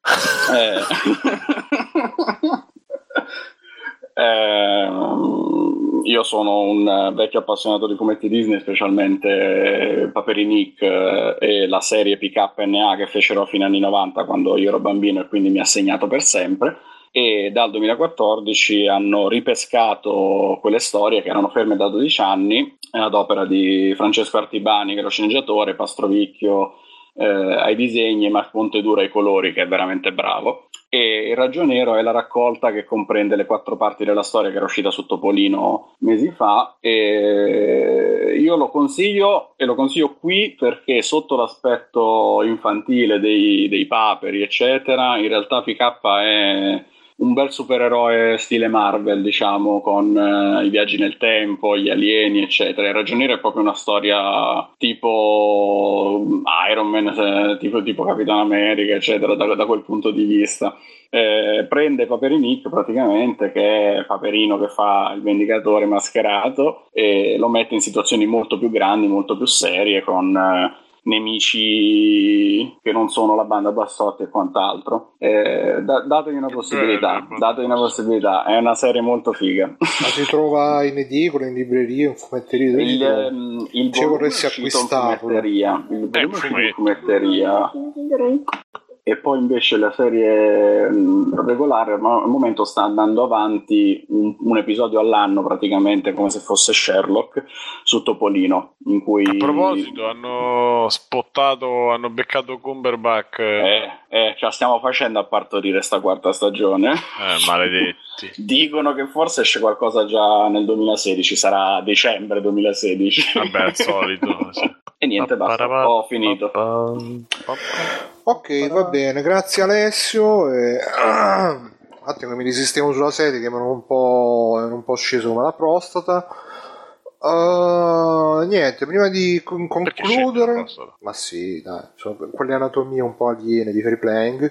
Io sono un vecchio appassionato di fumetti Disney, specialmente Paperinik e la serie PKNA che fecero a fine anni 90 quando io ero bambino, e quindi mi ha segnato per sempre. E dal 2014 hanno ripescato quelle storie che erano ferme da 12 anni ad opera di Francesco Artibani, che è lo sceneggiatore, Pastrovicchio ai disegni e Marco Monteduro ai colori, che è veramente bravo. E Il Ragioniero è la raccolta che comprende le 4 parti della storia, che era uscita su Topolino mesi fa, e io lo consiglio, e lo consiglio qui perché sotto l'aspetto infantile dei paperi eccetera, in realtà PK è un bel supereroe stile Marvel, diciamo, con i viaggi nel tempo, gli alieni eccetera. Il Ragioniero è proprio una storia tipo Iron Man, tipo Capitan America eccetera, da quel punto di vista. Prende Paperinik praticamente, che è Paperino che fa il vendicatore mascherato, e lo mette in situazioni molto più grandi, molto più serie, con nemici che non sono la banda Bassotti e quant'altro. Dategli una possibilità, è una serie molto figa. Ma si trova in edicola, in libreria, in fumetteria? Il ci vorresti acquistarlo? Il volume in fumetteria. E poi invece la serie regolare al momento sta andando avanti un episodio all'anno, praticamente come se fosse Sherlock, su Topolino, in cui... A proposito, hanno beccato Cumberbatch. Ce la stiamo facendo a partorire sta 4ª stagione. Maledetti. Dicono che forse esce qualcosa già nel 2016, sarà dicembre 2016. Vabbè, al solito. Sì. E niente, basta, ho finito. Ok, va bene, grazie Alessio. Un attimo che mi risistemo sulla sedia, che ero un po' sceso come la prostata. Niente, prima di concludere, ma sì, dai, sono quelle anatomie un po' aliene di Free Playing.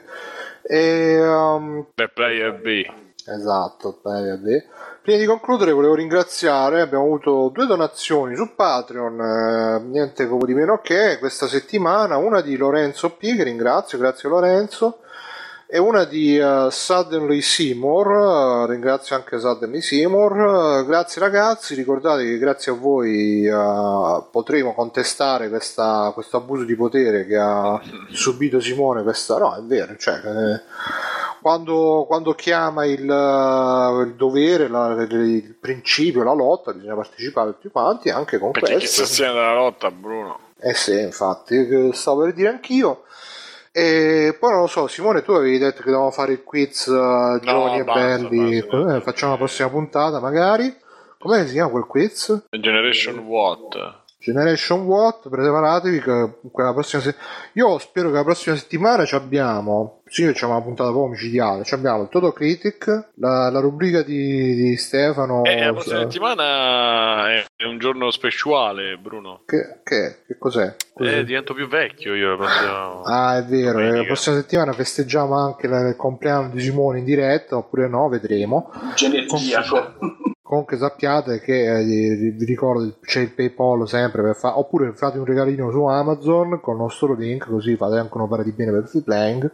Player B. Esatto, Player B. Prima di concludere volevo ringraziare, abbiamo avuto 2 donazioni su Patreon, niente poco di meno che questa settimana, una di Lorenzo P, che ringrazio, grazie Lorenzo, e una di Suddenly Seymour. Ringrazio anche Suddenly Seymour. Grazie ragazzi, ricordate che grazie a voi potremo contestare questo abuso di potere che ha subito Simone. No, è vero, cioè quando chiama il dovere, il principio, la lotta, bisogna partecipare tutti quanti, anche con perché questo. chi sostiene della lotta, Bruno? Sì, infatti, stavo per dire anch'io. E poi non lo so, Simone, tu avevi detto che dovevamo fare il quiz giovani e belli. Facciamo la prossima puntata magari. Come si chiama quel quiz? Generation What? Generation What, preparatevi che quella prossima io spero che la prossima settimana ci abbiamo, sì, facciamo una puntata proprio micidiale, ci abbiamo il Toto Critic, la rubrica di Stefano. La prossima settimana è un giorno speciale, Bruno. Che cos'è? Divento più vecchio io la prossima. Ah, è vero, la prossima settimana festeggiamo anche il compleanno di Simone in diretta, oppure no, vedremo. Genetiaco. Comunque sappiate che vi ricordo c'è il PayPal sempre per oppure fate un regalino su Amazon con il nostro link, così fate anche un'opera di bene per Freeplaying.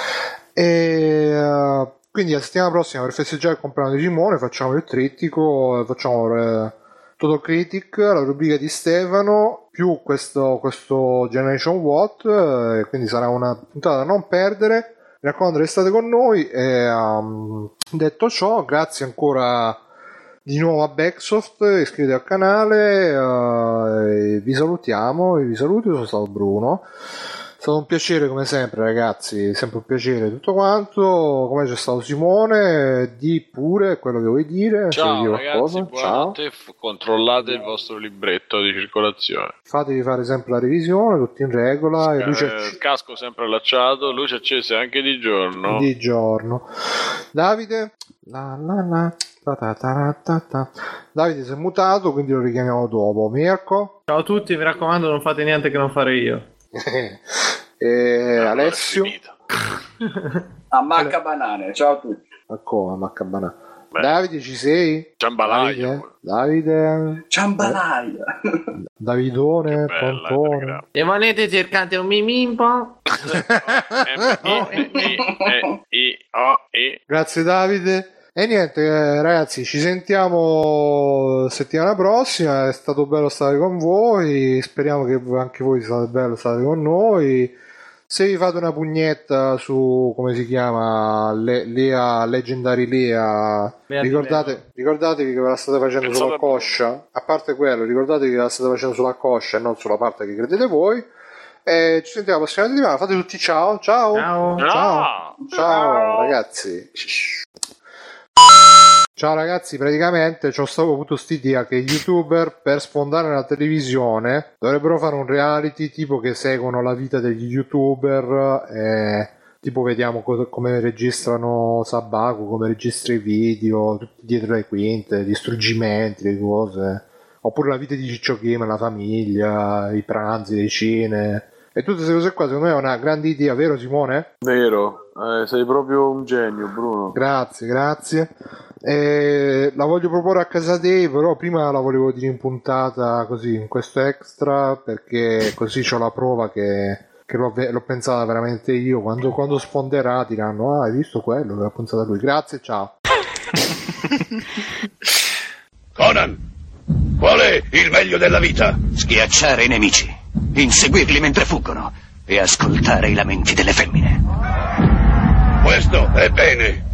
E quindi la settimana prossima, per festeggiare il compleanno di Simone, facciamo il trittico, facciamo Total Critic, la rubrica di Stefano, più questo Generation What, quindi sarà una puntata da non perdere. Mi raccomando, restate con noi. Detto ciò, grazie ancora di nuovo a Backsoft, iscrivetevi al canale, vi salutiamo, vi saluto, io sono stato Bruno, è stato un piacere come sempre ragazzi, sempre un piacere tutto quanto, come c'è stato Simone, di pure quello che vuoi dire. Ciao ragazzi, buonanotte, controllate il vostro libretto di circolazione, fatevi fare sempre la revisione, tutto in regola, e casco sempre allacciato, luce accesa anche di giorno. Davide Davide si è mutato, quindi lo richiamiamo dopo. Mirko, ciao a tutti, mi raccomando non fate niente che non fare io. Alessio Ammacca banane, ciao a tutti. Ammacca banane. Davide, ci sei? Ciambalaia. Davide Ciambalaia. Davidone, Pontone. E volete cercate un mimimpo? Grazie Davide. E niente ragazzi, ci sentiamo settimana prossima, è stato bello stare con voi, speriamo che anche voi siate bello stare con noi. Se vi fate una pugnetta su, come si chiama, Legendary Lea, ricordatevi che ve la state facendo sulla coscia, a parte quello, ricordatevi che la state facendo sulla coscia e non sulla parte che credete voi. E ci sentiamo la prossima settimana, fate tutti ciao ragazzi. Ciao ragazzi, praticamente c'ho stato avuto st'idea che gli youtuber per sfondare la televisione dovrebbero fare un reality tipo che seguono la vita degli youtuber e tipo vediamo come registrano Sabaku, come registra i video, tutti dietro le quinte, gli struggimenti, le cose, oppure la vita di Ciccio Game, la famiglia, i pranzi, le cene e tutte queste cose qua. Secondo me è una grande idea, vero Simone? Vero, sei proprio un genio Bruno. Grazie. La voglio proporre a Casadei, però prima la volevo dire in puntata così, in questo extra, perché così c'ho la prova che l'ho pensata veramente io. Quando sfonderà diranno hai visto quello che l'ha pensato lui. Grazie, ciao. Conan, qual è il meglio della vita? Schiacciare i nemici, inseguirli mentre fuggono e ascoltare i lamenti delle femmine. Questo è bene.